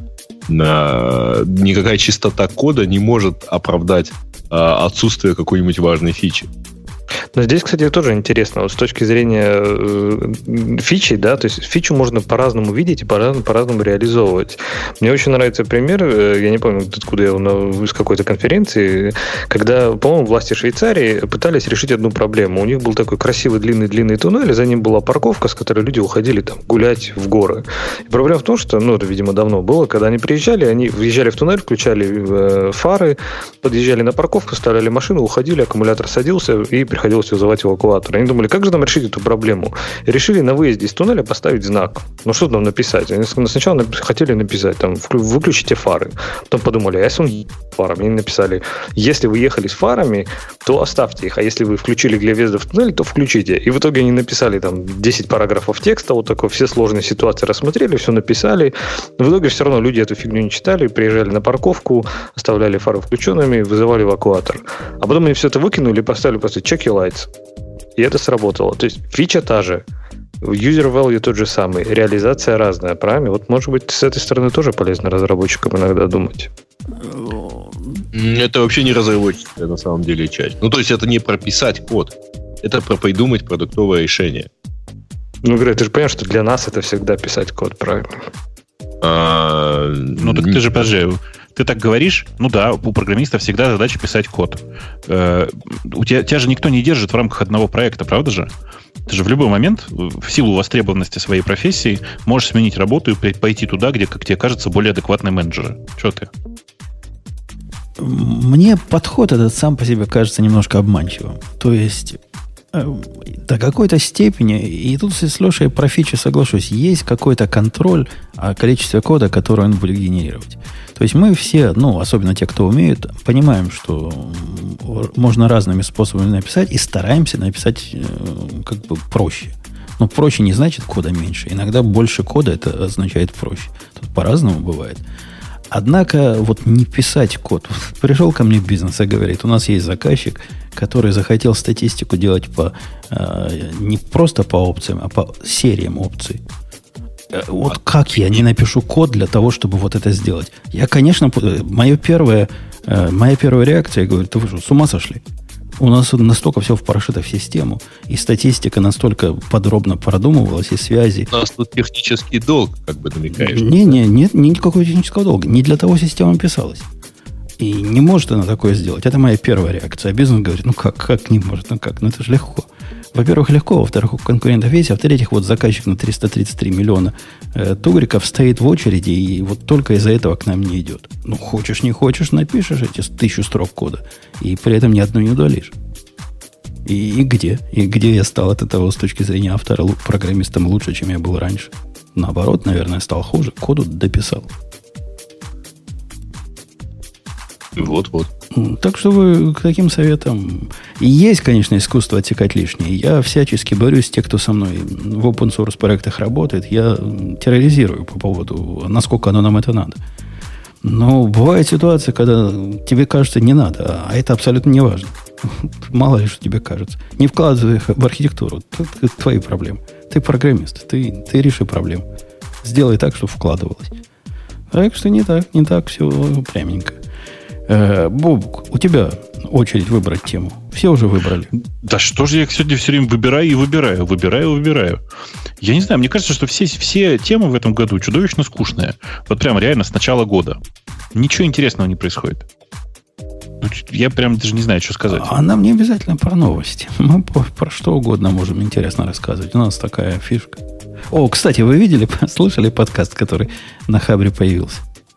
никакая чистота кода не может оправдать отсутствие какой-нибудь важной фичи. Но здесь, кстати, тоже интересно, вот с точки зрения фичи, да, то есть фичу можно по-разному видеть и по-разному реализовывать. Мне очень нравится пример, я не помню, откуда я из какой-то конференции, когда, по-моему, власти Швейцарии пытались решить одну проблему. У них был такой красивый длинный туннель, и за ним была парковка, с которой люди уходили там гулять в горы. И проблема в том, что, ну, это, видимо, давно было, когда они приезжали, они въезжали в туннель, включали фары, подъезжали на парковку, ставили машину, уходили, аккумулятор садился, и приходилось вызывать эвакуатор. Они думали, как же нам решить эту проблему? И решили на выезде из туннеля поставить знак. Ну, что там написать? Они сначала хотели написать, там, выключите фары. Потом подумали, а если он фарами? Они написали, если вы ехали с фарами, то оставьте их, а если вы включили для въезда в туннель, то включите. И в итоге они написали там 10 параграфов текста, вот такой, все сложные ситуации рассмотрели, все написали. Но в итоге все равно люди эту фигню не читали, приезжали на парковку, оставляли фары включенными, вызывали эвакуатор. А потом они все это выкинули и поставили просто check your lights. И это сработало. То есть фича та же. User value тот же самый. Реализация разная, правильно? Вот, может быть, с этой стороны тоже полезно разработчикам иногда думать. Это вообще не разработческая на самом деле часть. Ну, то есть это не прописать код. Это про придумать продуктовое решение. Ну, Грей, ты же понимаешь, что для нас это всегда писать код, правильно? Ну, так ты же, подожди, ты так говоришь, ну да, у программиста всегда задача писать код. Тебя же никто не держит в рамках одного проекта, правда же? Ты же в любой момент, в силу востребованности своей профессии, можешь сменить работу и пойти туда, где, как тебе кажется, более адекватные менеджеры. Что ты? Мне подход этот сам по себе кажется немножко обманчивым. То есть до какой-то степени, и тут с Лешей про фичи соглашусь, есть какой-то контроль о количестве кода, который он будет генерировать. То есть мы все, ну, особенно те, кто умеют, понимаем, что можно разными способами написать, и стараемся написать как бы проще. Но проще не значит кода меньше. Иногда больше кода это означает проще. Тут по-разному бывает. Однако вот не писать код. Пришел ко мне бизнес и говорит, у нас есть заказчик, который захотел статистику делать не просто по опциям, а по сериям опций. Вот как я не напишу код для того, чтобы вот это сделать? Я, конечно, моя первая реакция, я говорю, ты вы что, с ума сошли? У нас настолько все впрошито в систему, и статистика настолько подробно продумывалась, и связи. У нас тут технический долг, как бы намекаешь. Нет никакого технического долга. Не для того система писалась. И не может она такое сделать. Это моя первая реакция. А бизнес говорит, ну как не может, ну это же легко. Во-первых, легко, во-вторых, у конкурентов есть, а в-третьих, вот заказчик на 333 миллиона тугриков стоит в очереди, и вот только из-за этого к нам не идет. Ну, хочешь, не хочешь, напишешь эти 1000 строк кода, и при этом ни одну не удалишь. И где? И где я стал от этого с точки зрения автора программистом лучше, чем я был раньше? Наоборот, наверное, стал хуже. Коду дописал. Вот-вот. Так что вы к таким советам... Есть, конечно, искусство отсекать лишнее. Я всячески борюсь с тем, кто со мной в open-source проектах работает. Я терроризирую по поводу, насколько оно нам это надо. Но бывает ситуация, когда тебе кажется не надо, а это абсолютно не важно. Мало ли, что тебе кажется. Не вкладывай их в архитектуру. Это твои проблемы. Ты программист. Ты реши проблему. Сделай так, чтобы вкладывалось. Так что не так все пряменько. Бобук, у тебя очередь выбрать тему. Все уже выбрали. Да что же я сегодня все время выбираю и выбираю. Я не знаю, мне кажется, что все темы в этом году чудовищно скучные. Вот прям реально с начала года. Ничего интересного не происходит. Я прям даже не знаю, что сказать. А нам не обязательно про новости. Мы про что угодно можем интересно рассказывать. У нас такая фишка. О, кстати, вы видели, слышали подкаст, который на Хабре появился?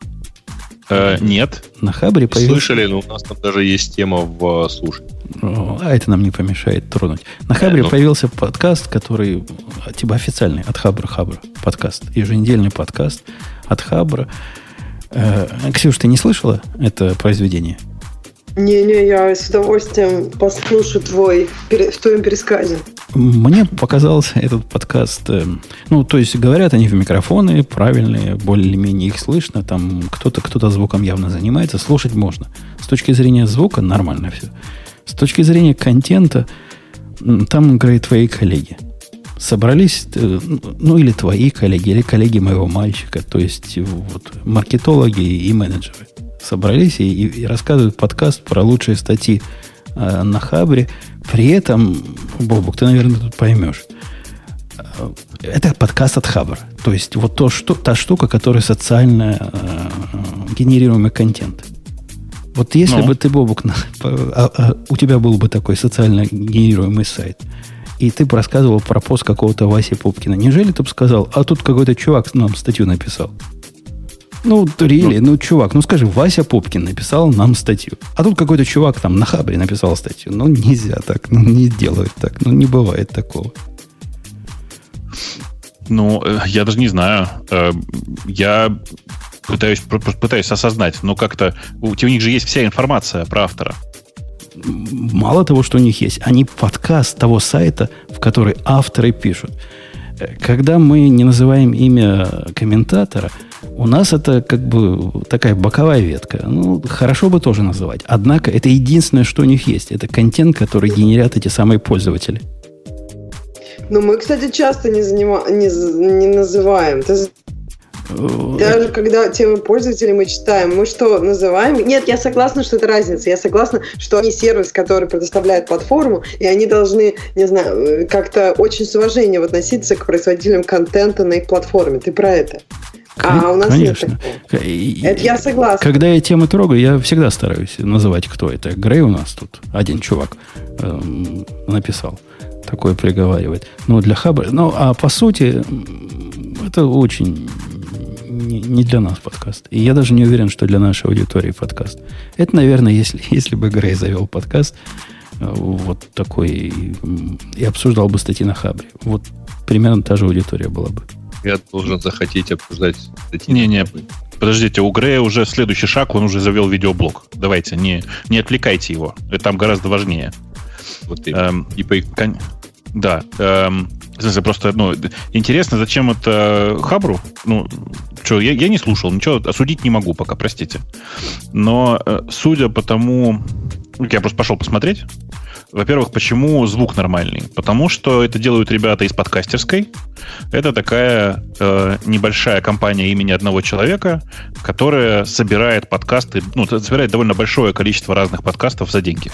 Нет. На Хабре появился. Слышали, но у нас там даже есть тема в «Слушай». А это нам не помешает тронуть. На Хабре появился подкаст, который типа официальный, от Хабра подкаст. Еженедельный подкаст от Хабра. Ксюш, ты не слышала это произведение? Не, я с удовольствием послушаю в твоем пересказе. Мне показался этот подкаст... то есть говорят они в микрофоны правильные, более-менее их слышно. Там кто-то звуком явно занимается. Слушать можно. С точки зрения звука нормально все. С точки зрения контента там играют твои коллеги. Собрались, или твои коллеги, или коллеги моего мальчика. То есть вот маркетологи и менеджеры. Собрались и рассказывают подкаст про лучшие статьи на Хабре. При этом, Бобук, ты, наверное, тут поймешь. Это подкаст от Хабра. То есть вот та штука, которая социально генерируемый контент. Вот если бы ты, Бобук, у тебя был бы такой социально генерируемый сайт, и ты бы рассказывал про пост какого-то Васи Пупкина, неужели ты бы сказал, а тут какой-то чувак нам статью написал? Чувак, скажи, Вася Попкин написал нам статью. А тут какой-то чувак там на Хабре написал статью. Нельзя так, не делают так, не бывает такого. Я даже не знаю. Я пытаюсь осознать, но как-то у них же есть вся информация про автора. Мало того, что у них есть, они подкаст того сайта, в который авторы пишут. Когда мы не называем имя комментатора, у нас это как бы такая боковая ветка. Хорошо бы тоже называть. Однако это единственное, что у них есть. Это контент, который генерят эти самые пользователи. Мы, кстати, часто не называем. Даже когда темы пользователей мы читаем, мы что, называем? Нет, я согласна, что это разница. Я согласна, что они сервис, который предоставляет платформу, и они должны, не знаю, как-то очень с уважением относиться к производителям контента на их платформе. Ты про это? А у нас конечно. Нет такого. Это я согласна. Когда я темы трогаю, я всегда стараюсь называть, кто это. Грей у нас тут один чувак написал. Такое приговаривает. Для Хабра. А по сути, это очень не для нас подкаст. И я даже не уверен, что для нашей аудитории подкаст. Это, наверное, если бы Грей завел подкаст вот такой и обсуждал бы статьи на Хабре. Вот примерно та же аудитория была бы. Я должен захотеть обсуждать статьи. Не, подождите, у Грея уже следующий шаг, он уже завел видеоблог. Давайте, не отвлекайте его. Это там гораздо важнее. Вот да. В смысле, просто, интересно, зачем это Хабру? Я не слушал, ничего осудить не могу пока, простите. Но судя по тому... Я просто пошел посмотреть. Во-первых, почему звук нормальный? Потому что это делают ребята из подкастерской. Это такая небольшая компания имени одного человека, которая собирает подкасты, собирает довольно большое количество разных подкастов за деньги.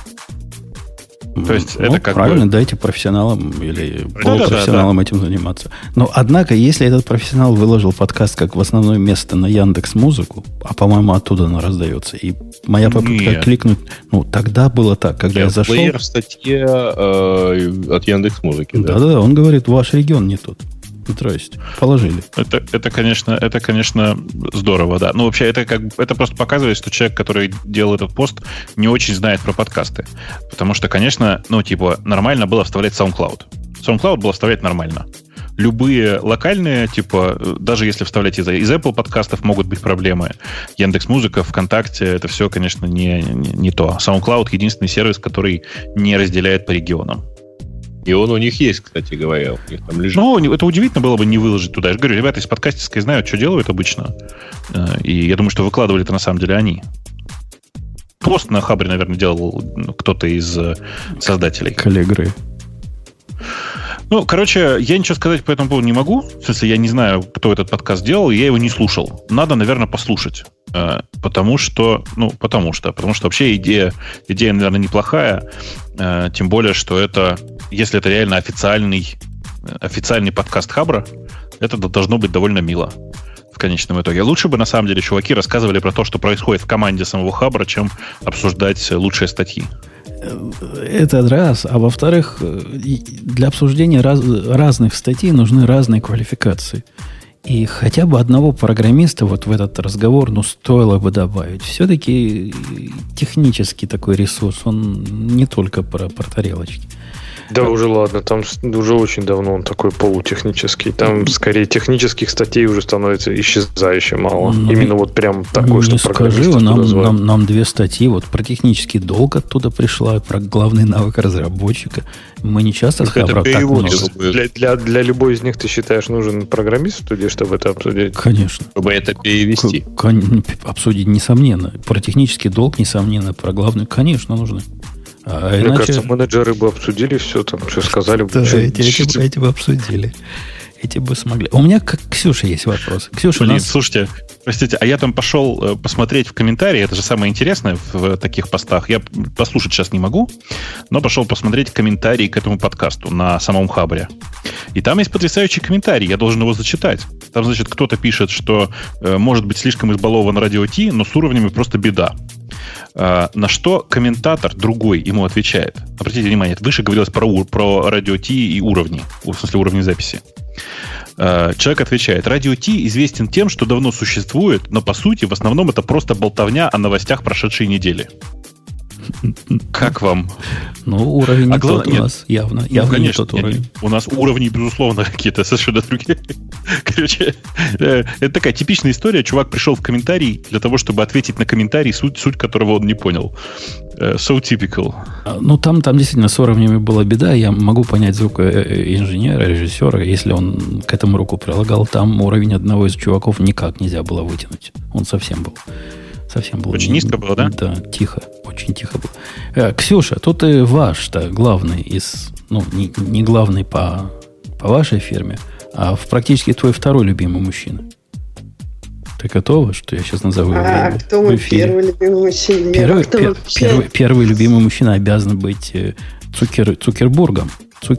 То есть это как правильно, дайте профессионалам или полупрофессионалам этим заниматься. Но, однако, если этот профессионал выложил подкаст как в основное место на Яндекс.Музыку, а, по-моему, оттуда она раздается, и моя попытка кликнуть, тогда было так, когда я зашел... Плеер в статье от Яндекс.Музыки. Да, он говорит, ваш регион не тот. Здрасте. Положили. Это, конечно, здорово, да. Вообще, это просто показывает, что человек, который делал этот пост, не очень знает про подкасты. Потому что, конечно, нормально было вставлять SoundCloud. SoundCloud было вставлять нормально. любые локальные, типа, даже если вставлять из Apple подкастов, могут быть проблемы. Яндекс.Музыка, ВКонтакте, это все, конечно, не то. SoundCloud — единственный сервис, который не разделяет по регионам. И он у них есть, кстати говоря. У них там лежит. Ну, это удивительно было бы не выложить туда. Я же говорю, ребята из подкастерской знают, что делают обычно. И я думаю, что выкладывали это на самом деле они. Пост на Хабре, наверное, делал кто-то из создателей. Коллегры. Ну, короче, я ничего сказать по этому поводу не могу. В смысле, я не знаю, кто этот подкаст делал, и я его не слушал. Надо, наверное, послушать. Потому что вообще идея, наверное, неплохая. Тем более, что это, если это реально официальный подкаст Хабра, это должно быть довольно мило в конечном итоге. Лучше бы, на самом деле, чуваки рассказывали про то, что происходит в команде самого Хабра, чем обсуждать лучшие статьи. Это раз. А во-вторых, для обсуждения разных статей нужны разные квалификации. И хотя бы одного программиста вот в этот разговор, стоило бы добавить. Все-таки технический такой ресурс, он не только про тарелочки. Да, уже ладно, там уже очень давно он такой полутехнический. Там скорее технических статей уже становится исчезающе мало. Именно вот прям такой, что скажи, нам 2 статьи вот про технический долг оттуда пришла, про главный навык разработчика. Мы не часто с Хабра так много. Для любой из них, ты считаешь, нужен программист в студии, чтобы это обсудить? Конечно. Чтобы это перевести. Обсудить, несомненно. Про технический долг, несомненно. Про главный, конечно, нужны. Мне кажется, менеджеры бы обсудили все, там, что сказали бы. Да, эти бы обсудили. Эти бы смогли. У меня к Ксюше есть вопрос. Ксюша, слушайте, простите, а я там пошел посмотреть в комментарии, это же самое интересное в таких постах. Я послушать сейчас не могу, но пошел посмотреть комментарии к этому подкасту на самом Хабре. И там есть потрясающий комментарий, я должен его зачитать. Там, значит, кто-то пишет, что может быть слишком избалован радио Ти, но с уровнями просто беда. На что комментатор другой ему отвечает. Обратите внимание, выше говорилось про радио Ти и уровни, в смысле уровни записи. Человек отвечает: радио Ти известен тем, что давно существует, но по сути в основном это просто болтовня о новостях прошедшей недели. Как вам? Ну, уровень не тот у нас, явно. Явно не тот уровень. У нас уровни, безусловно, какие-то совершенно другие. Короче, это такая типичная история. Чувак пришел в комментарий для того, чтобы ответить на комментарий, суть которого он не понял. So typical. Ну, там действительно с уровнями была беда. Я могу понять звукоинженера, режиссера, если он к этому руку прилагал. Там уровень одного из чуваков никак нельзя было вытянуть. Он совсем был. Очень низко было, да? Да, тихо. Очень тихо было. Ксюша, тут и ваш-то главный из... Ну, не главный по вашей фирме, а практически твой второй любимый мужчина. Ты готова, что я сейчас назову его кто мой первый любимый мужчина? Первый любимый мужчина обязан быть Цукербургом.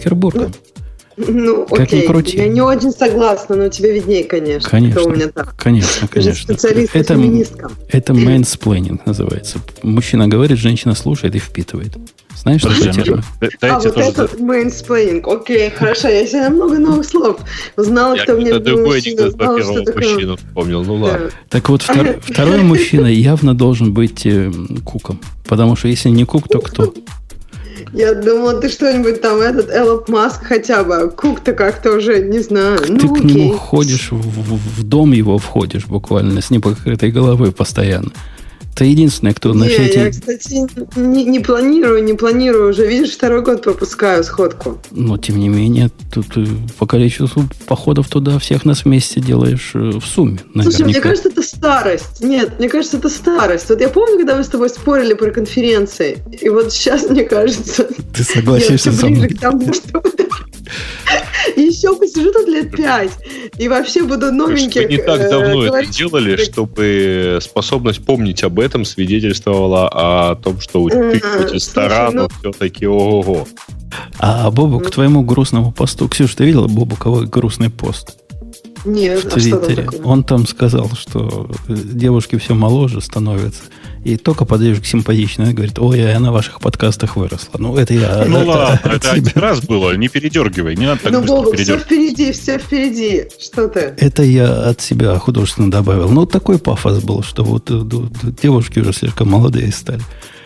Ну, как окей, крути. Я не очень согласна, но тебе виднее, конечно. Конечно, кто у меня так. Конечно. Специалист-феминистка. Это мэнсплейнинг называется. Мужчина говорит, женщина слушает и впитывает. Знаешь, что это термин? Вот это мэнсплейнинг. Окей, хорошо, я сегодня много новых слов узнала, кто мне любимый мужчина. Знала, что такое. Вспомнил, ну ладно. Так вот, второй мужчина явно должен быть куком. Потому что если не кук, то кто? Я думала, ты что-нибудь там, Элон Маск хотя бы. Кук-то как-то уже, не знаю. Ты к нему ходишь, в дом его входишь буквально, с непокрытой головой постоянно. Ты единственный, кто на свете... Я, кстати, не планирую уже. Видишь, 2-й год пропускаю сходку. Но, тем не менее, тут по количеству походов туда всех нас вместе делаешь в сумме. Слушай, мне кажется, это старость. Нет, мне кажется, это старость. Вот я помню, когда мы с тобой спорили про конференции. И вот сейчас, мне кажется... Ты согласишься со мной? Я ближе к тому, что... Еще посижу тут лет 5 и вообще буду новеньких. Не так давно это делали, чтобы способность помнить об этом свидетельствовала о том, что у тебя старано все-таки ого-го. А Бобу, к твоему грустному посту. Ксюша, ты видела Бобуковой грустный пост? Нет, в Твиттере. Он там сказал, что девушки все моложе становятся. И только подойдешь к симпатичной, она говорит: ой, я на ваших подкастах выросла. Ну, это я... Ну, ладно, это один раз было, не передергивай, не надо так быстро передергивать. Все впереди, что ты? Это я от себя художественно добавил. Ну, такой пафос был, что вот девушки уже слишком молодые стали.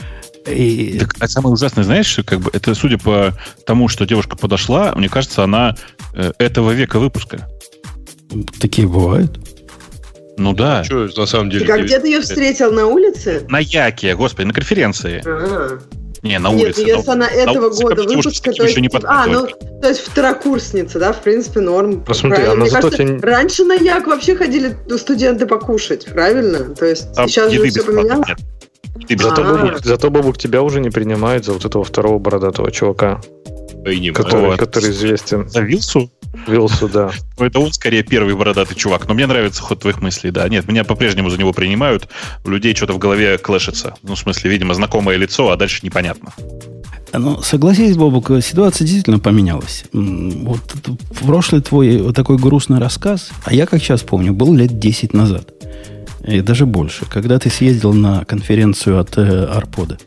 А самое ужасное, знаешь, что как бы это, судя по тому, что девушка подошла, мне кажется, она этого века выпуска. Такие бывают? Ну да. Что, на самом деле... А где ты ее встретил, на улице? На Яке, господи, на конференции. Не, на улице. Нет, если она этого года выпуска, то есть... то есть второкурсница, да, в принципе, норм. Посмотри, она зато раньше на Як вообще ходили студенты покушать, правильно? То есть сейчас же все поменялось? Зато, Бобук, тебя уже не принимают за вот этого второго бородатого чувака, который известен. За Вилсу? Вилсу, да. Это он скорее первый бородатый чувак. Но мне нравится ход твоих мыслей, да. Нет, меня по-прежнему за него принимают. У людей что-то в голове клэшится. Ну, в смысле, видимо, знакомое лицо, а дальше непонятно. Ну, согласись, Бобук, ситуация действительно поменялась. Вот прошлый твой вот такой грустный рассказ, а я, как сейчас помню, был лет 10 назад. И даже больше, когда ты съездил на конференцию от Арпода.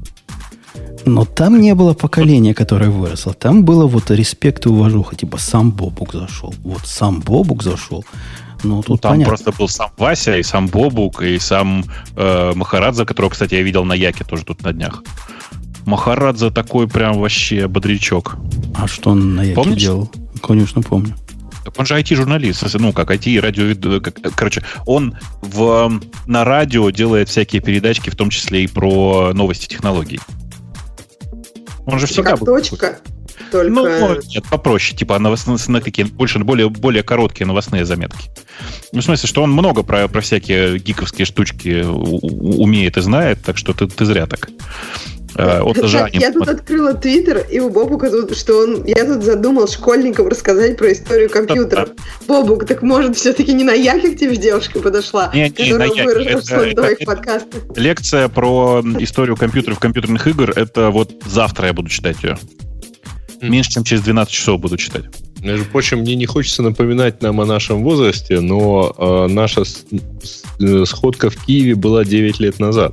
Но там не было поколения, которое выросло. Там было вот респект и уважуха. Типа сам Бобук зашел. Вот сам Бобук зашел. Ну, тут там понятно. Просто был сам Вася, и сам Бобук, и сам Махарадзе, которого, кстати, я видел на Яке тоже тут на днях. Махарадзе такой прям вообще бодрячок. А что он на Яке делал? Конечно, помню. Так он же IT-журналист, ну, как IT-радио... Короче, он на радио делает всякие передачки, в том числе и про новости технологий. Он же всегда... Как точка? Только... Ну, нет, попроще. Типа на какие более короткие новостные заметки. Ну, в смысле, что он много про всякие гиковские штучки умеет и знает, так что ты зря так. Я тут открыла Твиттер, и у Бобука тут, я тут задумал школьникам рассказать про историю компьютеров. Бобук, так может, все-таки не на Яке к тебе девушка подошла, которая выросла в твоих подкастах? Лекция про историю компьютеров, компьютерных игр, это вот завтра я буду читать ее. Меньше, чем через 12 часов буду читать. Между прочим, мне не хочется напоминать нам о нашем возрасте, но наша сходка в Киеве была 9 лет назад.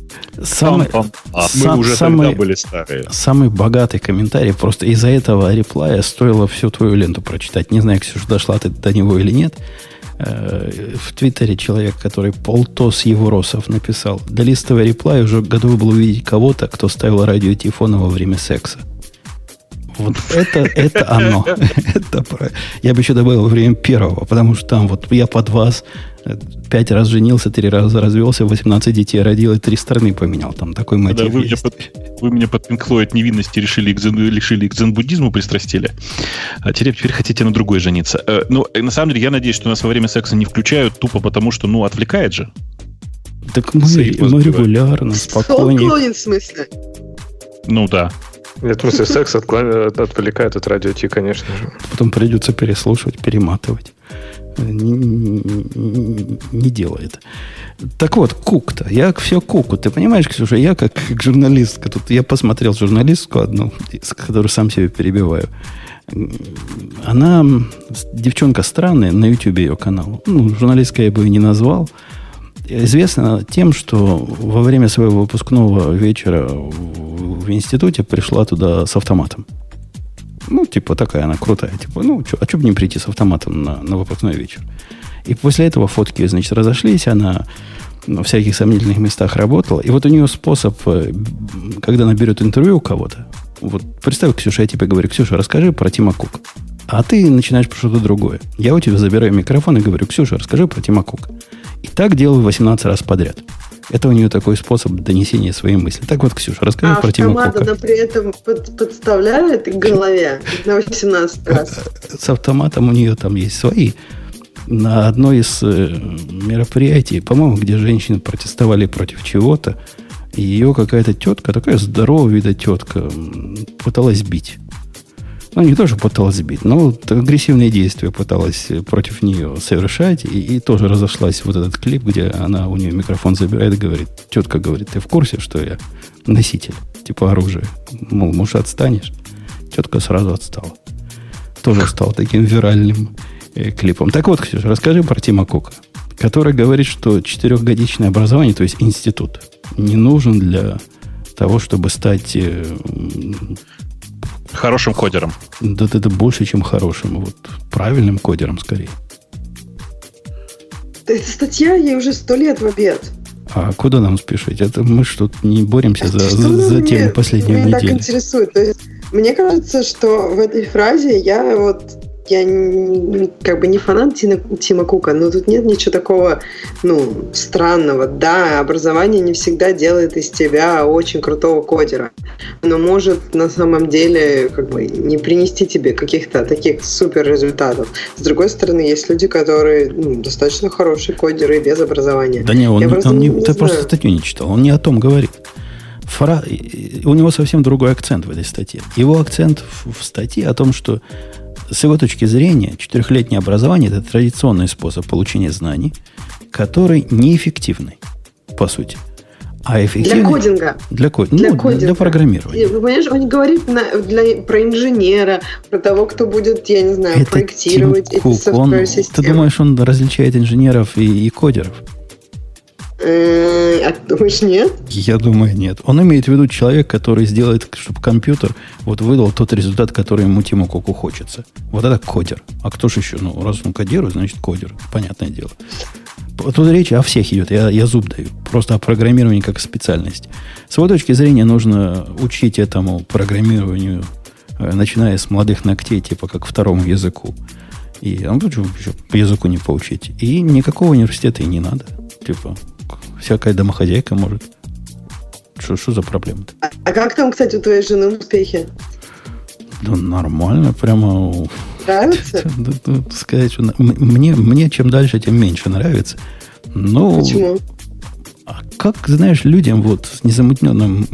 Мы уже тогда были старые. Самый богатый комментарий. Просто из-за этого реплая стоило всю твою ленту прочитать. Не знаю, Ксюша, дошла ты до него или нет. В Твиттере человек, который полтос евросов написал: до листового реплая уже готов был увидеть кого-то, кто ставил радио Тифона во время секса. Вот это оно. Я бы еще добавил во время первого, потому что там вот я под вас 5 раз женился, 3 раза развелся, 18 детей родил и 3 страны поменял. Там такой мотив есть. Вы меня под Pink Floyd невинности лишили к дзен-буддизму, пристрастили. А теперь хотите на другой жениться. Ну, на самом деле, я надеюсь, что нас во время секса не включают тупо потому, что, отвлекает же. Так мы регулярно, спокойно. Отклонен в смысле? Ну, да. Нет, в смысле, секс отвлекает от радио Ти, конечно же. Потом придется переслушивать, перематывать. Не делает. Так вот, Кук-то. Я все Куку. Ты понимаешь, Ксюша, я как журналистка. Тут я посмотрел журналистку одну, которую сам себе перебиваю. Она девчонка странная, на Ютубе ее канал. Журналистка я бы ее не назвал. Известна тем, что во время своего выпускного вечера в институте пришла туда с автоматом. Такая она крутая. А что бы не прийти с автоматом на выпускной вечер? И после этого фотки, разошлись. Она в всяких сомнительных местах работала. И вот у нее способ, когда она берет интервью у кого-то. Вот представь, Ксюша, я тебе говорю: Ксюша, расскажи про Тима Кука. А ты начинаешь про что-то другое. Я у тебя забираю микрофон и говорю: Ксюша, расскажи про Тима Кука. И так делаю 18 раз подряд. Это у нее такой способ донесения своей мысли. Так вот, Ксюша, расскажи про Тима Кука. Автомат она при этом подставляет к голове на 18 раз. С автоматом у нее там есть свои. На одной из мероприятий, по-моему, где женщины протестовали против чего-то, ее какая-то тетка, такая здоровая вида тетка, пыталась бить. Не то, что пыталась бить, но агрессивные действия пыталась против нее совершать. И тоже разошлась вот этот клип, где она у нее микрофон забирает и говорит: тетка говорит, ты в курсе, что я носитель, оружия? Мол, может, отстанешь? Тетка сразу отстала. Тоже стал таким виральным клипом. Так вот, Ксюша, расскажи про Тима Кука, который говорит, что 4-годичное образование, то есть институт, не нужен для того, чтобы стать... хорошим кодером. Да, это больше, чем хорошим. Правильным кодером, скорее. Эта статья ей уже 100 лет в обед. А куда нам спешить? Это мы что, не боремся за тему последней недели? Меня так интересует. То есть, мне кажется, что в этой фразе я как бы не фанат Тима Кука, но тут нет ничего такого, странного. Да, образование не всегда делает из тебя очень крутого кодера. Оно может на самом деле как бы не принести тебе каких-то таких супер результатов. С другой стороны, есть люди, которые достаточно хорошие кодеры без образования. Да ты просто статью не читал, он не о том говорит. У него совсем другой акцент в этой статье. Его акцент в статье о том, что с его точки зрения 4-летнее образование – это традиционный способ получения знаний, который неэффективный, по сути. А эффективный... Для кодинга. Для программирования. Вы понимаешь, он говорит про инженера, про того, кто будет, я не знаю, проектировать эти софтвер-системы. Ты думаешь, он различает инженеров и кодеров? А ты думаешь, нет? Я думаю, нет. Он имеет в виду человек, который сделает, чтобы компьютер выдал тот результат, который ему Тиму Куку хочется. Вот это кодер. А кто же еще? Раз он кодирует, значит кодер. Понятное дело. Тут речь о всех идет. Я зуб даю. Просто о программировании как специальности. С его точки зрения нужно учить этому программированию, начиная с молодых ногтей, типа как второму языку. И он почему по языку не поучить? И никакого университета и не надо. Типа, всякая домохозяйка может. Что за проблема-то? А как там, кстати, у твоей жены успехи? Да нормально, прямо... Нравится? Сказать, что мне чем дальше, тем меньше нравится. Почему? А как, знаешь, людям с незамутненным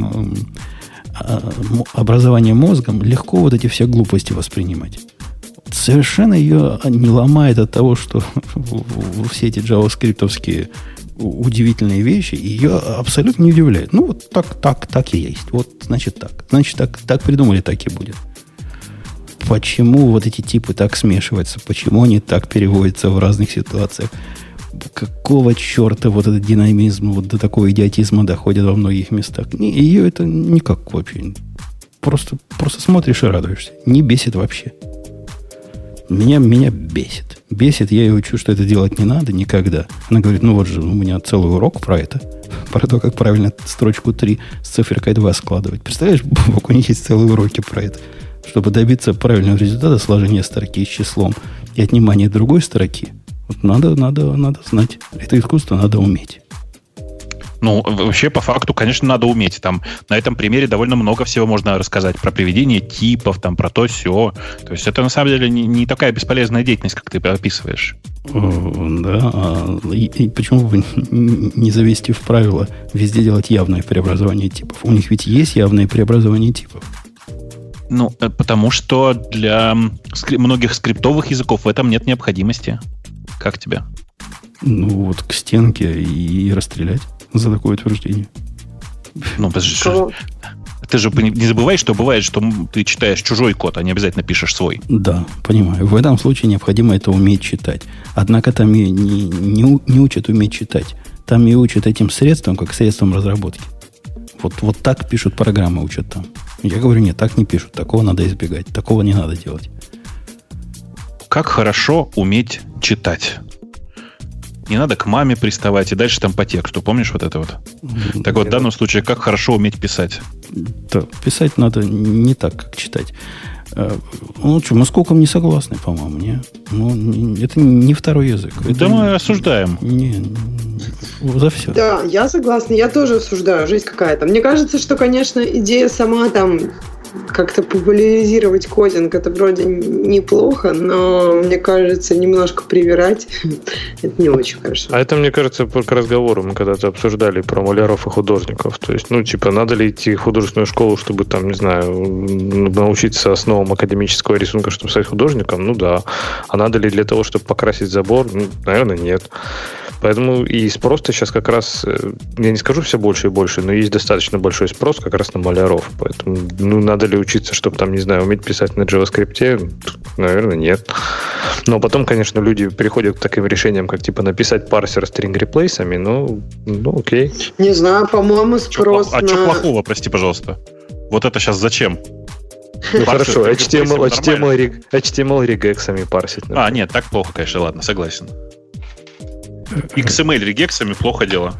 образованием мозгом легко эти все глупости воспринимать? Совершенно ее не ломает от того, что все эти джаваскриптовские удивительные вещи ее абсолютно не удивляют. Так и есть. Значит так придумали, так и будет. Почему эти типы так смешиваются? Почему они так переводятся в разных ситуациях? Какого черта этот динамизм до такого идиотизма доходит во многих местах? Ее это никак вообще. Просто смотришь и радуешься. Не бесит вообще. Меня бесит. Бесит, я ее учу, что это делать не надо никогда. Она говорит, у меня целый урок про это. Про то, как правильно строчку 3 с циферкой 2 складывать. Представляешь, у них есть целые уроки про это. Чтобы добиться правильного результата, сложения строки с числом и отнимания другой строки, надо знать. Это искусство надо уметь. Вообще, по факту, конечно, надо уметь. Там на этом примере довольно много всего можно рассказать. Про приведение типов, про то-сё. То есть это, на самом деле, не такая бесполезная деятельность, как ты описываешь. Да. И почему бы не завести в правило везде делать явное преобразование типов? У них ведь есть явное преобразование типов. Потому что для многих скриптовых языков в этом нет необходимости. Как тебе? К стенке и расстрелять за такое утверждение. Ты же не забывай, что бывает, что ты читаешь чужой код, а не обязательно пишешь свой. Да, понимаю. В этом случае необходимо это уметь читать. Однако там и не учат уметь читать. Там и учат этим средством, как средством разработки. Вот так пишут программы, учат там. Я говорю, нет, так не пишут. Такого надо избегать. Такого не надо делать. Как хорошо уметь читать. Не надо к маме приставать, и дальше там по тексту. Помнишь это? Так в данном случае, как хорошо уметь писать? Да, писать надо не так, как читать. Мы с Куком не согласны, по-моему, не? Это не второй язык. Да мы осуждаем. За все. Да, я согласна, я тоже осуждаю. Жизнь какая-то. Мне кажется, что, конечно, идея сама как-то популяризировать кодинг, это вроде неплохо, но, мне кажется, немножко привирать это не очень хорошо. А это, мне кажется, к разговору мы когда-то обсуждали про маляров и художников. То есть, надо ли идти в художественную школу, чтобы научиться основам академического рисунка, чтобы стать художником? Да. А надо ли для того, чтобы покрасить забор? Наверное, нет. Поэтому и спрос-то сейчас как раз, я не скажу все больше и больше, но есть достаточно большой спрос как раз на маляров. Поэтому, надо ли учиться, чтобы уметь писать на JavaScript? Наверное, нет. Но потом, конечно, люди переходят к таким решениям, как написать парсер string реплейсами, окей. Не знаю, по-моему, спрос на... что плохого, прости, пожалуйста? Вот это сейчас зачем? Хорошо, HTML регексами парсить. Нет, так плохо, конечно, ладно, согласен. XML регексами плохо дело.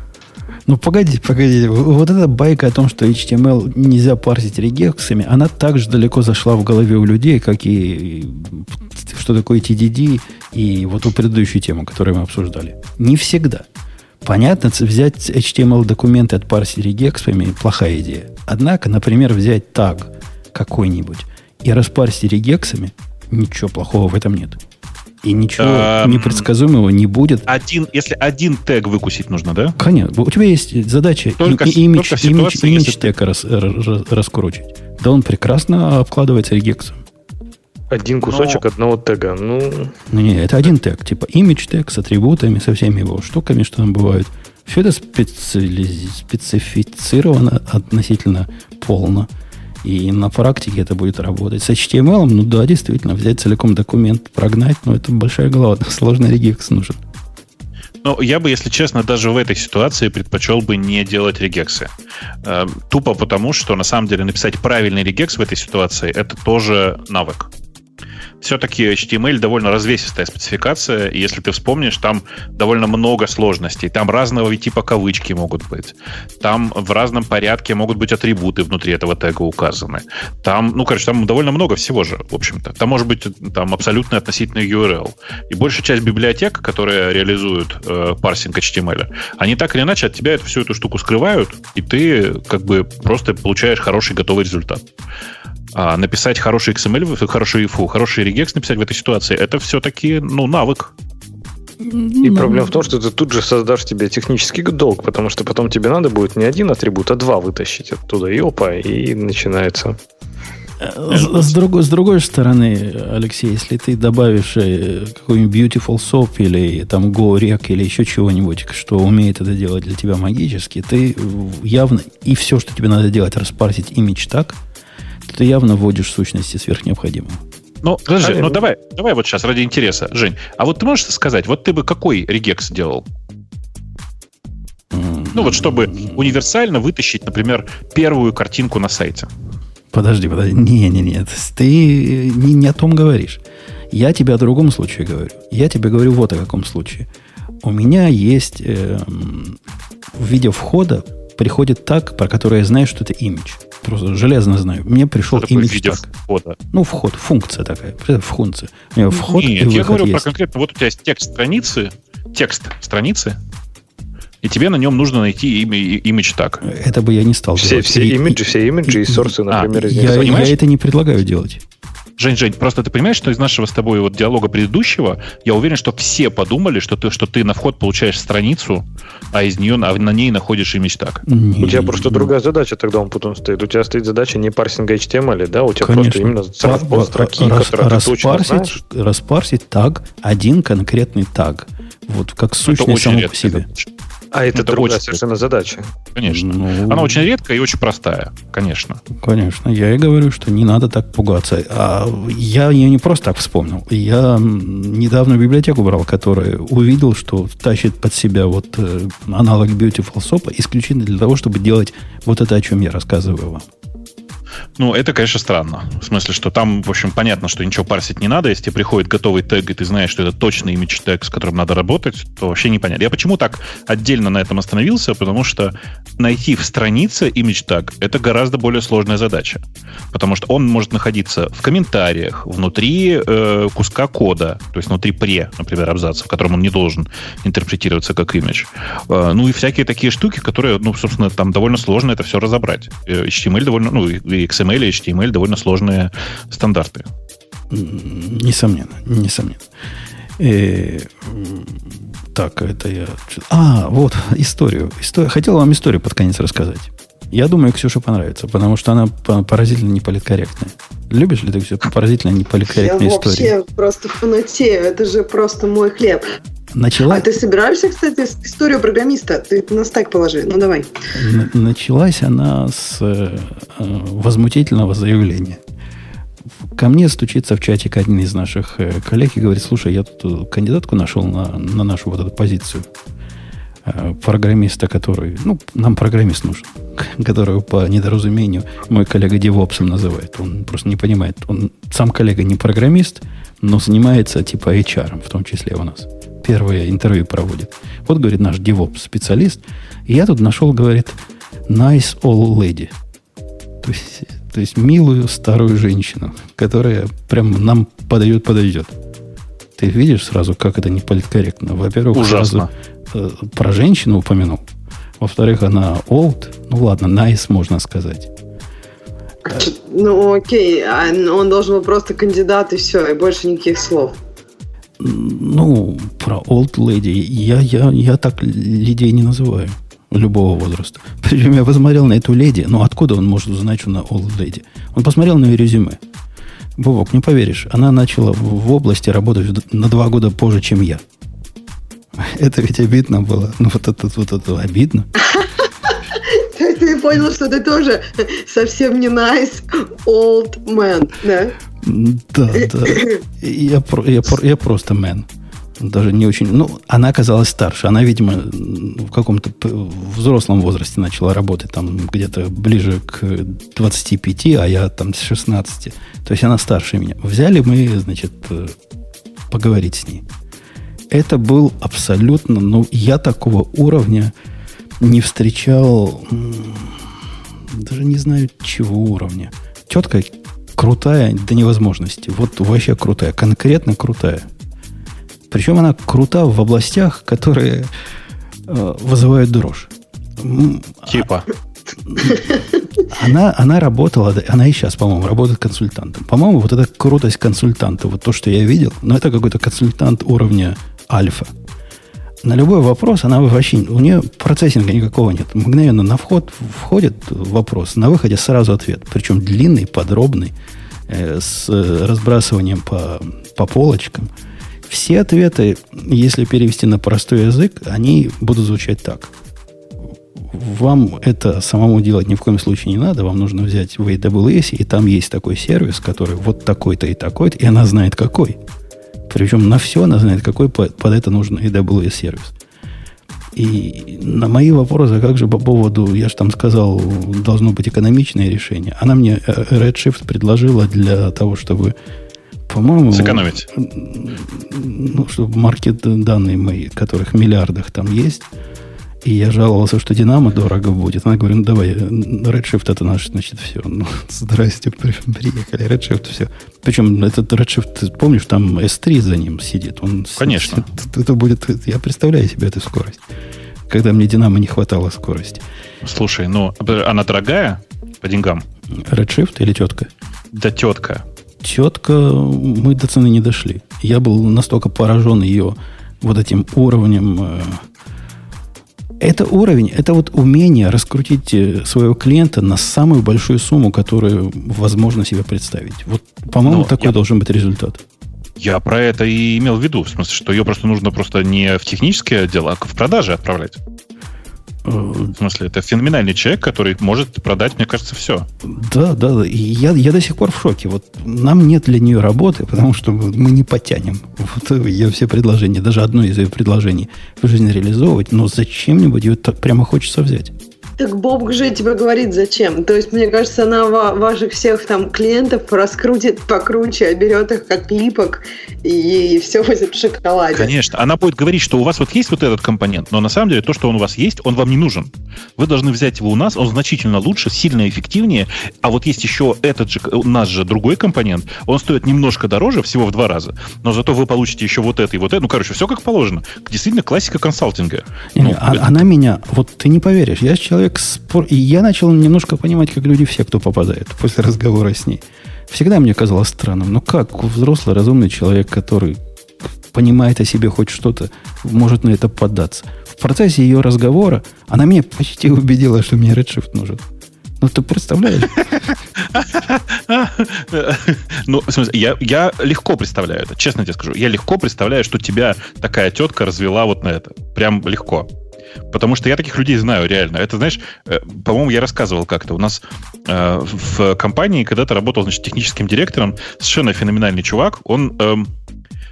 Ну, погодите. Вот эта байка о том, что HTML нельзя парсить регексами, она так же далеко зашла в голове у людей, как и что такое TDD и вот ту предыдущую тему, которую мы обсуждали. Не всегда. Понятно, взять HTML-документы, отпарсить регексами – плохая идея. Однако, например, взять таг какой-нибудь и распарсить регексами – ничего плохого в этом нет. И ничего непредсказуемого не будет. Если один тег выкусить нужно, да? Конечно. У тебя есть задача имидж тег раскручить. Да он прекрасно обкладывается регексом. Один кусочек одного тега. Не, это один тег. Типа имидж тег с атрибутами, со всеми его штуками, что там бывает. Все это специфицировано относительно полно. И на практике это будет работать. С HTML, ну да, действительно, взять целиком документ, прогнать, но это большая голова, сложный регекс нужен. Ну, я бы, если честно, даже в этой ситуации предпочел бы не делать регексы. Тупо потому, что на самом деле написать правильный регекс в этой ситуации это тоже навык. Все-таки HTML довольно развесистая спецификация, и если ты вспомнишь, там довольно много сложностей. Там разного типа кавычки могут быть. Там в разном порядке могут быть атрибуты внутри этого тега указаны. Там, там довольно много всего же, в общем-то. Там может быть там абсолютно относительный URL. И большая часть библиотек, которые реализуют парсинг HTML, они так или иначе от тебя всю эту штуку скрывают, и ты как бы просто получаешь хороший готовый результат. А написать хороший XML, хороший регекс написать в этой ситуации, это все-таки, навык. И проблема в том, что ты тут же создашь тебе технический долг, потому что потом тебе надо будет не один атрибут, а два вытащить оттуда, и начинается. С другой стороны, Алексей, если ты добавишь какой-нибудь Beautiful Soap или там GoRec или еще чего-нибудь, что умеет это делать для тебя магически, ты явно, и все, что тебе надо делать, распарсить имидж так, ты явно вводишь сущности сверх необходимого. Подожди, давай вот сейчас ради интереса, Жень, а вот ты можешь сказать, вот ты бы какой регекс делал? Чтобы универсально вытащить, например, первую картинку на сайте. Подожди. Не. Ты не о том говоришь. Я тебе о другом случае говорю. Я тебе говорю вот о каком случае. У меня есть в виде входа приходит таг, про который я знаю, что это имидж. Просто железно знаю. Мне пришел имидж таг. Вход, функция такая. Функция. У меня вход и выход я говорю есть. Про конкретно, вот у тебя есть текст страницы, и тебе на нем нужно найти имидж таг. Это бы я не стал делать. Все имиджи и сорсы, например, из них. Я это не предлагаю делать. Жень, просто ты понимаешь, что из нашего с тобой вот диалога предыдущего я уверен, что все подумали, что ты на вход получаешь страницу, а на ней находишь имидж таг. У тебя просто другая задача тогда потом стоит. У тебя стоит задача не парсинга HTML, да? У тебя просто именно распол строки, которые ты точно знаешь. Распарсить таг, один конкретный таг. Вот как сущность само по себе. А это другая совершенно задача. Конечно. Она очень редкая и очень простая. Конечно. Конечно. Я и говорю, что не надо так пугаться. А я ее не просто так вспомнил. Я недавно в библиотеку брал, которая увидел, что тащит под себя аналог Beautiful Soap исключительно для того, чтобы делать вот это, о чем я рассказываю вам. Это, конечно, странно. В смысле, что там, в общем, понятно, что ничего парсить не надо. Если тебе приходит готовый тег, и ты знаешь, что это точный имидж тег, с которым надо работать, то вообще непонятно. Я почему так отдельно на этом остановился? Потому что найти в странице имидж тег — это гораздо более сложная задача. Потому что он может находиться в комментариях, внутри куска кода, то есть внутри например, абзаца, в котором он не должен интерпретироваться как имидж. И всякие такие штуки, которые, собственно, там довольно сложно это все разобрать. HTML довольно, и XML и HTML довольно сложные стандарты. Несомненно. Так, это я... вот, историю. Хотел вам историю под конец рассказать. Я думаю, Ксюше понравится, потому что она поразительно неполиткорректная. Любишь ли ты все поразительно неполиткорректные истории? Я вообще просто фанатею. Это же просто мой хлеб. А ты собираешься, кстати, историю программиста? Ты на стек положи. Давай. Началась она с возмутительного заявления. Ко мне стучится в чатик один из наших коллег и говорит: слушай, я тут кандидатку нашел на нашу вот эту позицию программиста, который... нам программист нужен, которого по недоразумению мой коллега девопсом называет. Он просто не понимает. Он сам коллега не программист, но занимается типа HR, в том числе у нас. первое интервью проводит. Вот, говорит, наш DevOps-специалист. И я тут нашел, говорит, nice old lady. То есть милую старую женщину, которая прям нам подойдет. Ты видишь сразу, как это не политкорректно. Во-первых, ужасно. Сразу про женщину упомянул. Во-вторых, она old. Ну ладно, nice можно сказать. Ну окей, он должен был просто кандидат и все, и больше никаких слов. Ну, про old lady я так людей не называю. Любого возраста. Причем я посмотрел на эту леди. Ну, откуда он может узнать, что она old lady? Он посмотрел на ее резюме. Бобок, не поверишь, она начала в области работать на 2 года позже, чем я. Это ведь обидно было. Ну, вот это обидно. То есть ты понял, что ты тоже совсем не nice old man, да? Да. Я просто man. Даже не очень... Ну, она оказалась старше. Она, видимо, в каком-то взрослом возрасте начала работать. Там где-то ближе к 25, а я там с 16. То есть она старше меня. Взяли мы, значит, поговорить с ней. Это был абсолютно... Ну, я такого уровня не встречал... Даже не знаю, чего уровня. Тетка крутая до невозможности. Вот вообще крутая. Конкретно крутая. Причем она крута в областях, которые вызывают дрожь. Типа? Она работала, она и сейчас, по-моему, работает консультантом. По-моему, вот эта крутость консультанта, вот то, что я видел, но это какой-то консультант уровня альфа. На любой вопрос она вообще... У нее процессинга никакого нет. Мгновенно на вход входит вопрос, на выходе сразу ответ. Причем длинный, подробный, с разбрасыванием по полочкам. Все ответы, если перевести на простой язык, они будут звучать так. Вам это самому делать ни в коем случае не надо. Вам нужно взять в AWS, и там есть такой сервис, который вот такой-то и такой-то, и она знает какой. Причем на все она знает, какой под это нужен AWS сервис. И на мои вопросы, как же по поводу, я же там сказал, должно быть экономичное решение. Она мне Redshift предложила для того, чтобы... По-моему... Сэкономить. Ну, чтобы маркет данные мои, которых в миллиардах там есть, и я жаловался, что Динамо дорого будет. Она говорит, ну давай, Redshift это наш, значит, все. Ну, здрасте, приехали, Redshift, все. Причем этот Redshift, ты помнишь, там S3 за ним сидит. Он Конечно. Это будет, я представляю себе эту скорость, когда мне Динамо не хватало скорости. Слушай, ну, она дорогая по деньгам? Redshift или тетка? Да тетка. Тетка, мы до цены не дошли. Я был настолько поражен ее вот этим уровнем. Это уровень, это вот умение раскрутить своего клиента на самую большую сумму, которую возможно себе представить. Вот, по-моему, такой должен быть результат. Я про это и имел в виду. В смысле, что ее просто нужно не в технический отдел, а в продаже отправлять. В смысле, это феноменальный человек, который может продать, мне кажется, все. Да. И я до сих пор в шоке. Вот нам нет для нее работы, потому что мы не потянем. Вот ее все предложения, даже одно из ее предложений в жизни реализовывать, но зачем-нибудь ее так прямо хочется взять. Так Боб же тебе говорит, зачем. То есть, мне кажется, она ваших всех там клиентов раскрутит покруче, берет их как липок и все будет в шоколаде. Конечно. Она будет говорить, что у вас вот есть вот этот компонент, но на самом деле то, что он у вас есть, он вам не нужен. Вы должны взять его у нас, он значительно лучше, сильно эффективнее, а вот есть еще этот же, у нас же другой компонент, он стоит немножко дороже, всего в 2 раза, но зато вы получите еще вот это и вот это. Ну, короче, все как положено. Действительно, классика консалтинга. Она меня, вот ты не поверишь, я человек и я начал немножко понимать, как люди все, кто попадает после разговора с ней. Всегда мне казалось странным. Ну как взрослый, разумный человек, который понимает о себе хоть что-то, может на это поддаться. В процессе ее разговора она меня почти убедила, что мне Redshift нужен. Ну, ты представляешь? Ну, в смысле, я легко представляю это, честно тебе скажу. Я легко представляю, что тебя такая тетка развела вот на это. Прям легко. Потому что я таких людей знаю, реально. Это, знаешь, по-моему, я рассказывал как-то. У нас в компании когда-то работал, значит, техническим директором совершенно феноменальный чувак. Он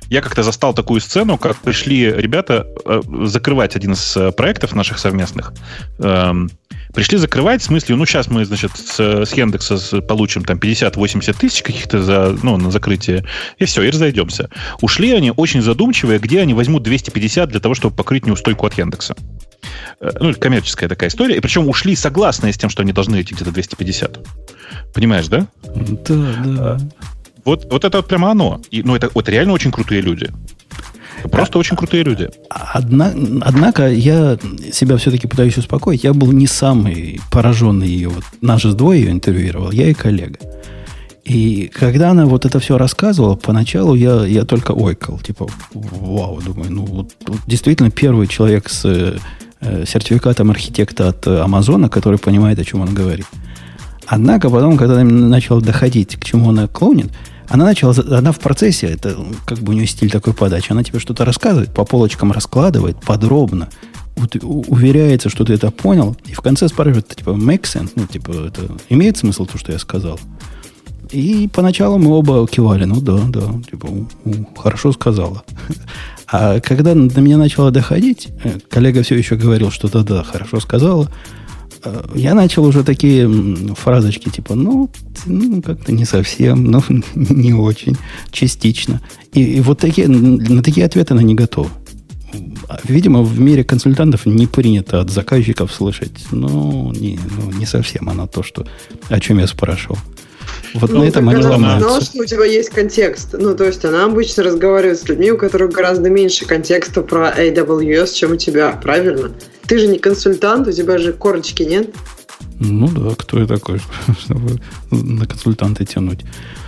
я как-то застал такую сцену, как пришли ребята закрывать один из проектов наших совместных. Пришли закрывать, в смысле, сейчас мы, значит, с Яндекса получим там 50-80 тысяч каких-то на закрытие, и все, и разойдемся. Ушли они очень задумчивые, где они возьмут 250 для того, чтобы покрыть неустойку от Яндекса. Коммерческая такая история. И причем ушли согласные с тем, что они должны эти где-то 250. Понимаешь, да? Да. Вот это вот прямо оно. И, это реально очень крутые люди. Просто очень крутые люди. Однако я себя все-таки пытаюсь успокоить. Я был не самый пораженный ее. Вот нас же двое ее интервьюировал, я и коллега. И когда она вот это все рассказывала, поначалу я только ойкал. Типа, вау, думаю, вот действительно первый человек с сертификатом архитекта от Амазона, который понимает, о чем он говорит. Однако потом, когда начал доходить, к чему она клонит, она в процессе, это как бы у нее стиль такой подачи, она тебе что-то рассказывает, по полочкам раскладывает, подробно, уверяется, что ты это понял, и в конце спрашивает, типа, make sense, это имеет смысл то, что я сказал? И поначалу мы оба кивали, да, типа, хорошо сказала. А когда до меня начало доходить, коллега все еще говорил, что да, хорошо сказала, я начал уже такие фразочки, типа, как-то не совсем, не очень, частично. И вот на такие ответы она не готова. Видимо, в мире консультантов не принято от заказчиков слышать, не совсем она то, о чем я спрашивал. Вот на этом они ломаются. Знала, что у тебя есть контекст. То есть она обычно разговаривает с людьми, у которых гораздо меньше контекста про AWS, чем у тебя, правильно? Ты же не консультант, у тебя же корочки нет? Да, кто я такой, чтобы на консультанта тянуть?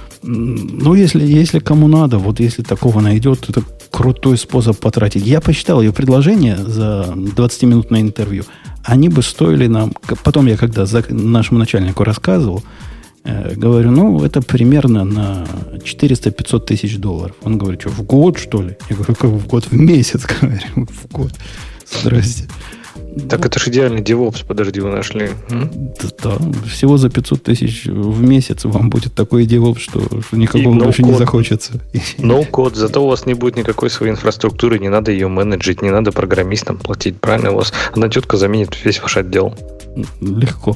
Если кому надо, вот если такого найдет, это крутой способ потратить. Я посчитал ее предложение за 20-минутное интервью. Они бы стоили нам... Потом я когда нашему начальнику рассказывал, говорю, это примерно на 400-500 тысяч долларов. Он говорит, что, в год, что ли? Я говорю, как в год? В месяц, говорю, в год. Здрасте. Так это же идеальный DevOps, подожди, вы нашли. Да, всего за 500 тысяч в месяц вам будет такой DevOps, что никакого больше не захочется. No-код, зато у вас не будет никакой своей инфраструктуры, не надо ее менеджить, не надо программистам платить, правильно? У вас одна тетка заменит весь ваш отдел. Легко.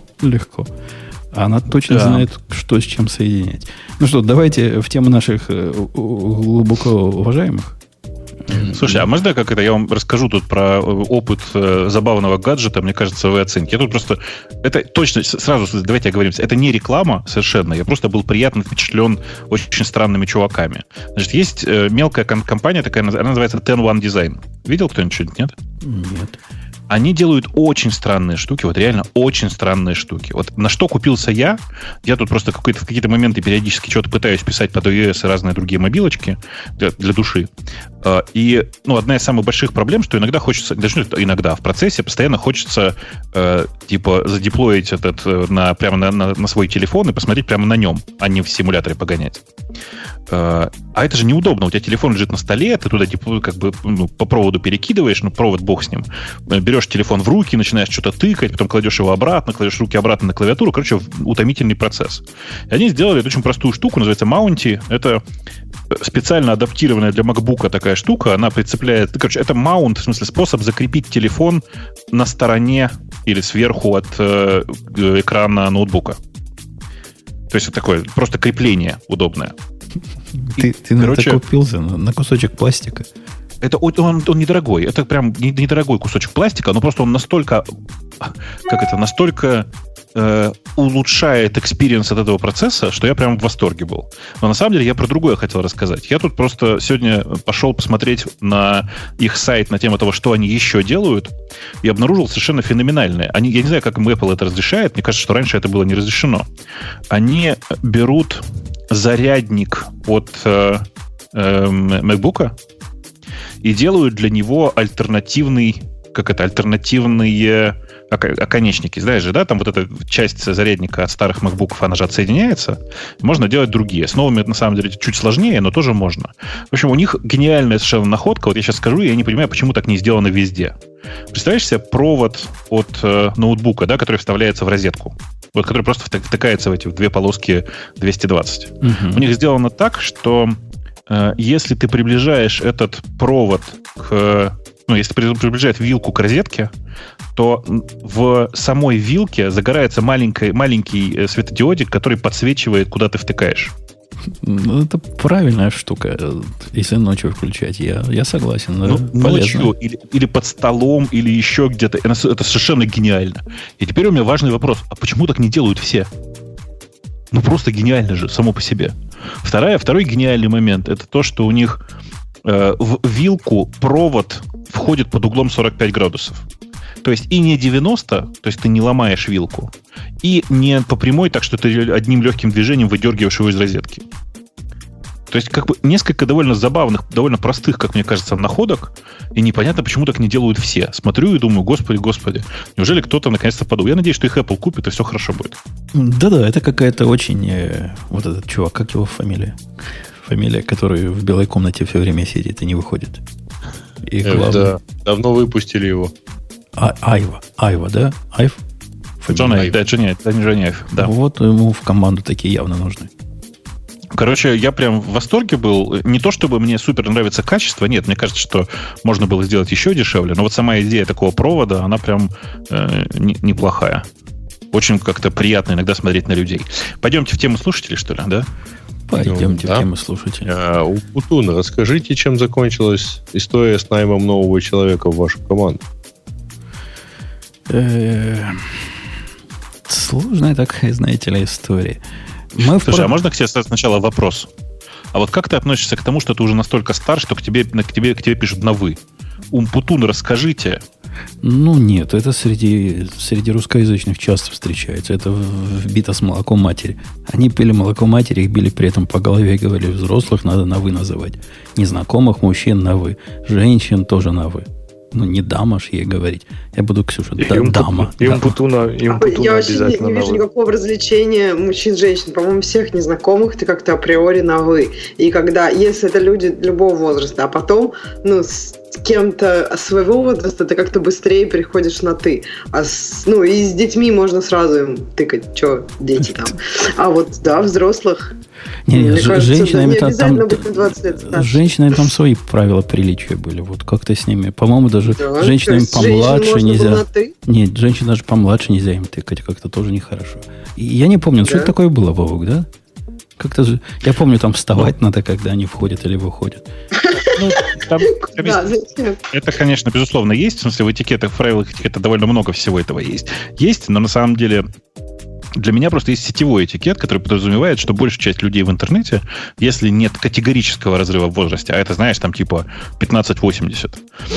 Она точно знает, что с чем соединять. Давайте в тему наших глубоко уважаемых. Слушай, а можно я вам расскажу тут про опыт забавного гаджета, мне кажется, вы оцените. Я тут просто... Это точно, сразу давайте оговоримся, это не реклама совершенно, я просто был приятно впечатлен очень странными чуваками. Значит, есть мелкая компания такая, она называется Ten One Design. Видел кто-нибудь что-нибудь, нет? Нет. Они делают очень странные штуки, вот реально очень странные штуки. Вот на что купился я тут просто в какие-то моменты периодически что-то пытаюсь писать под iOS и разные другие мобилочки для души. И одна из самых больших проблем, что иногда хочется, даже иногда в процессе постоянно хочется задеплоить прямо на свой телефон и посмотреть прямо на нем, а не в симуляторе погонять. А это же неудобно. У тебя телефон лежит на столе, ты туда по проводу перекидываешь, провод бог с ним. Берешь телефон в руки, начинаешь что-то тыкать, потом кладешь его обратно, кладешь руки обратно на клавиатуру. Короче, утомительный процесс. И они сделали эту очень простую штуку, называется Mounty. Это специально адаптированная для MacBook такая штука. Она прицепляет... Короче, это маунт, в смысле способ закрепить телефон на стороне или сверху от экрана ноутбука. То есть, вот такое просто крепление удобное. Ты купился на кусочек пластика. Это он недорогой. Это прям недорогой кусочек пластика, но просто он настолько улучшает экспириенс от этого процесса, что я прям в восторге был. Но на самом деле я про другое хотел рассказать. Я тут просто сегодня пошел посмотреть на их сайт на тему того, что они еще делают, и обнаружил совершенно феноменальное. Я не знаю, как им Apple это разрешает. Мне кажется, что раньше это было не разрешено. Они берут зарядник от MacBook и делают для него альтернативные оконечники. Знаешь же, да, там вот эта часть зарядника от старых MacBook'ов, она же отсоединяется. Можно делать другие. С новыми это на самом деле чуть сложнее, но тоже можно. В общем, у них гениальная совершенно находка. Вот я сейчас скажу, и я не понимаю, почему так не сделано везде. Представляешь себе провод от ноутбука, да, который вставляется в розетку. Вот, который просто втыкается в эти две полоски 220. У них сделано так, что если ты приближаешь этот провод к... Ну, если ты приближаешь вилку к розетке, то в самой вилке загорается маленький светодиодик, который подсвечивает, куда ты втыкаешь. Ну, это правильная штука, если ночью включать. Я согласен. Ну, ночью или под столом, или еще где-то. Это совершенно гениально. И теперь у меня важный вопрос. А почему так не делают все? Ну, просто гениально же, само по себе. Второй гениальный момент – это то, что у них в вилку провод входит под углом 45 градусов. То есть и не 90, то есть ты не ломаешь вилку, и не по прямой, так что ты одним легким движением выдергиваешь его из розетки. То есть как бы несколько довольно забавных, довольно простых, как мне кажется, находок, и непонятно, почему так не делают все. Смотрю и думаю, господи, неужели кто-то наконец-то подумал? Я надеюсь, что их Apple купит, и все хорошо будет. Да-да, это какая-то очень... вот этот чувак, как его фамилия? Фамилия, который в белой комнате все время сидит и не выходит. И да, давно выпустили его. Айва, да? Айв? Джон Айв, да, это не Джонни Айв, да. Вот ему в команду такие явно нужны. Короче, я прям в восторге был. Не то, чтобы мне супер нравится качество, нет, мне кажется, что можно было сделать еще дешевле, но вот сама идея такого провода, она прям неплохая. Очень как-то приятно иногда смотреть на людей. Пойдемте в тему слушателей, что ли, да? Пойдемте в тему слушателей. Умпутун, расскажите, чем закончилась история с наймом нового человека в вашу команду. Сложная такая, знаете ли, история. Слушай, а можно к тебе сначала вопрос? А вот как ты относишься к тому, что ты уже настолько стар, что к тебе пишут на «вы»? Умпутун, расскажите. Ну, нет, это среди русскоязычных часто встречается. Это вбито с молоком матери. Они пили молоко матери, их били при этом по голове и говорили, взрослых надо на «вы» называть. Незнакомых мужчин на «вы». Женщин тоже на «вы». Ну, не дама ж ей говорить. Я буду, Ксюша, дама. Импутуна я вообще не вижу никакого развлечения мужчин-женщин. По-моему, всех незнакомых ты как-то априори на «вы». И если это люди любого возраста, а потом, с кем-то своего возраста ты как-то быстрее переходишь на «ты». И с детьми можно сразу им тыкать, что дети там. А вот, да, взрослых... Мне кажется, женщинами там свои правила приличия были. Вот как-то с ними. По-моему, даже женщинам помладше нельзя. Нет, женщин даже помладше нельзя им тыкать. Как-то тоже нехорошо. И я не помню, что это такое было, Вовок, да? Как-то же. Я помню, там вставать надо, когда они входят или выходят. Это, конечно, безусловно, есть. В смысле, в этикетах, в правилах этикета довольно много всего этого есть. Есть, но на самом деле. Для меня просто есть сетевой этикет, который подразумевает, что большая часть людей в интернете, если нет категорического разрыва в возрасте, а это, знаешь, там типа 15-80,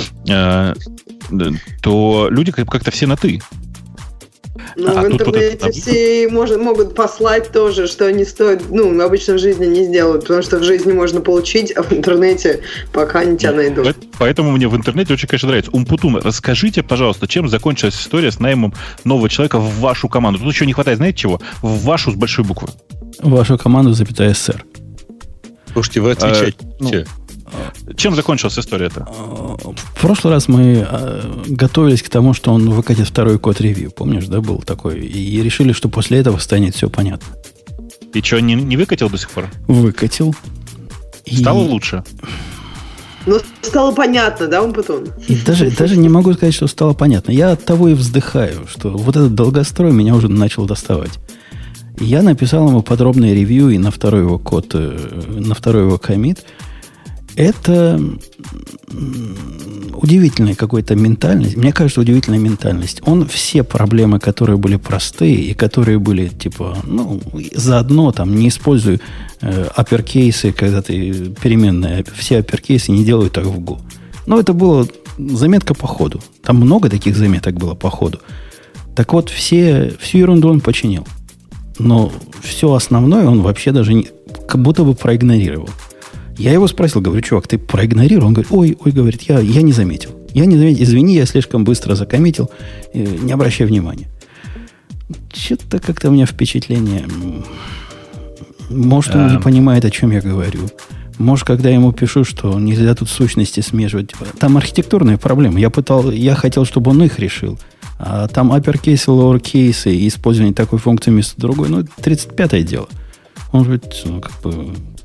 то люди как-то все на «ты». Ну, в интернете все могут послать тоже, что они стоят, обычно в жизни не сделают, потому что в жизни можно получить, а в интернете пока они тебя найдут. Поэтому мне в интернете очень, конечно, нравится. Умпутун, расскажите, пожалуйста, чем закончилась история с наймом нового человека в вашу команду? Тут еще не хватает, знаете чего? В вашу с большой буквы. Вашу команду, СР. Слушайте, вы отвечаете. Чем закончилась история-то? В прошлый раз мы готовились к тому, что он выкатит второй код-ревью. Помнишь, да, был такой? И решили, что после этого станет все понятно. И что, не выкатил до сих пор? Выкатил. Стало лучше? Ну, стало понятно, да, Умпутун? И даже не могу сказать, что стало понятно. Я от того и вздыхаю, что вот этот долгострой меня уже начал доставать. Я написал ему подробное ревью и на второй его код, на второй его коммит. Это удивительная какая-то ментальность. Мне кажется, удивительная ментальность. Он все проблемы, которые были простые и которые были, типа, заодно там не используй апперкейсы, когда ты переменные, все апперкейсы не делают так в Go. Но это была заметка по ходу. Там много таких заметок было по ходу. Так вот, всю ерунду он починил. Но все основное он вообще даже как будто бы проигнорировал. Я его спросил, говорю, чувак, ты проигнорировал? Он говорит, ой, говорит, я не заметил. Извини, я слишком быстро закоммитил, не обращай внимания. Что-то как-то у меня впечатление. Может, он не понимает, о чем я говорю. Может, когда я ему пишу, что нельзя тут сущности смешивать. Там архитектурные проблемы. Я хотел, чтобы он их решил. А там апперкейсы, лоуркейсы и использование такой функции вместо другой. 35-е дело. Он говорит,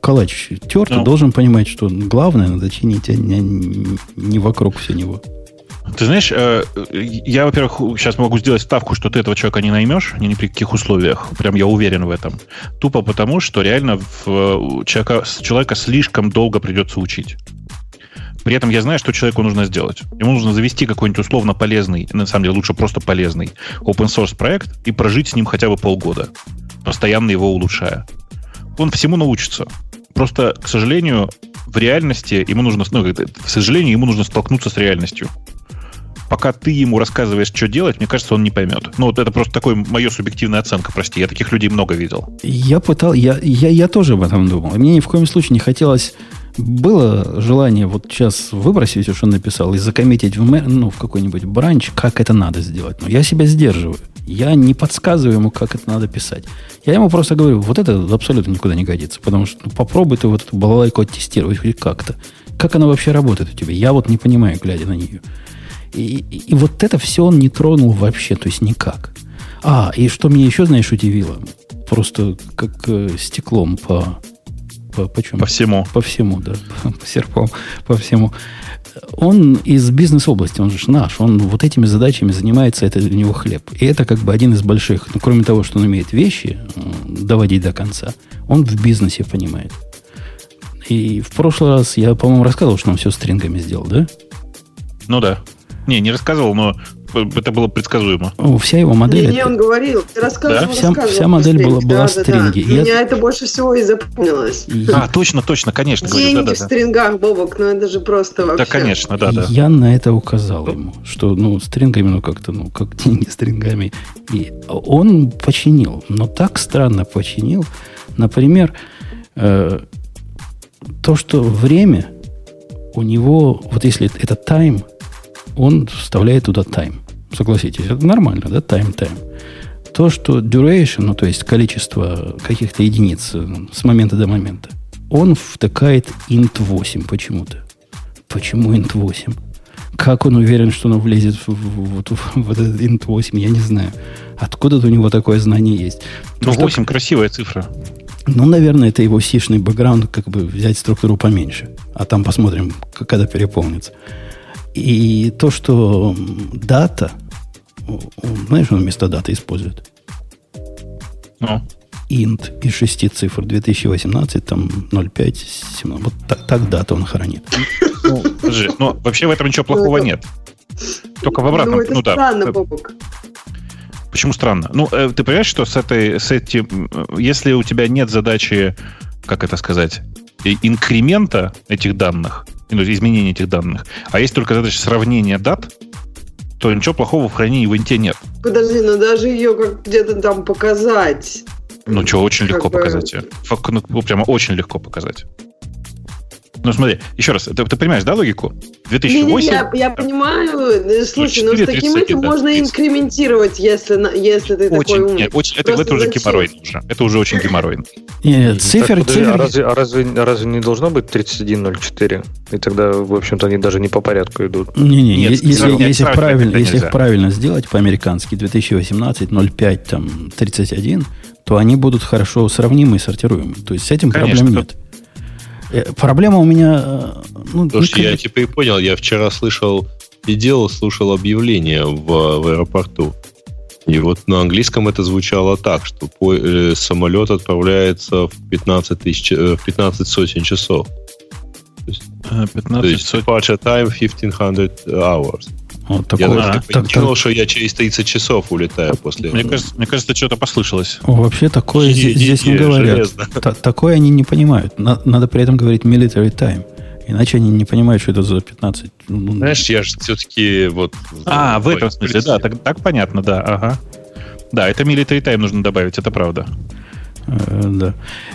калач терт, ты должен понимать, что главное надо чинить, а не вокруг все него. Ты знаешь, я, во-первых, сейчас могу сделать ставку, что ты этого человека не наймешь, ни при каких условиях. Прям я уверен в этом. Тупо потому, что реально человека слишком долго придется учить. При этом я знаю, что человеку нужно сделать. Ему нужно завести какой-нибудь условно полезный, на самом деле лучше просто полезный open-source проект и прожить с ним хотя бы полгода, постоянно его улучшая. Он всему научится. Просто, к сожалению, в реальности ему нужно, ему нужно столкнуться с реальностью. Пока ты ему рассказываешь, что делать, мне кажется, он не поймет. Ну, вот это просто такая моя субъективная оценка, прости. Я таких людей много видел. Я тоже об этом думал. Мне ни в коем случае не хотелось... Было желание вот сейчас выбросить все, что он написал, и закоммитить в какой-нибудь бранч, как это надо сделать. Но я себя сдерживаю. Я не подсказываю ему, как это надо писать. Я ему просто говорю, вот это абсолютно никуда не годится. Потому что попробуй ты вот эту балалайку оттестировать хоть как-то. Как она вообще работает у тебя? Я вот не понимаю, глядя на нее. И вот это все он не тронул вообще, то есть никак. И что меня еще, знаешь, удивило? Просто как стеклом почему? По всему. По всему, да. По серпам, по всему. Он из бизнес-области, он же наш. Он вот этими задачами занимается, это для него хлеб. И это как бы один из больших. Ну, кроме того, что он умеет вещи доводить до конца, он в бизнесе понимает. И в прошлый раз я, по-моему, рассказывал, что он все стрингами сделал, да? Ну да. Не рассказывал, но это было предсказуемо. Вся его модель... Не, он говорил. Ты рассказывал, да? Вся модель была стринги. Да. Меня это больше всего и запомнилось. Точно, конечно. Деньги в стрингах, Бобок, это же просто вообще... Да, конечно, да. Я на это указал ему, что, стрингами, как деньги стрингами. И он починил, но так странно починил. Например, то, что время у него, вот если это time, он вставляет туда time. Согласитесь, это нормально, да? Time. То, что duration, то есть количество каких-то единиц с момента до момента, он втыкает int 8 почему-то. Почему int 8? Как он уверен, что оно влезет в этот int 8, я не знаю. Откуда-то у него такое знание есть. 8 красивая цифра. Наверное, это его сишный бэкграунд, как бы взять структуру поменьше. А там посмотрим, когда переполнится. И то, что дата, знаешь, он вместо даты использует? Int из 6 цифр 2018, там 0,5, 17. Вот так дату он хранит. Подожди, вообще в этом ничего плохого нет. Только в обратном. Это странно, Бобок. Почему странно? Ты понимаешь, что с этим, если у тебя нет задачи, как это сказать, инкремента этих данных, изменения этих данных, а есть только задача сравнения дат, то ничего плохого в хранении в инте нет. Подожди, даже ее как где-то там показать. Очень легко показать ее. Прямо очень легко показать. Смотри, еще раз, ты понимаешь, да, логику? 2008... Я понимаю. Слушай, с таким этим можно инкрементировать, если ты такой умный. Это уже геморройно уже. Это уже очень геморройно. Нет, цифр... Разве не должно быть 3104? И тогда, в общем-то, они даже не по порядку идут. Если их правильно сделать по-американски, 2018, 05, 31, то они будут хорошо сравнимы и сортируемы. То есть с этим проблем нет. Проблема у меня... Слушай, я и понял. Я вчера слушал объявление в аэропорту. И вот на английском это звучало так, что самолет отправляется в 15 сотен часов. То есть departure time 1500 hours. Я думал, что я через 30 часов улетаю после этого. Мне кажется, что-то послышалось. Вообще такое здесь не говорят. Такое они не понимают. Надо при этом говорить military time. Иначе они не понимают, что это за 15. Знаешь, я же все-таки вот... в этом смысле, да, так понятно, да, ага. Да, это military time нужно добавить, это правда. Да.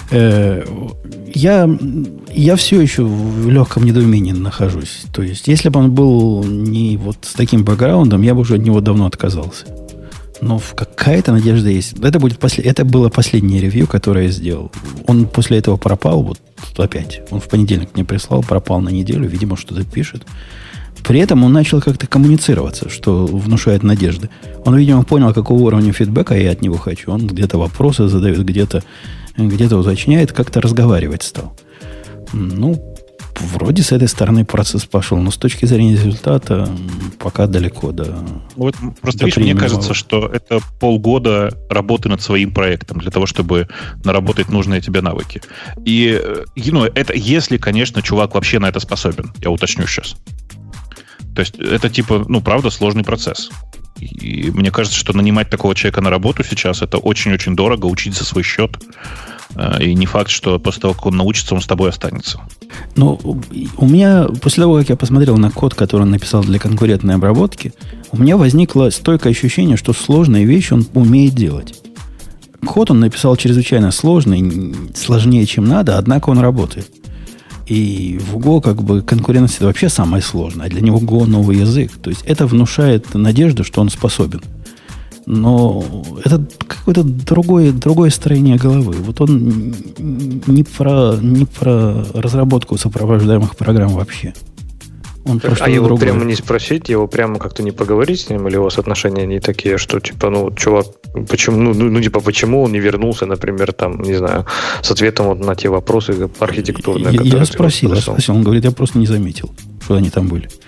Я все еще в легком недоумении нахожусь. То есть, если бы он был не вот с таким бэкграундом, я бы уже от него давно отказался. Но какая-то надежда есть. Это было последнее ревью, которое я сделал. Он после этого пропал, вот опять. Он в понедельник мне прислал, пропал на неделю, видимо, что-то пишет. При этом он начал как-то коммуницироваться, что внушает надежды. Он, видимо, понял, какого уровня фидбэка я от него хочу. Он где-то вопросы задает, где-то где-то уточняет, как-то разговаривать стал. Ну, вроде с этой стороны процесс пошел, но с точки зрения результата пока далеко до... Вот просто, видишь, мне кажется, что это полгода работы над своим проектом для того, чтобы наработать нужные тебе навыки. И это если, конечно, чувак вообще на это способен. Я уточню сейчас. То есть это правда, сложный процесс. И мне кажется, что нанимать такого человека на работу сейчас это очень-очень дорого, учить за свой счет. И не факт, что после того, как он научится, он с тобой останется. Ну, у меня, после того, как я посмотрел на код, который он написал для конкурентной обработки, у меня возникло стойкое ощущение, что сложные вещи он умеет делать. Код он написал чрезвычайно сложный, сложнее, чем надо, однако он работает. И в Go конкуренция это вообще самое сложное, а для него Go новый язык. То есть это внушает надежду, что он способен. Но это какое-то другое строение головы. Вот он не про разработку сопровождаемых программ вообще. Он а его другое. Прямо не спросить, его прямо как-то не поговорить с ним, или у вас отношения не такие, что чувак, почему он не вернулся, например, не знаю, с ответом на те вопросы архитектурные, которые я спросил, он говорит, я просто не заметил, что они там были.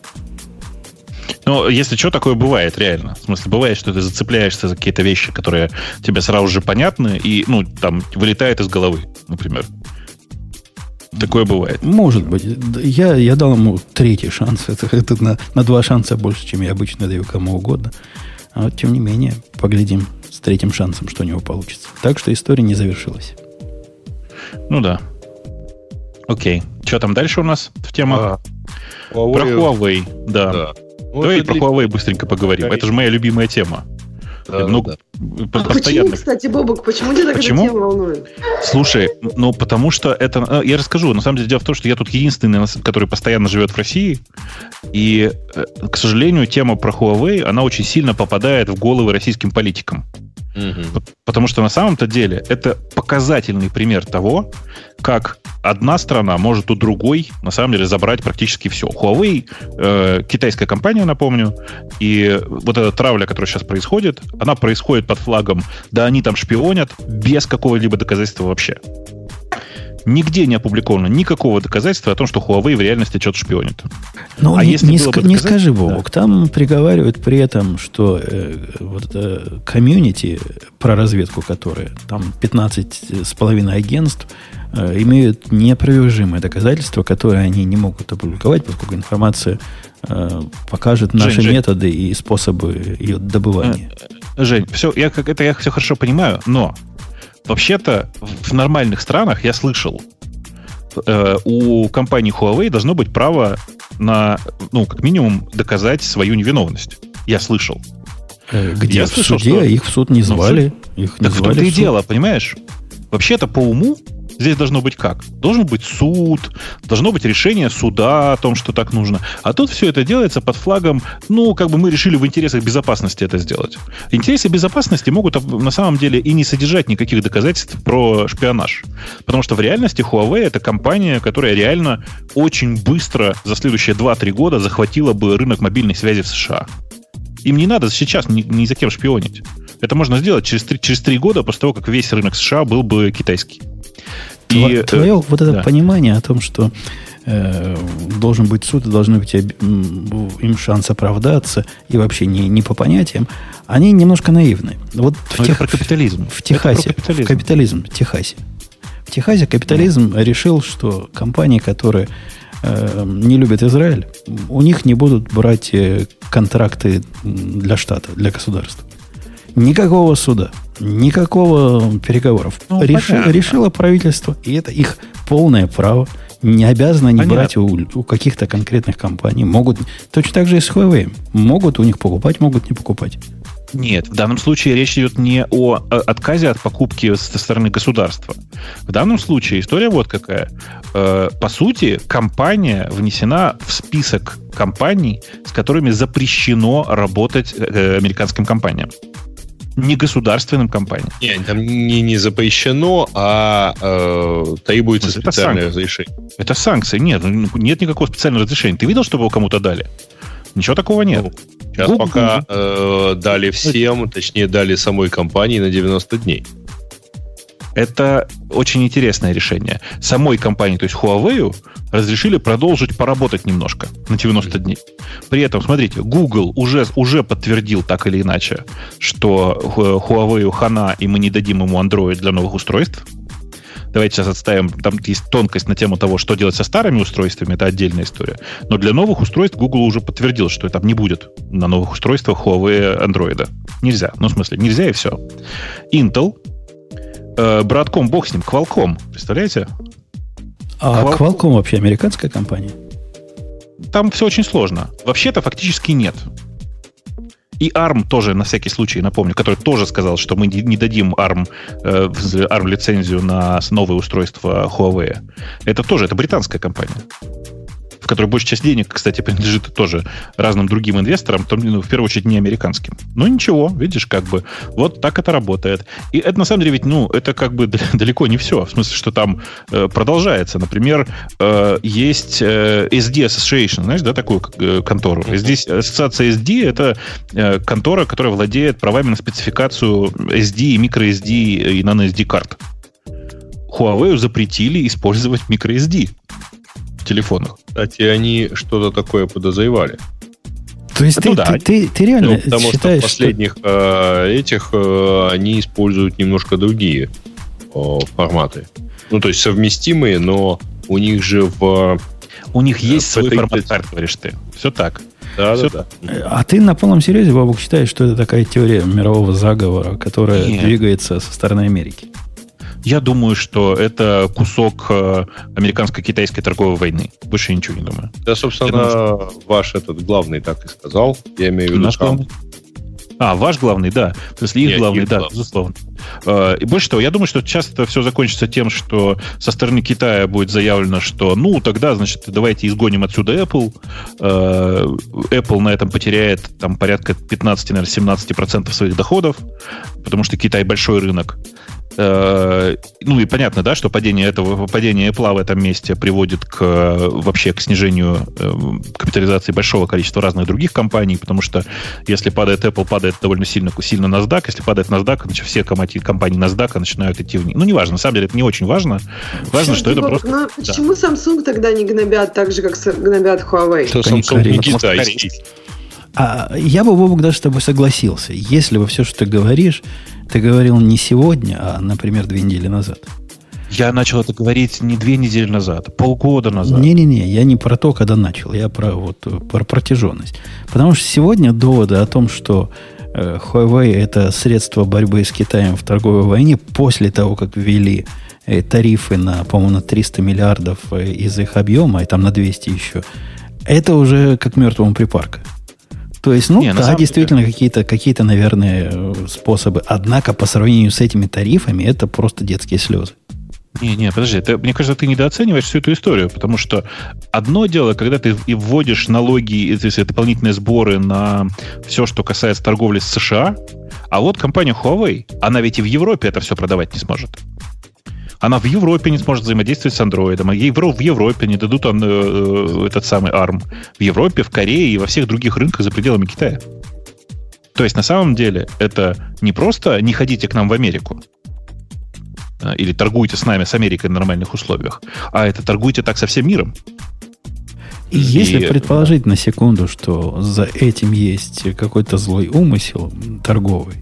Ну, если что, такое бывает реально. В смысле, бывает, что ты зацепляешься за какие-то вещи, которые тебе сразу же понятны, и, вылетает из головы, например. Такое бывает. Может быть. Я дал ему третий шанс. Это на 2 шанса больше, чем я обычно даю кому угодно. А вот, тем не менее, поглядим с третьим шансом, что у него получится. Так что история не завершилась. Ну да. Окей. Что там дальше у нас в темах? Про Huawei. Да. Давай про Huawei быстренько поговорим. Это же моя любимая тема. Почему, кстати, Бобок, почему тебя такая тема волнует? Слушай, потому что это... Я расскажу. На самом деле, дело в том, что я тут единственный, который постоянно живет в России. И, к сожалению, тема про Huawei, она очень сильно попадает в головы российским политикам. Потому что на самом-то деле это показательный пример того, как одна страна может у другой на самом деле забрать практически все. Huawei, китайская компания, напомню, и вот эта травля, которая сейчас происходит, она происходит под флагом, да они там шпионят, без какого-либо доказательства вообще. Нигде не опубликовано никакого доказательства о том, что Huawei в реальности что-то шпионит. Ну, не скажи, Бобок, там приговаривают при этом, что комьюнити про разведку, которые там 15,5 агентств, имеют неопровержимые доказательства, которые они не могут опубликовать, поскольку информация покажет наши методы и способы ее добывания. Жень, я все хорошо понимаю, но вообще-то в нормальных странах, я слышал, у компании Huawei должно быть право на, как минимум, доказать свою невиновность. Я слышал. Где? Я слышал, в суде, что... их в суд не звали. Их не так звали в том-то и дело, понимаешь? Вообще-то по уму здесь должно быть как? Должен быть суд, должно быть решение суда о том, что так нужно. А тут все это делается под флагом, мы решили в интересах безопасности это сделать. Интересы безопасности могут на самом деле и не содержать никаких доказательств про шпионаж. Потому что в реальности Huawei — это компания, которая реально очень быстро за следующие 2-3 года захватила бы рынок мобильной связи в США. Им не надо сейчас ни за кем шпионить. Это можно сделать через 3 года после того, как весь рынок США был бы китайский. Твое понимание о том, что должен быть суд, и должны быть им шанс оправдаться, и вообще не по понятиям, они немножко наивны. Вот это про капитализм. В Техасе. В капитализм в Техасе. В Техасе капитализм решил, что компании, которые не любят Израиль, у них не будут брать контракты для штата, для государства. Никакого суда, никакого переговоров. Решило правительство, и это их полное право. Не обязаны они брать у каких-то конкретных компаний. Могут, точно так же и с Huawei. Могут у них покупать, могут не покупать. Нет, в данном случае речь идет не о отказе от покупки со стороны государства. В данном случае история вот какая. По сути, компания внесена в список компаний, с которыми запрещено работать американским компаниям. Не государственным компаниям. Нет, там не запрещено, а требуется специальное разрешение. Это санкции. Нет никакого специального разрешения. Ты видел, чтобы его кому-то дали? Ничего такого нет. Сейчас пока дали всем, точнее, дали самой компании на 90 дней. Это очень интересное решение. Самой компании, то есть Huawei, разрешили продолжить поработать немножко на 90 дней. При этом, смотрите, Google уже подтвердил так или иначе, что Huawei хана, и мы не дадим ему Android для новых устройств. Давайте сейчас отставим, там есть тонкость на тему того, что делать со старыми устройствами, это отдельная история. Но для новых устройств Google уже подтвердил, что там не будет на новых устройствах Huawei Android. Нельзя. Ну, в смысле, нельзя и все. Intel, братком, бог с ним, Qualcomm, представляете? А Qualcomm вообще американская компания? Там все очень сложно. Вообще-то фактически нет. И ARM тоже, на всякий случай, напомню, который тоже сказал, что мы не дадим ARM лицензию на новые устройства Huawei. Это британская компания, в которой большая часть денег, кстати, принадлежит тоже разным другим инвесторам, в первую очередь не американским. Но ничего, видишь, вот так это работает. И это, на самом деле, ведь, это далеко не все. В смысле, что там продолжается. Например, есть SD Association, знаешь, да, такую контору. Здесь ассоциация SD — это контора, которая владеет правами на спецификацию SD и microSD и nanoSD карт. Huawei запретили использовать microSD в телефонах. Кстати, они что-то такое подозревали. То есть ты реально потому считаешь, что в последних они используют немножко другие форматы. Ну, то есть совместимые, но у них же у них есть свой формат карт, говоришь ты. Все так. Да. А ты на полном серьезе, Бабук, считаешь, что это такая теория мирового заговора, которая двигается со стороны Америки? Я думаю, что это кусок американско-китайской торговой войны. Больше ничего не думаю. Да, собственно, ваш главный так и сказал. Я имею в виду наш главный. Ваш главный, да. В смысле, их главный, да, безусловно. И больше того, я думаю, что часто все закончится тем, что со стороны Китая будет заявлено, что, тогда, значит, давайте изгоним отсюда Apple. Apple на этом потеряет там порядка 15-17% своих доходов, потому что Китай большой рынок. И понятно, да, что падение Apple в этом месте приводит вообще к снижению капитализации большого количества разных других компаний, потому что если падает Apple, падает довольно сильно NASDAQ, если падает NASDAQ, значит все компании NASDAQ начинают идти вниз. Неважно, на самом деле это не очень важно. Важно, что это просто... Почему Samsung тогда не гнобят так же, как гнобят Huawei? Что Samsung не китайский. Я бы, Бобок, даже с тобой согласился. Если бы все, что ты говоришь, ты говорил не сегодня, а, например, 2 недели назад. Я начал это говорить не 2 недели назад, полгода назад. Не-не-не, я не про то, когда начал, я про протяженность. Потому что сегодня доводы о том, что Huawei – это средство борьбы с Китаем в торговой войне после того, как ввели тарифы на, по-моему, на 300 миллиардов из их объема, и там на 200 еще, это уже как мертвому припарка. То есть, действительно, какие-то, наверное, способы. Однако, по сравнению с этими тарифами, это просто детские слезы. Не, подожди. Мне кажется, ты недооцениваешь всю эту историю, потому что одно дело, когда ты вводишь налоги, то есть дополнительные сборы на все, что касается торговли с США, а вот компания Huawei, она ведь и в Европе это все продавать не сможет. Она в Европе не сможет взаимодействовать с Android, а ей в Европе не дадут этот самый ARM. В Европе, в Корее и во всех других рынках за пределами Китая. То есть, на самом деле, это не просто не ходите к нам в Америку или торгуйте с нами, с Америкой на нормальных условиях, а это торгуйте так со всем миром. И если предположить на секунду, что за этим есть какой-то злой умысел торговый,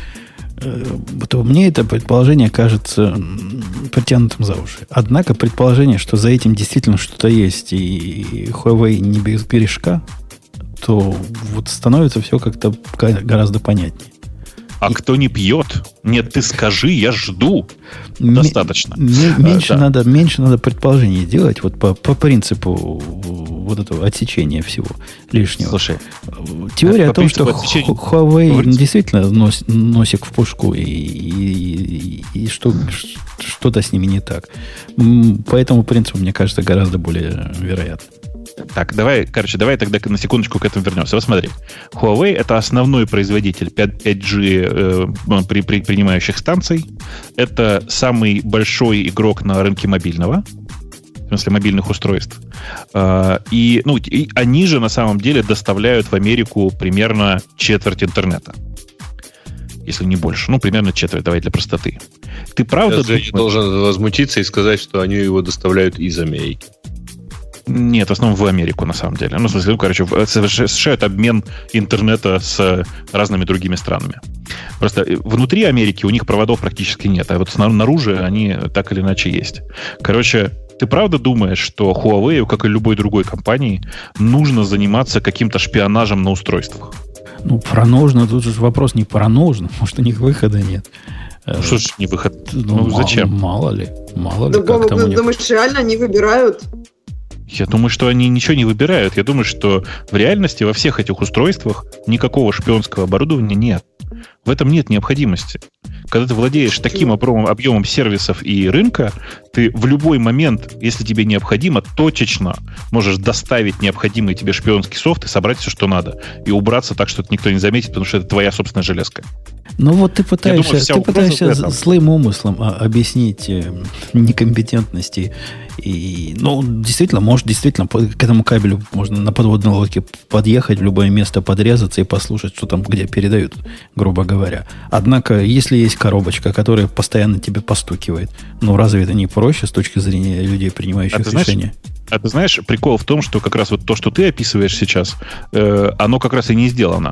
то мне это предположение кажется притянутым за уши. Однако предположение, что за этим действительно что-то есть, и Huawei не без бережка, то вот становится все как-то гораздо понятнее. А кто не пьет? Нет, ты скажи, я жду. Достаточно. Меньше надо предположений делать вот по принципу вот этого отсечения всего лишнего. Слушай, теория о том, что Huawei действительно носик в пушку и что-то с ними не так. По этому принципу, мне кажется, гораздо более вероятно. Так, давай тогда на секундочку к этому вернемся. Вот смотри, Huawei — это основной производитель 5G принимающих станций. Это самый большой игрок на рынке мобильного, в смысле мобильных устройств. И они же на самом деле доставляют в Америку примерно четверть интернета. если не больше. Ну, примерно четверть, давай для простоты. Ты правда думаешь... должен возмутиться и сказать, что они его доставляют из Америки. Нет, в основном в Америку, на самом деле. Ну, в смысле, совершают обмен интернета с разными другими странами. Просто внутри Америки у них проводов практически нет, а вот снаружи они так или иначе есть. Короче, ты правда думаешь, что Huawei, как и любой другой компании, нужно заниматься каким-то шпионажем на устройствах? Ну, про нужно, тут же вопрос не про нужно, может, у них выхода нет. Что ж не выход? Ну, зачем? Мало ли, как там у них. Думаешь, реально они выбирают? Я думаю, что они ничего не выбирают. Я думаю, что в реальности во всех этих устройствах никакого шпионского оборудования нет. В этом нет необходимости. Когда ты владеешь таким объемом сервисов и рынка, ты в любой момент, если тебе необходимо, точечно можешь доставить необходимый тебе шпионский софт и собрать все, что надо. И убраться так, что это никто не заметит, потому что это твоя собственная железка. Ну вот ты пытаешься злым умыслом объяснить некомпетентности. И, ну, действительно, к этому кабелю можно на подводной лодке подъехать, в любое место подрезаться и послушать, что там где передают, грубо говоря. Однако, если есть коробочка, которая постоянно тебе постукивает, ну, разве это не проще с точки зрения людей, принимающих решения? А ты знаешь, прикол в том, что как раз вот то, что ты описываешь сейчас, оно как раз и не сделано.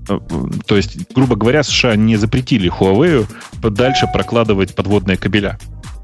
То есть, грубо говоря, США не запретили Huawei дальше прокладывать подводные кабеля.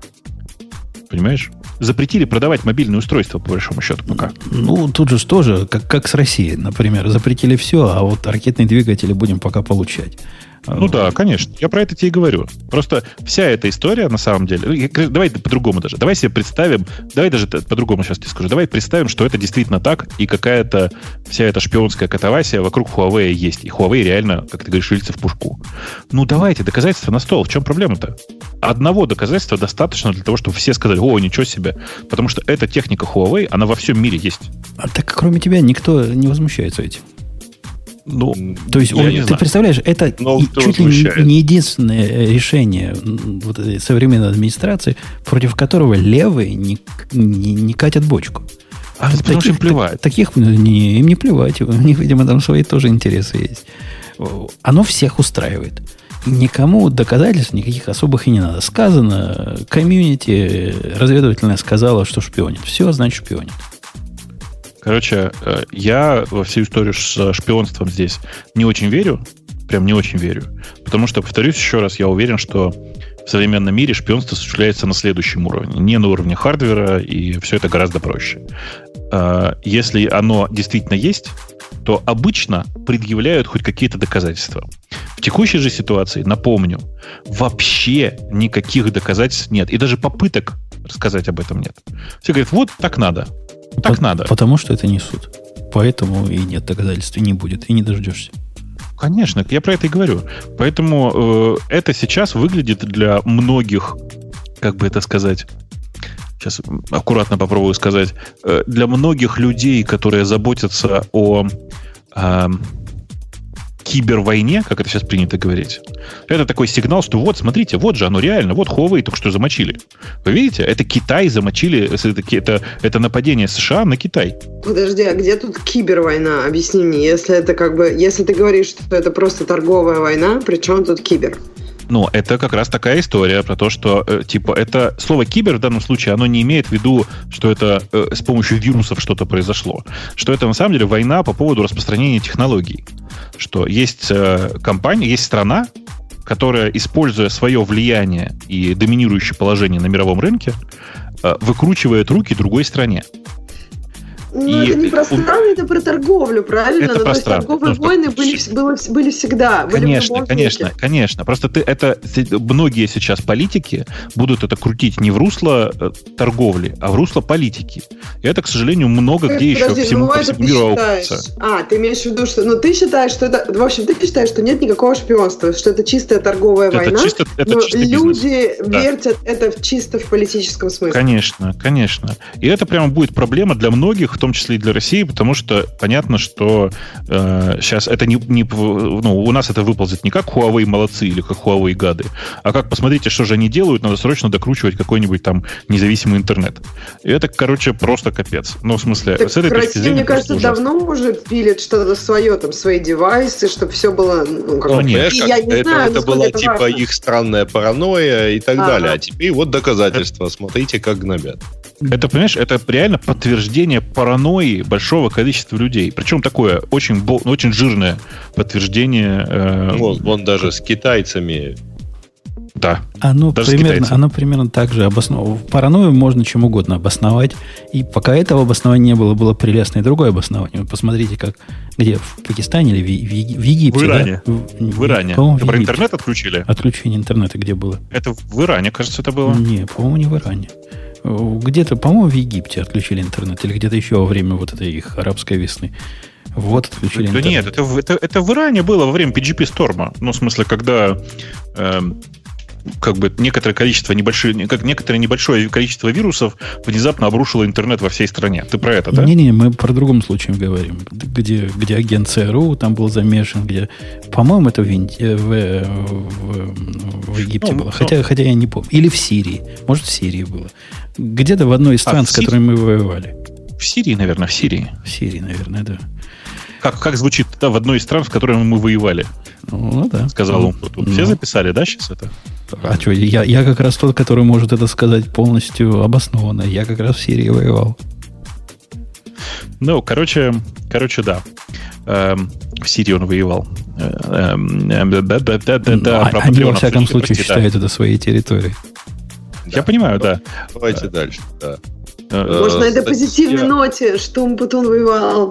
Понимаешь? Запретили продавать мобильные устройства, по большому счету, пока. Ну, тут же тоже, как с Россией, например. Запретили все, а вот ракетные двигатели будем пока получать. Ну да, конечно. Я про это тебе и говорю. Просто вся эта история, на самом деле... Давай по-другому даже. Давай себе представим... Давай даже по-другому сейчас тебе скажу. Давай представим, что это действительно так, и какая-то вся эта шпионская катавасия вокруг Huawei есть. И Huawei реально, как ты говоришь, шильца в пушку. Ну давайте, доказательства на стол. В чем проблема-то? Одного доказательства достаточно для того, чтобы все сказали: о, ничего себе. Потому что эта техника Huawei, она во всем мире есть. А так кроме тебя никто не возмущается этим. Ну, то есть, ты представляешь, это чуть ли не единственное решение вот этой современной администрации, против которого левые не катят бочку. А потому что им плевать. Им не плевать. У них, видимо, там свои тоже интересы есть. Оно всех устраивает. Никому доказательств никаких особых и не надо. Сказано, комьюнити разведывательное сказала, что шпионит. Все, значит, шпионит. Короче, я во всю историю с шпионством здесь не очень верю. Прям не очень верю. Потому что, повторюсь еще раз, я уверен, что в современном мире шпионство осуществляется на следующем уровне. Не на уровне хардвера, и все это гораздо проще. Если оно действительно есть, то обычно предъявляют хоть какие-то доказательства. В текущей же ситуации, напомню, вообще никаких доказательств нет. И даже попыток рассказать об этом нет. Все говорят: вот так надо. Так надо. Потому что это не суд. Поэтому и нет доказательств, и не будет, и не дождешься. Конечно, я про это и говорю. Поэтому это сейчас выглядит для многих, как бы это сказать, сейчас аккуратно попробую сказать, для многих людей, которые заботятся о кибервойне, как это сейчас принято говорить, это такой сигнал, что вот, смотрите, вот же оно реально, вот Huawei только что замочили. Вы видите, это Китай замочили, это нападение США на Китай. Подожди, а где тут кибервойна? Объясни мне, если ты говоришь, что это просто торговая война, при чем тут кибер? Ну, это как раз такая история про то, что, это слово «кибер» в данном случае, оно не имеет в виду, что это с помощью вирусов что-то произошло. Что это, на самом деле, война по поводу распространения технологий. Что есть компания, есть страна, которая, используя свое влияние и доминирующее положение на мировом рынке, выкручивает руки другой стране. Ну, это не про страны, это про торговлю, правильно? Это про страны. Торговые войны были всегда. Конечно. Просто многие сейчас политики будут это крутить не в русло торговли, а в русло политики. И это, к сожалению, много где еще всему миру аукается. Ты имеешь в виду, что... ты считаешь, что это... В общем, ты считаешь, что нет никакого шпионства, что это чистая торговая война, но люди вертят это чисто в политическом смысле. Конечно. И это прямо будет проблема для многих, в том числе и для России, потому что понятно, что сейчас это у нас это выползет не как Huawei молодцы или как Huawei гады, а как, посмотрите, что же они делают, надо срочно докручивать какой-нибудь там независимый интернет. И это, короче, просто капец. Ну, в смысле, так с этой точки зрения... Мне кажется, давно уже пилят что-то свое, там, свои девайсы, чтобы все было... Это была типа их странная паранойя и так далее. А теперь вот доказательства. Смотрите, как гнобят. Это, понимаешь, это реально подтверждение паранойи большого количества людей. Причем такое очень жирное подтверждение. Вон даже с китайцами. Да. Оно примерно так же обосновано. Паранойю можно чем угодно обосновать. И пока этого обоснования не было прелестное другое обоснование. Вот посмотрите, где в Пакистане или в Египте. В Иране. Да? В Иране. По-моему, про интернет отключили? Отключение интернета где было? Это в Иране, кажется, это было. Не, по-моему, не в Иране. Где-то, по-моему, в Египте отключили интернет. Или где-то еще во время вот этой их арабской весны. Вот отключили интернет. Нет, это в Иране было во время PGP-сторма. Ну, в смысле, когда... некоторое небольшое количество вирусов внезапно обрушило интернет во всей стране. Ты про это, да? Не, мы про другом случае говорим. Где агент ЦРУ там был замешан, где, по-моему, это в Египте было. Хотя я не помню. Или в Сирии. Может, в Сирии было. Где-то в одной из стран, с которыми мы воевали. В Сирии, наверное, в Сирии. В Сирии, наверное, да. Как звучит в одной из стран, с которыми мы воевали? Ну, да. Сказал он. Все записали, да, сейчас это? А что, я как раз тот, который может это сказать полностью обоснованно. Я как раз в Сирии воевал. Ну, короче, да. В Сирии он воевал. Они, во всяком случае, считают это своей территорией. Я понимаю, да. Давайте дальше, да. Может, на этой позитивной ноте, что Умпутун воевал.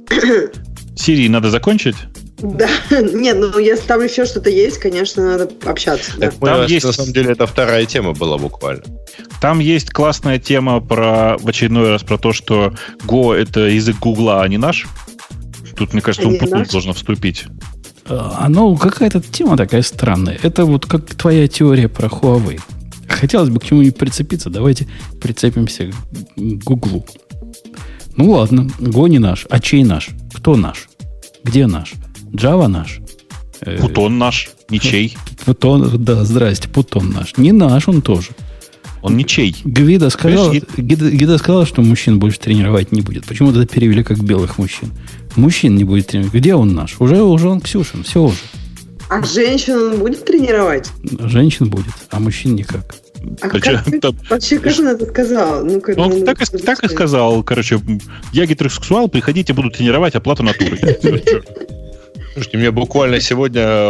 Сирии надо закончить? Да, нет, если там еще что-то есть, конечно, надо общаться. Да. Там есть... На самом деле, это вторая тема была буквально. Там есть классная тема в очередной раз про то, что Go — это язык Гугла, а не наш. Тут, мне кажется, Умпутун должен вступить. Какая-то тема такая странная. Это вот как твоя теория про Huawei. Хотелось бы к чему-нибудь прицепиться. Давайте прицепимся к Гуглу. Ну ладно, Go не наш. А чей наш? Кто наш? Где наш? Java наш? Путон наш, ничей. Путон, да, здрасте, Путон наш. Не наш он тоже. Он ничей. Гида сказала, что мужчин больше тренировать не будет. Почему-то это перевели как белых мужчин. Мужчин не будет тренировать. Где он наш? Уже он Ксюшин, все уже. А женщин он будет тренировать? Женщин будет, а мужчин никак. Вообще, как он это сказал? Он так и сказал. Короче, я гетеросексуал, приходите, буду тренировать оплату натуры. Слушайте, мне буквально сегодня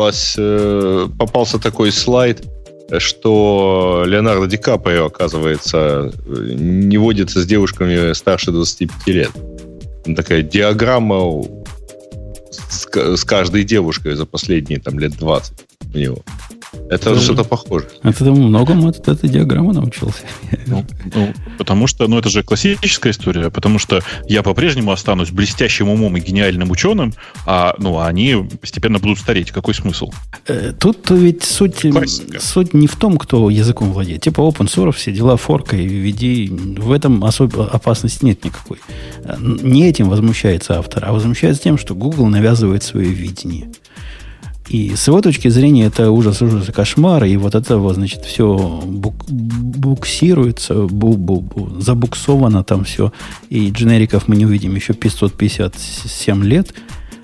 попался такой слайд, что Леонардо Ди Каприо, оказывается, не водится с девушками старше 25 лет. Такая диаграмма с каждой девушкой за последние лет 20 у него. Это что-то похоже. Это многому от этой диаграммы научился. Потому что, это же классическая история, потому что я по-прежнему останусь блестящим умом и гениальным ученым, а они постепенно будут стареть. Какой смысл? Тут ведь суть не в том, кто языком владеет. Типа open source, все дела, форкай, веди. В этом особой опасности нет никакой. Не этим возмущается автор, а возмущается тем, что Google навязывает свое видение. И с его точки зрения это ужас и кошмар, и вот это значит, все буксируется, забуксовано там все, и дженериков мы не увидим еще 557 лет.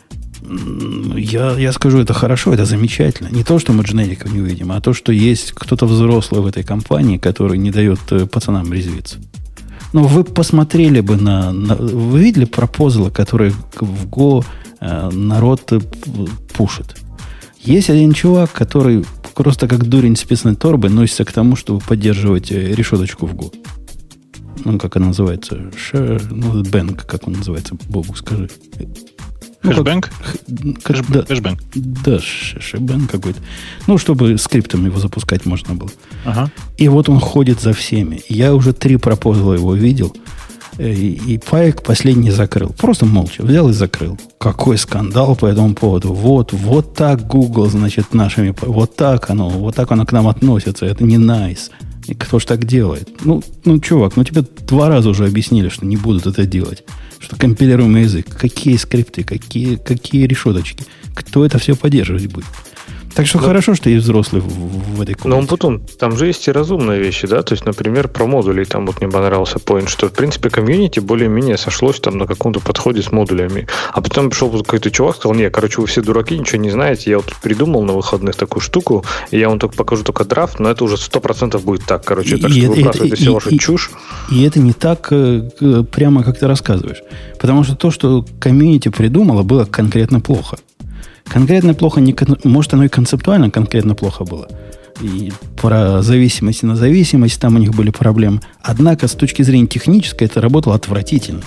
Я скажу, это хорошо, это замечательно. Не то, что мы дженериков не увидим, а то, что есть кто-то взрослый в этой компании, который не дает пацанам резвиться. Но вы посмотрели бы вы видели пропозалы, которые в Go народ пушит. Есть один чувак, который просто как дурень с писаной торбой носится к тому, чтобы поддерживать решеточку в Go. Как она называется? Бэнк, как он называется? Богу скажи. Хэшбэнк? Хэшбэнк. Да, хэшбэнк какой-то. Чтобы скриптом его запускать можно было. Ага. И вот он ходит за всеми. Я уже 3 пропозала его видел. И файлик последний закрыл. Просто молча взял и закрыл. Какой скандал по этому поводу. Вот так Google, значит, нашими... Вот так оно к нам относится. Это не nice. И кто ж так делает? Ну, чувак, тебе 2 раза уже объяснили, что не будут это делать. Что компилируемый язык. Какие скрипты, какие решеточки. Кто это все поддерживать будет? Так что хорошо, что есть взрослые в этой комнате. Но потом, там же есть и разумные вещи, да, то есть, например, про модули, там вот мне понравился поинт, что, в принципе, комьюнити более-менее сошлось там на каком-то подходе с модулями. А потом пришел какой-то чувак, сказал, вы все дураки, ничего не знаете, я вот придумал на выходных такую штуку, и я вам покажу только драфт, но это уже 100% будет так, так что выбрасывайте все вашу чушь. И это не так прямо, как ты рассказываешь. Потому что то, что комьюнити придумало, было конкретно плохо. Конкретно плохо, может, оно и концептуально конкретно плохо было. И про зависимость на зависимость там у них были проблемы. Однако, с точки зрения технической, это работало отвратительно.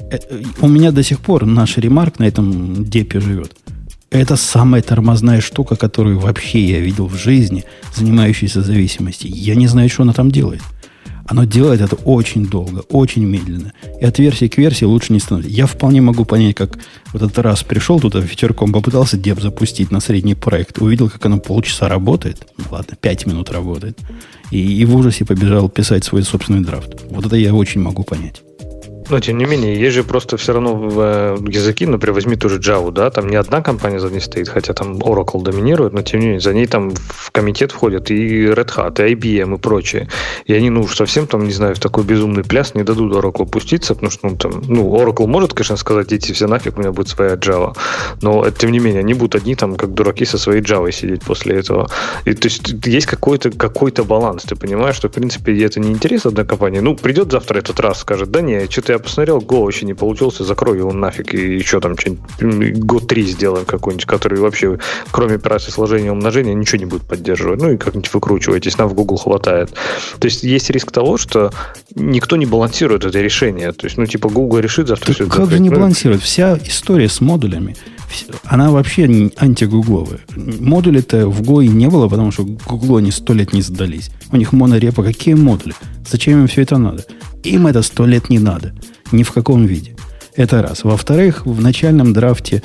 У меня до сих пор наш ремарк на этом депе живет. Это самая тормозная штука, которую вообще я видел в жизни, занимающаяся зависимостью. Я не знаю, что она там делает. Оно делает это очень долго, очень медленно. И от версии к версии лучше не становится. Я вполне могу понять, как вот этот раз пришел туда вечерком, попытался деп запустить на средний проект, увидел, как оно полчаса работает. Ну ладно, 5 минут работает. И в ужасе побежал писать свой собственный драфт. Вот это я очень могу понять. Но, тем не менее, есть же просто все равно языки, например, возьми ту же Java, да, там не одна компания за ней стоит, хотя там Oracle доминирует, но, тем не менее, за ней там в комитет входят и Red Hat, и IBM, и прочее. И они, совсем там, не знаю, в такой безумный пляс не дадут Oracle пуститься, потому что, Oracle может, конечно, сказать, идите все нафиг, у меня будет своя Java, но, тем не менее, они будут одни там, как дураки, со своей Java сидеть после этого. И, то есть, есть какой-то баланс, ты понимаешь, что, в принципе, это не интересно одной компании. Придет завтра этот раз, скажет, да не, что-то я посмотрел, Go вообще не получился, закрой его нафиг, и еще там что-нибудь Go 3 сделаем какой-нибудь, который вообще, кроме операции сложения и умножения, ничего не будет поддерживать. И как-нибудь выкручивайтесь, нам в Google хватает. То есть есть риск того, что никто не балансирует это решение. То есть, Google решит завтра все это. Как же не балансирует? Вся история с модулями, она вообще антигугловая. Модулей-то в Go и не было, потому что Google они 100 лет не сдались. У них монорепа. Какие модули? Зачем им все это надо? Им это 100 лет не надо. Ни в каком виде. Это раз. Во-вторых, в начальном драфте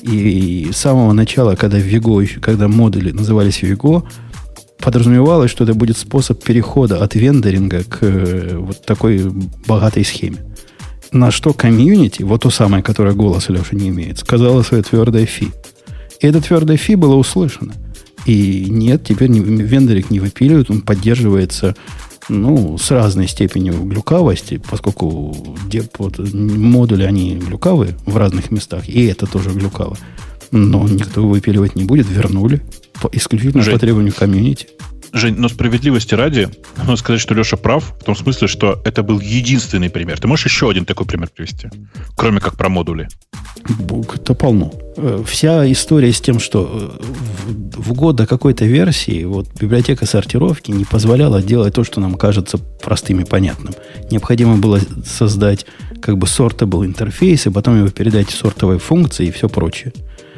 и с самого начала, когда модули назывались Vigo, подразумевалось, что это будет способ перехода от вендоринга к вот такой богатой схеме. На что комьюнити, вот то самое, которое голос Леша не имеет, сказала свое твердое фи. И это твердое фи было услышано. И нет, теперь вендорик не выпиливают, он поддерживается с разной степенью глюкавости, поскольку модули, они глюкавые в разных местах, и это тоже глюкаво. Но никто выпиливать не будет, вернули исключительно по требованию комьюнити. Жень, но справедливости ради, надо сказать, что Леша прав, в том смысле, что это был единственный пример. Ты можешь еще один такой пример привести, кроме как про модули? Это полно. Вся история с тем, что в год до какой-то версии библиотека сортировки не позволяла делать то, что нам кажется простым и понятным. Необходимо было создать sortable интерфейс, и потом его передать в сортовой функции и все прочее.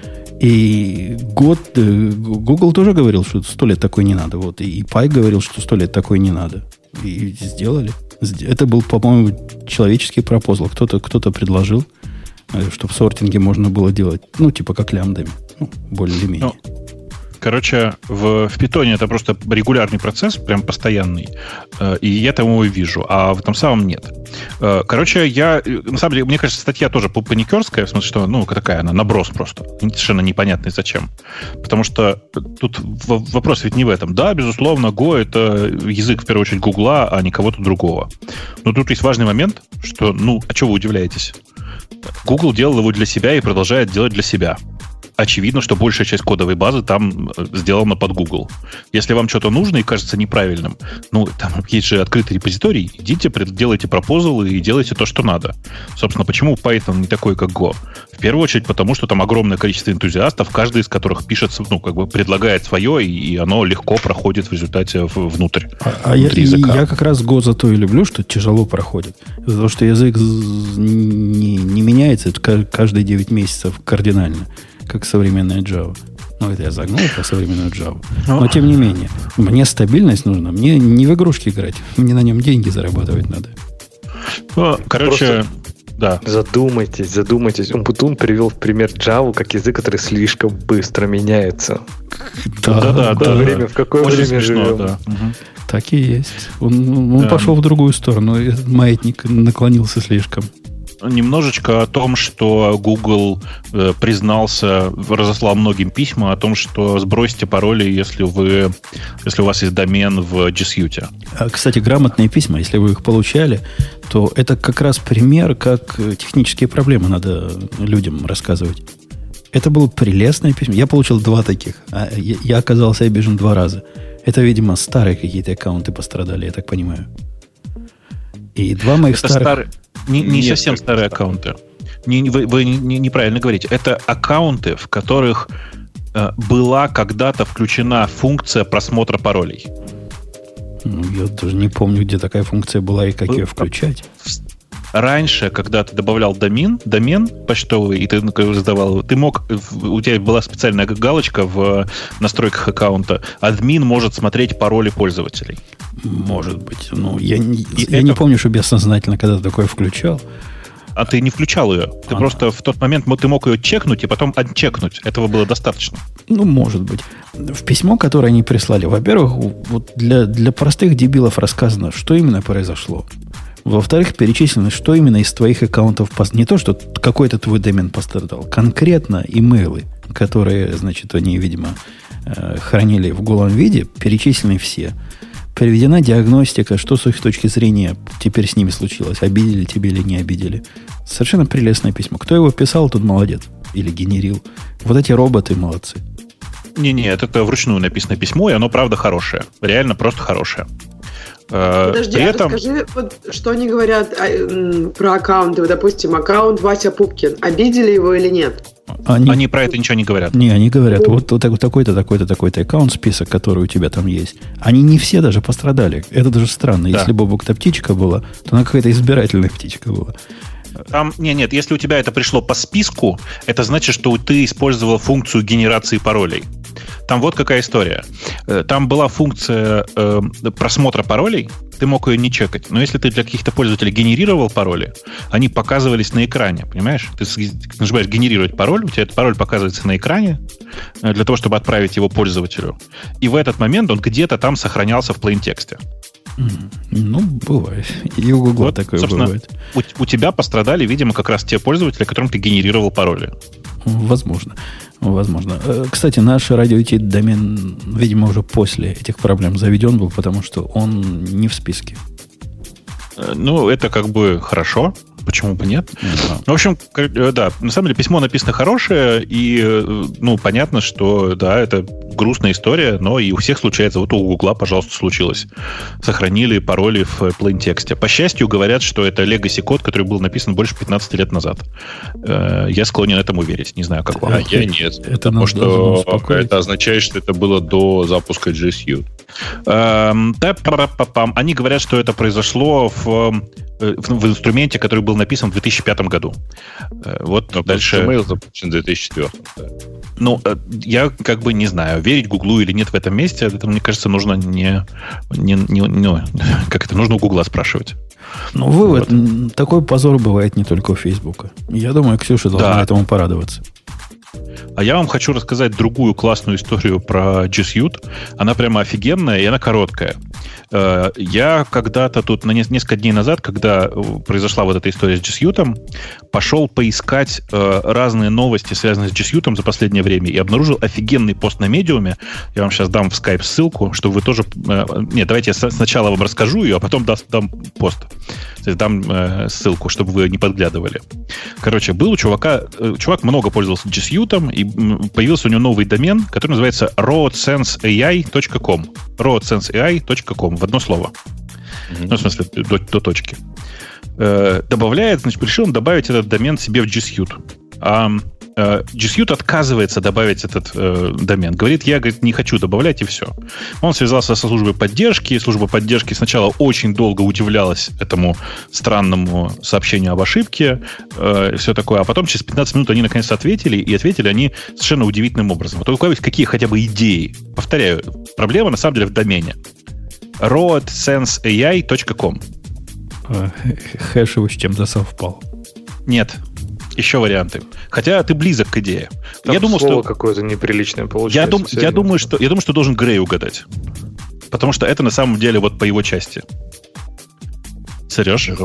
И Google тоже говорил, что 100 лет такой не надо. И Py говорил, что 100 лет такой не надо. И сделали. Это был, по-моему, человеческий пропозал. Кто-то предложил, чтобы в сортинге можно было делать, как лямбдами. Более или менее. Короче, в Python это просто регулярный процесс, прям постоянный. И я там его вижу, а в этом самом нет. Короче, на самом деле, мне кажется, статья тоже паникерская, в смысле, что, такая она, наброс просто. Совершенно непонятный зачем. Потому что тут вопрос ведь не в этом. Да, безусловно, Go — это язык, в первую очередь, Гугла, а не кого-то другого. Но тут есть важный момент, что, а чего вы удивляетесь? Google делал его для себя и продолжает делать для себя. Очевидно, что большая часть кодовой базы там сделана под Google. Если вам что-то нужно и кажется неправильным, там есть же открытый репозиторий, идите, делайте пропозалы и делайте то, что надо. Собственно, почему Python не такой, как Go? В первую очередь, потому что там огромное количество энтузиастов, каждый из которых пишет, предлагает свое, и оно легко проходит в результате внутрь языка. Я как раз Go за то и люблю, что тяжело проходит. Потому что язык не меняется каждые 9 месяцев кардинально, как современная Java. Это я загнул про современную Java. Но, тем не менее, мне стабильность нужна. Мне не в игрушки играть. Мне на нем деньги зарабатывать надо. Короче, да. Задумайтесь. Умпутун привел в пример Java как язык, который слишком быстро меняется. Да. В какое время живем? Да. Так и есть. Он пошел в другую сторону. Этот маятник наклонился слишком. Немножечко о том, что Google признался, разослал многим письма о том, что сбросьте пароли, если у вас есть домен в G Suite. Кстати, грамотные письма, если вы их получали, то это как раз пример, как технические проблемы надо людям рассказывать. Это было прелестное письмо. Я получил 2 таких. Я оказался обижен 2 раза. Это, видимо, старые какие-то аккаунты пострадали, я так понимаю. И 2 моих это старых... Не совсем старые аккаунты. Вы неправильно говорите. Это аккаунты, в которых была когда-то включена функция просмотра паролей. Я даже не помню, где такая функция была и как ее включать. Раньше, когда ты добавлял домен почтовый, и ты задавал, у тебя была специальная галочка в настройках аккаунта. Админ может смотреть пароли пользователей. Может быть. Я не помню, чтобы я сознательно когда-то такое включал. А ты не включал ее. Ты просто в тот момент ты мог ее чекнуть и потом отчекнуть. Этого было достаточно. Может быть. В письмо, которое они прислали, во-первых, вот для простых дебилов рассказано, что именно произошло. Во-вторых, перечислено, что именно из твоих аккаунтов... Не то, что какой-то твой домен пострадал. Конкретно имейлы, которые, значит, они, видимо, хранили в голом виде, перечислены все. Приведена диагностика, что с их точки зрения теперь с ними случилось. Обидели тебе или не обидели. Совершенно прелестное письмо. Кто его писал, тот молодец. Или генерил. Вот эти роботы молодцы. Нет, это вручную написано письмо, и оно, правда, хорошее. Реально просто хорошее. Подожди, расскажи, что они говорят про аккаунты. Допустим, аккаунт Вася Пупкин. Обидели его или нет? Они про это ничего не говорят. Не, они говорят, вот такой-то, такой-то, такой-то аккаунт, список, который у тебя там есть. Они не все даже пострадали. Это даже странно. Да. Если бы Бобук-то птичка была, то она какая-то избирательная птичка была. Там, нет, если у тебя это пришло по списку, это значит, что ты использовал функцию генерации паролей. Там вот какая история. Там была функция просмотра паролей, ты мог ее не чекать. Но если ты для каких-то пользователей генерировал пароли, они показывались на экране, понимаешь? Ты нажимаешь «генерировать пароль», у тебя этот пароль показывается на экране для того, чтобы отправить его пользователю. И в этот момент он где-то там сохранялся в плейн-тексте. Бывает. И у Google вот, такое бывает. У тебя пострадали, видимо, как раз те пользователи, которым ты генерировал пароли. Возможно. Кстати, наш радио IT домен, видимо, уже после этих проблем заведен был, потому что он не в списке. Это как бы хорошо. Почему бы нет? В общем, да, на самом деле письмо написано хорошее, и, понятно, что, да, это грустная история, но и у всех случается. Вот у Гугла, пожалуйста, случилось. Сохранили пароли в plain-тексте. По счастью, говорят, что это legacy код, который был написан больше 15 лет назад. Я склонен этому верить. Не знаю, как вам. Я нет. Потому что это означает, что это было до запуска G Suite. Они говорят, что это произошло в инструменте, который был написан в 2005 году. Вот дальше... Gmail запущен в 2004. Я как бы не знаю, верить Гуглу или нет в этом месте. Это, мне кажется, нужно нужно у Гугла спрашивать. Вывод. Вот. Такой позор бывает не только у Фейсбука. Я думаю, Ксюша должна этому порадоваться. А я вам хочу рассказать другую классную историю про G Suite. Она прямо офигенная, и она короткая. Я когда-то тут, несколько дней назад, когда произошла вот эта история с G Suite, пошел поискать разные новости, связанные с G Suite за последнее время, и обнаружил офигенный пост на Медиуме. Я вам сейчас дам в Skype ссылку, чтобы вы тоже... Нет, давайте я сначала вам расскажу ее, а потом дам пост. То есть дам ссылку, чтобы вы не подглядывали. Короче, был у чувака... Чувак много пользовался G Suite, и появился у него новый домен, который называется roadsenseai.com. roadsenseai.com в одно слово. В смысле, до точки. Добавляет, решил он добавить этот домен себе в G Suite. А G Suite отказывается добавить этот домен. Говорит, я не хочу добавлять, и все. Он связался со службой поддержки. Служба поддержки сначала очень долго удивлялась этому странному сообщению об ошибке. Все такое. А потом через 15 минут они наконец ответили. И ответили они совершенно удивительным образом. Вот у кого есть какие хотя бы идеи? Повторяю, проблема на самом деле в домене. roadsenseai.com. Хэш его с чем-то совпал. Нет. Еще варианты. Хотя ты близок к идее. Там я думал, слово что какое-то неприличное получается. Я думаю, что должен Грей угадать. Потому что это на самом деле вот по его части. Сереж?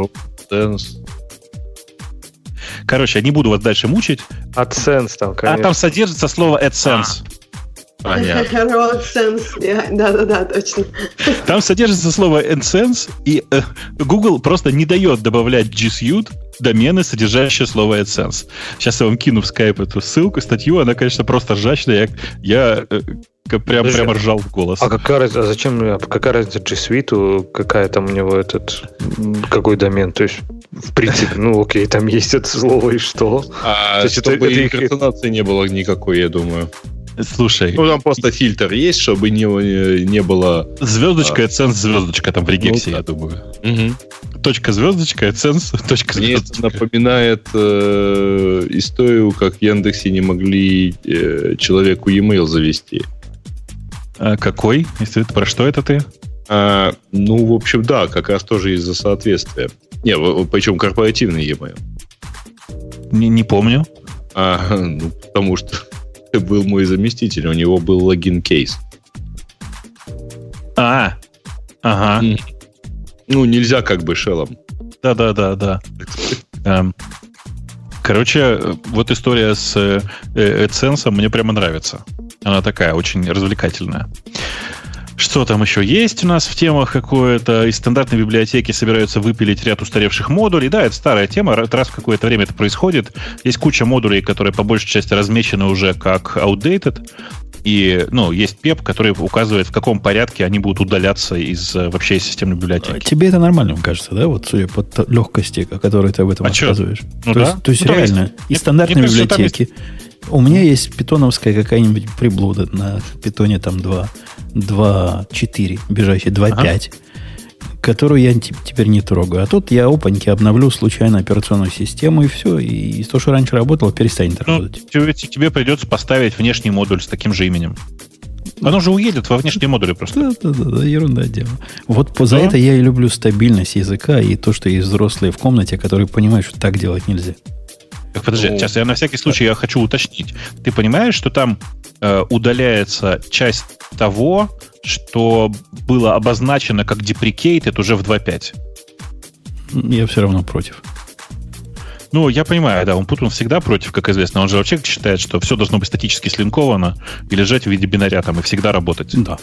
Короче, я не буду вас дальше мучить. AdSense там, конечно. А там содержится слово AdSense. Понятно. Да, точно. Там содержится слово AdSense, и Google просто не дает добавлять G Suite домены, содержащие слово AdSense. Сейчас я вам кину в Skype эту ссылку, статью, она, конечно, просто ржачная. Я прямо ржал в голос. А какая разница G Suite, какая там у него какой домен? То есть, в принципе, окей, там есть это слово, и что? То есть чтобы инкарнации не было никакой, я думаю. Слушай. Там просто фильтр есть, чтобы не было... Звездочка, AdSense, звездочка там в регексе, я думаю. Угу. Точка звездочка, AdSense, точка мне звездочка. Мне это напоминает историю, как в Яндексе не могли человеку e-mail завести. А какой? Если это про что это ты? В общем, да, как раз тоже из-за соответствия. Причем корпоративный e-mail. Не помню. Потому что был мой заместитель, у него был логин-кейс. Ага. Нельзя как бы шеллом. Да. Короче, вот история с AdSense мне прямо нравится. Она такая, очень развлекательная. Что там еще есть у нас в темах какое-то? Из стандартной библиотеки собираются выпилить ряд устаревших модулей. Да, это старая тема, раз в какое-то время это происходит. Есть куча модулей, которые по большей части размечены уже как outdated. И, есть PEP, который указывает, в каком порядке они будут удаляться из системной библиотеки. Тебе это нормально, кажется, да? Вот судя по легкости, о которой ты об этом рассказываешь. То есть реально, из стандартной библиотеки. У меня есть питоновская какая-нибудь приблуда на питоне там 2.4, бежащий 2.5, которую я теперь не трогаю. А тут я опаньки обновлю случайно операционную систему, и все. И то, что раньше работало, перестанет работать. Тебе придется поставить внешний модуль с таким же именем. Оно же уедет во внешние модули просто. Да, ерунда дело. Вот за это я и люблю стабильность языка и то, что есть взрослые в комнате, которые понимают, что так делать нельзя. Подожди, сейчас я на всякий случай хочу уточнить. Ты понимаешь, что там удаляется часть того, что было обозначено как deprecated уже в 2.5? Я все равно против. Я понимаю, да, он всегда против, как известно. Он же вообще считает, что все должно быть статически слинковано и лежать в виде бинаря там и всегда работать. Да.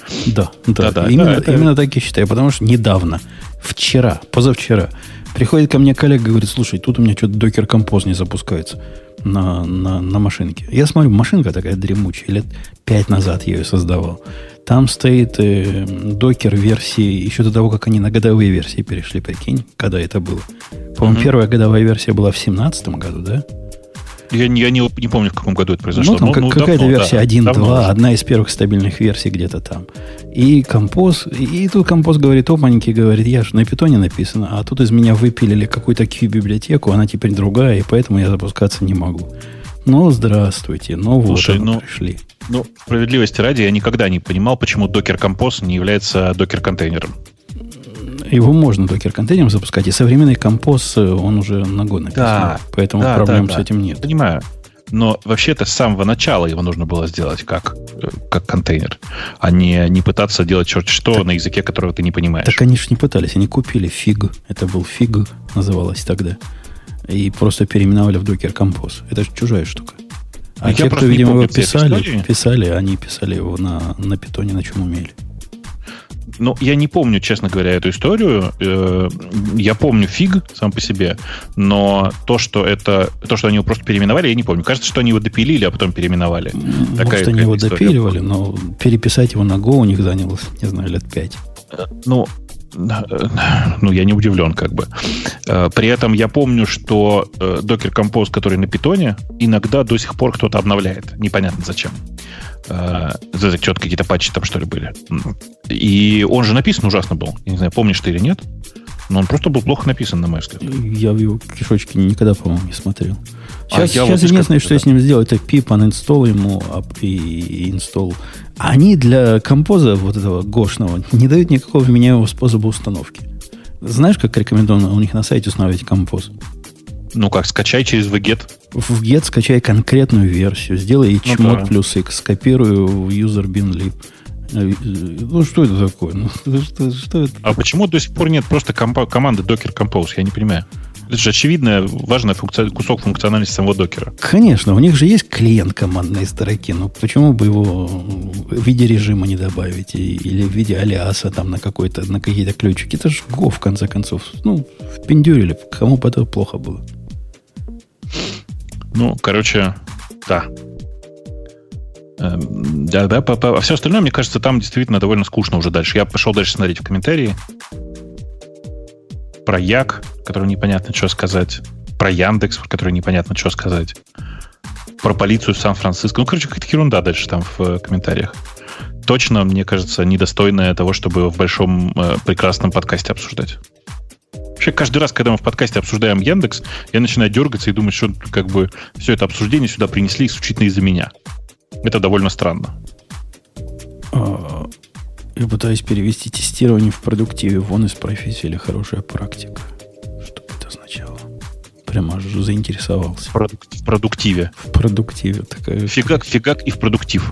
Именно так и считаю, потому что недавно, позавчера, приходит ко мне коллега и говорит: слушай, тут у меня что-то Docker Compose не запускается на машинке. Я смотрю, машинка такая дремучая, лет 5 назад я ее создавал. Там стоит Docker версии еще до того, как они на годовые версии перешли, прикинь, когда это было. По-моему, первая годовая версия была в 2017 году, да? Я не помню, в каком году это произошло. Там какая-то версия 1.2, одна из первых стабильных версий где-то там. И Compose, и тут Compose говорит, опаньки, говорит, я же на питоне написано, а тут из меня выпилили какую-то Q-библиотеку, она теперь другая, и поэтому я запускаться не могу. Здравствуйте, Слушай, пришли. Справедливости ради, я никогда не понимал, почему Docker Compose не является Docker-контейнером. Его можно докер-контейнером запускать, и современный Compose, он уже на год написан. Да, поэтому проблем с этим нет. Понимаю. Но вообще-то с самого начала его нужно было сделать как контейнер, а не пытаться делать черт что на языке, которого ты не понимаешь. Так они же не пытались, они купили Fig. Это был Fig, называлось тогда. И просто переименовали в Docker Compose. Это же чужая штука. А те, кто, видимо, его писали, они писали его на питоне, на чем умели. Я не помню, честно говоря, эту историю. Я помню Fig сам по себе, но то, что они его просто переименовали, я не помню. Кажется, что они его допилили, а потом переименовали. Может, они его допиливали, но переписать его на Go у них заняло, не знаю, лет 5. Я не удивлен, как бы. При этом я помню, что Docker Compose, который на питоне, иногда до сих пор кто-то обновляет. Непонятно зачем. Что-то какие-то патчи там, что ли, были. И он же написан ужасно был. Я не знаю, помнишь ты или нет, но он просто был плохо написан, на мой взгляд. Я в его кишочке никогда, по-моему, не смотрел. Сейчас единственное, что я с ним сделал, это pip, uninstall ему и install. Они для композа вот этого гошного не дают никакого вменяемого способа установки. Знаешь, как рекомендовано у них на сайте устанавливать композ? Скачай через wget. В get скачай конкретную версию, сделай chmod плюс x, скопируй в user bin lib. Ну, что это такое? Что это? А почему до сих пор нет просто команды Docker Compose? Я не понимаю. Это же очевидно важный кусок функциональности самого докера. Конечно, у них же есть клиент командной строки. Но почему бы его в виде режима не добавить? Или в виде алиаса там на какие-то ключики? Это же Go, в конце концов. Ну, впендюрили. Кому бы это плохо было? Ну, короче, да. А все остальное, мне кажется, там действительно довольно скучно уже дальше. Я пошел дальше смотреть в комментарии. Про Як, который непонятно, что сказать. Про Яндекс, который непонятно, что сказать. Про полицию Сан-Франциско. Ну, короче, какая-то ерунда дальше там в комментариях. Точно, мне кажется, недостойная того, чтобы в большом прекрасном подкасте обсуждать. Вообще, каждый раз, когда мы в подкасте обсуждаем Яндекс, я начинаю дергаться и думать, что как бы все это обсуждение сюда принесли исключительно из-за меня. Это довольно странно. Я пытаюсь перевести тестирование в продуктиве вон из профессии или хорошая практика. Что бы это означало? Прямо аж заинтересовался. В продуктиве. В продуктиве. Такая... Фигак и в продуктив.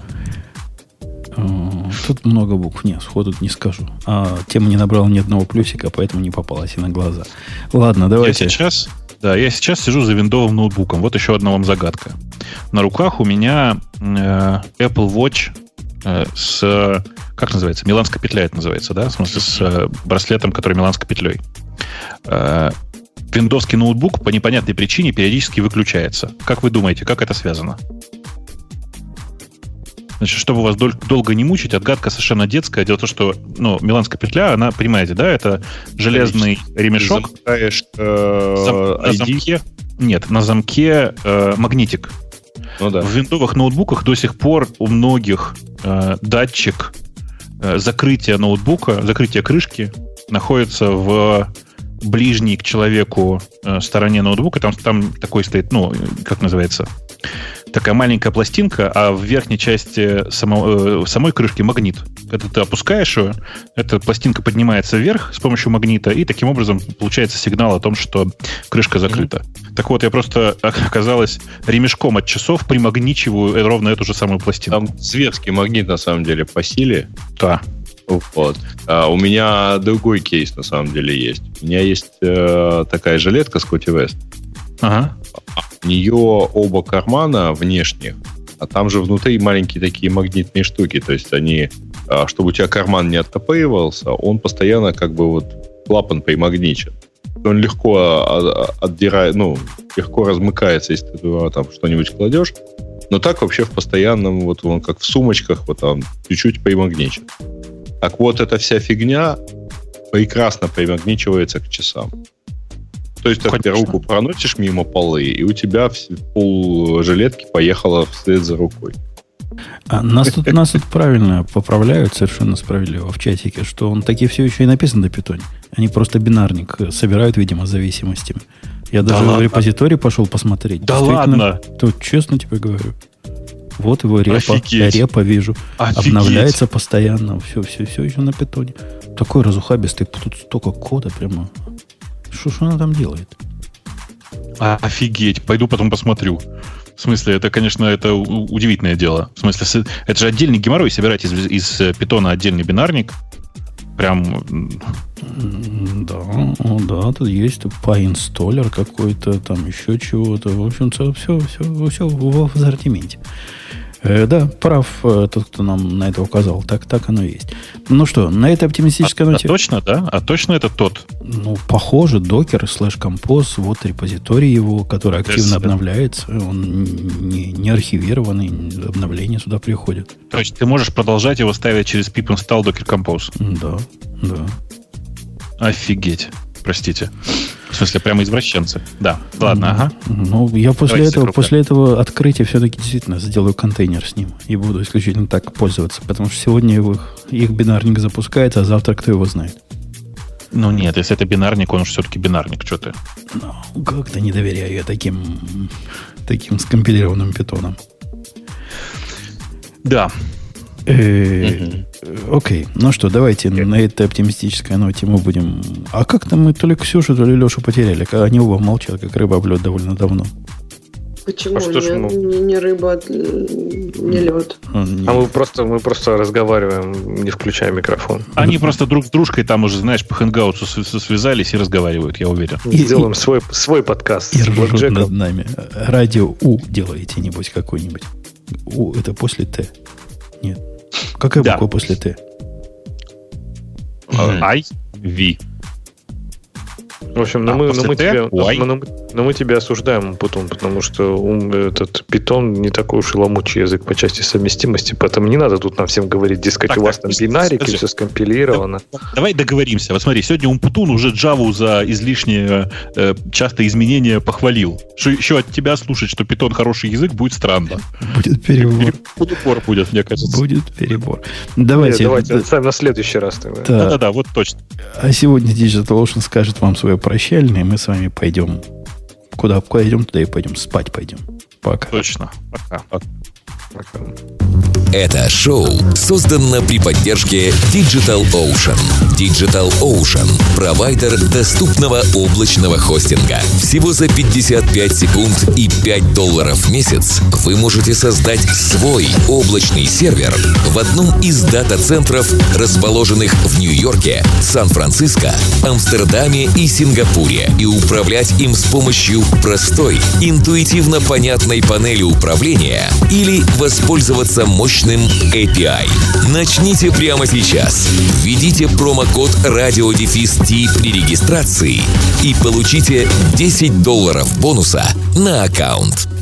Тут много букв. Нет, сходу не скажу. Тема не набрала ни одного плюсика, поэтому не попалась и на глаза. Ладно, давайте. Я сейчас сижу за виндовым ноутбуком. Вот еще одна вам загадка. На руках у меня Apple Watch с... Как называется? Миланская петля это называется, да? В смысле, с браслетом, который миланской петлей. Виндовский ноутбук по непонятной причине периодически выключается. Как вы думаете, как это связано? Значит, чтобы вас долго не мучить, отгадка совершенно детская. Дело в том, что миланская петля, она, понимаете, да, это железный ремешок. На замке. Нет, на замке магнитик. Ну, да. В виндовых ноутбуках до сих пор у многих датчик закрытия ноутбука, закрытия крышки находится в ближней к человеку стороне ноутбука. Там такой стоит, как называется, такая маленькая пластинка, а в верхней части самой крышки магнит. Когда ты опускаешь ее, эта пластинка поднимается вверх с помощью магнита, и таким образом получается сигнал о том, что крышка закрыта. Так вот, я просто, оказалось, ремешком от часов примагничиваю ровно эту же самую пластинку. Там зверский магнит, на самом деле, по силе. Да. Вот. У меня другой кейс, на самом деле, есть. У меня есть такая жилетка Scotty West. Ага. У нее оба кармана внешних, а там же внутри маленькие такие магнитные штуки. То есть они, чтобы у тебя карман не откопывался, он постоянно как бы вот клапан примагничен. Он легко отдирает, легко размыкается, если ты туда там что-нибудь кладешь. Но так вообще в постоянном, вот он как в сумочках, вот там чуть-чуть примагничен. Так вот, эта вся фигня прекрасно примагничивается к часам. То есть, ты руку проносишь мимо полы, и у тебя пол жилетки поехала вслед за рукой. Нас тут правильно поправляют, совершенно справедливо в чатике, что он таки все еще и написан на питоне. Они просто бинарник собирают, видимо, с зависимостями. Я даже в репозиторий пошел посмотреть. Да ладно? Тут честно тебе говорю. Вот его репа вижу. Офигеть. Обновляется постоянно. Все еще на питоне. Такой разухабистый. Тут столько кода прямо. Что она там делает? Офигеть. Пойду потом посмотрю. В смысле, это, конечно, это удивительное дело. В смысле, это же отдельный геморрой. Собирать из питона отдельный бинарник. Прям... Да, тут есть PyInstaller какой-то, там еще чего-то. В общем, все в ассортименте. Да, прав тот, кто нам на это указал. Так оно и есть. Ну что, на этой оптимистической ноте... Точно, да? А точно это тот? Похоже, Docker /Compose, вот репозиторий его, который активно обновляется. Он не архивированный, обновления сюда приходят. То есть ты можешь продолжать его ставить через pip install Docker Compose? Да. Офигеть. Простите. В смысле, прямо извращенцы. Да. Ладно, ага. Я после этого открытия все-таки действительно сделаю контейнер с ним и буду исключительно так пользоваться, потому что сегодня их бинарник запускается, а завтра кто его знает. Нет, если это бинарник, он же все-таки бинарник. Что ты? Как-то не доверяю я таким скомпилированным питоном. Да. Окей. Ну что, давайте на этой оптимистической ноте мы будем... А как-то мы то ли Ксюшу, то ли Лешу потеряли. Они оба молчат, как рыба об лед довольно давно. Почему? Не рыба, не лед. Мы просто разговариваем, не включая микрофон. Они просто друг с дружкой там уже, знаешь, по хэнгаутсу связались и разговаривают, я уверен. Сделаем свой подкаст и с Блэкджеком. Над нами. Радио У делаете, небось, какой-нибудь. У это после Т. Нет. Какая буква после Т? I, V. В общем, мы тебя осуждаем, Путун, потому что этот Python не такой уж и ломучий язык по части совместимости, поэтому не надо тут нам всем говорить, дескать, у вас там бинарики, все скомпилировано. Давай договоримся. Вот смотри, сегодня Умпутун уже Java за излишнее частые изменения похвалил. Что еще от тебя слушать, что Python хороший язык, будет странно. Будет перебор. Перебор будет, мне кажется. Будет перебор. Давайте оставим на следующий раз. Да, вот точно. А сегодня Digital Ocean скажет вам свое прощальное, мы с вами пойдем. Куда идем, туда и пойдем. Спать пойдем. Пока. Точно. Пока. Это шоу создано при поддержке Digital Ocean. Digital Ocean – провайдер доступного облачного хостинга. Всего за 55 секунд и $5 в месяц вы можете создать свой облачный сервер в одном из дата-центров, расположенных в Нью-Йорке, Сан-Франциско, Амстердаме и Сингапуре, и управлять им с помощью простой, интуитивно понятной панели управления или воспользоваться мощным API. Начните прямо сейчас. Введите промокод RadioDefist при регистрации и получите $10 бонуса на аккаунт.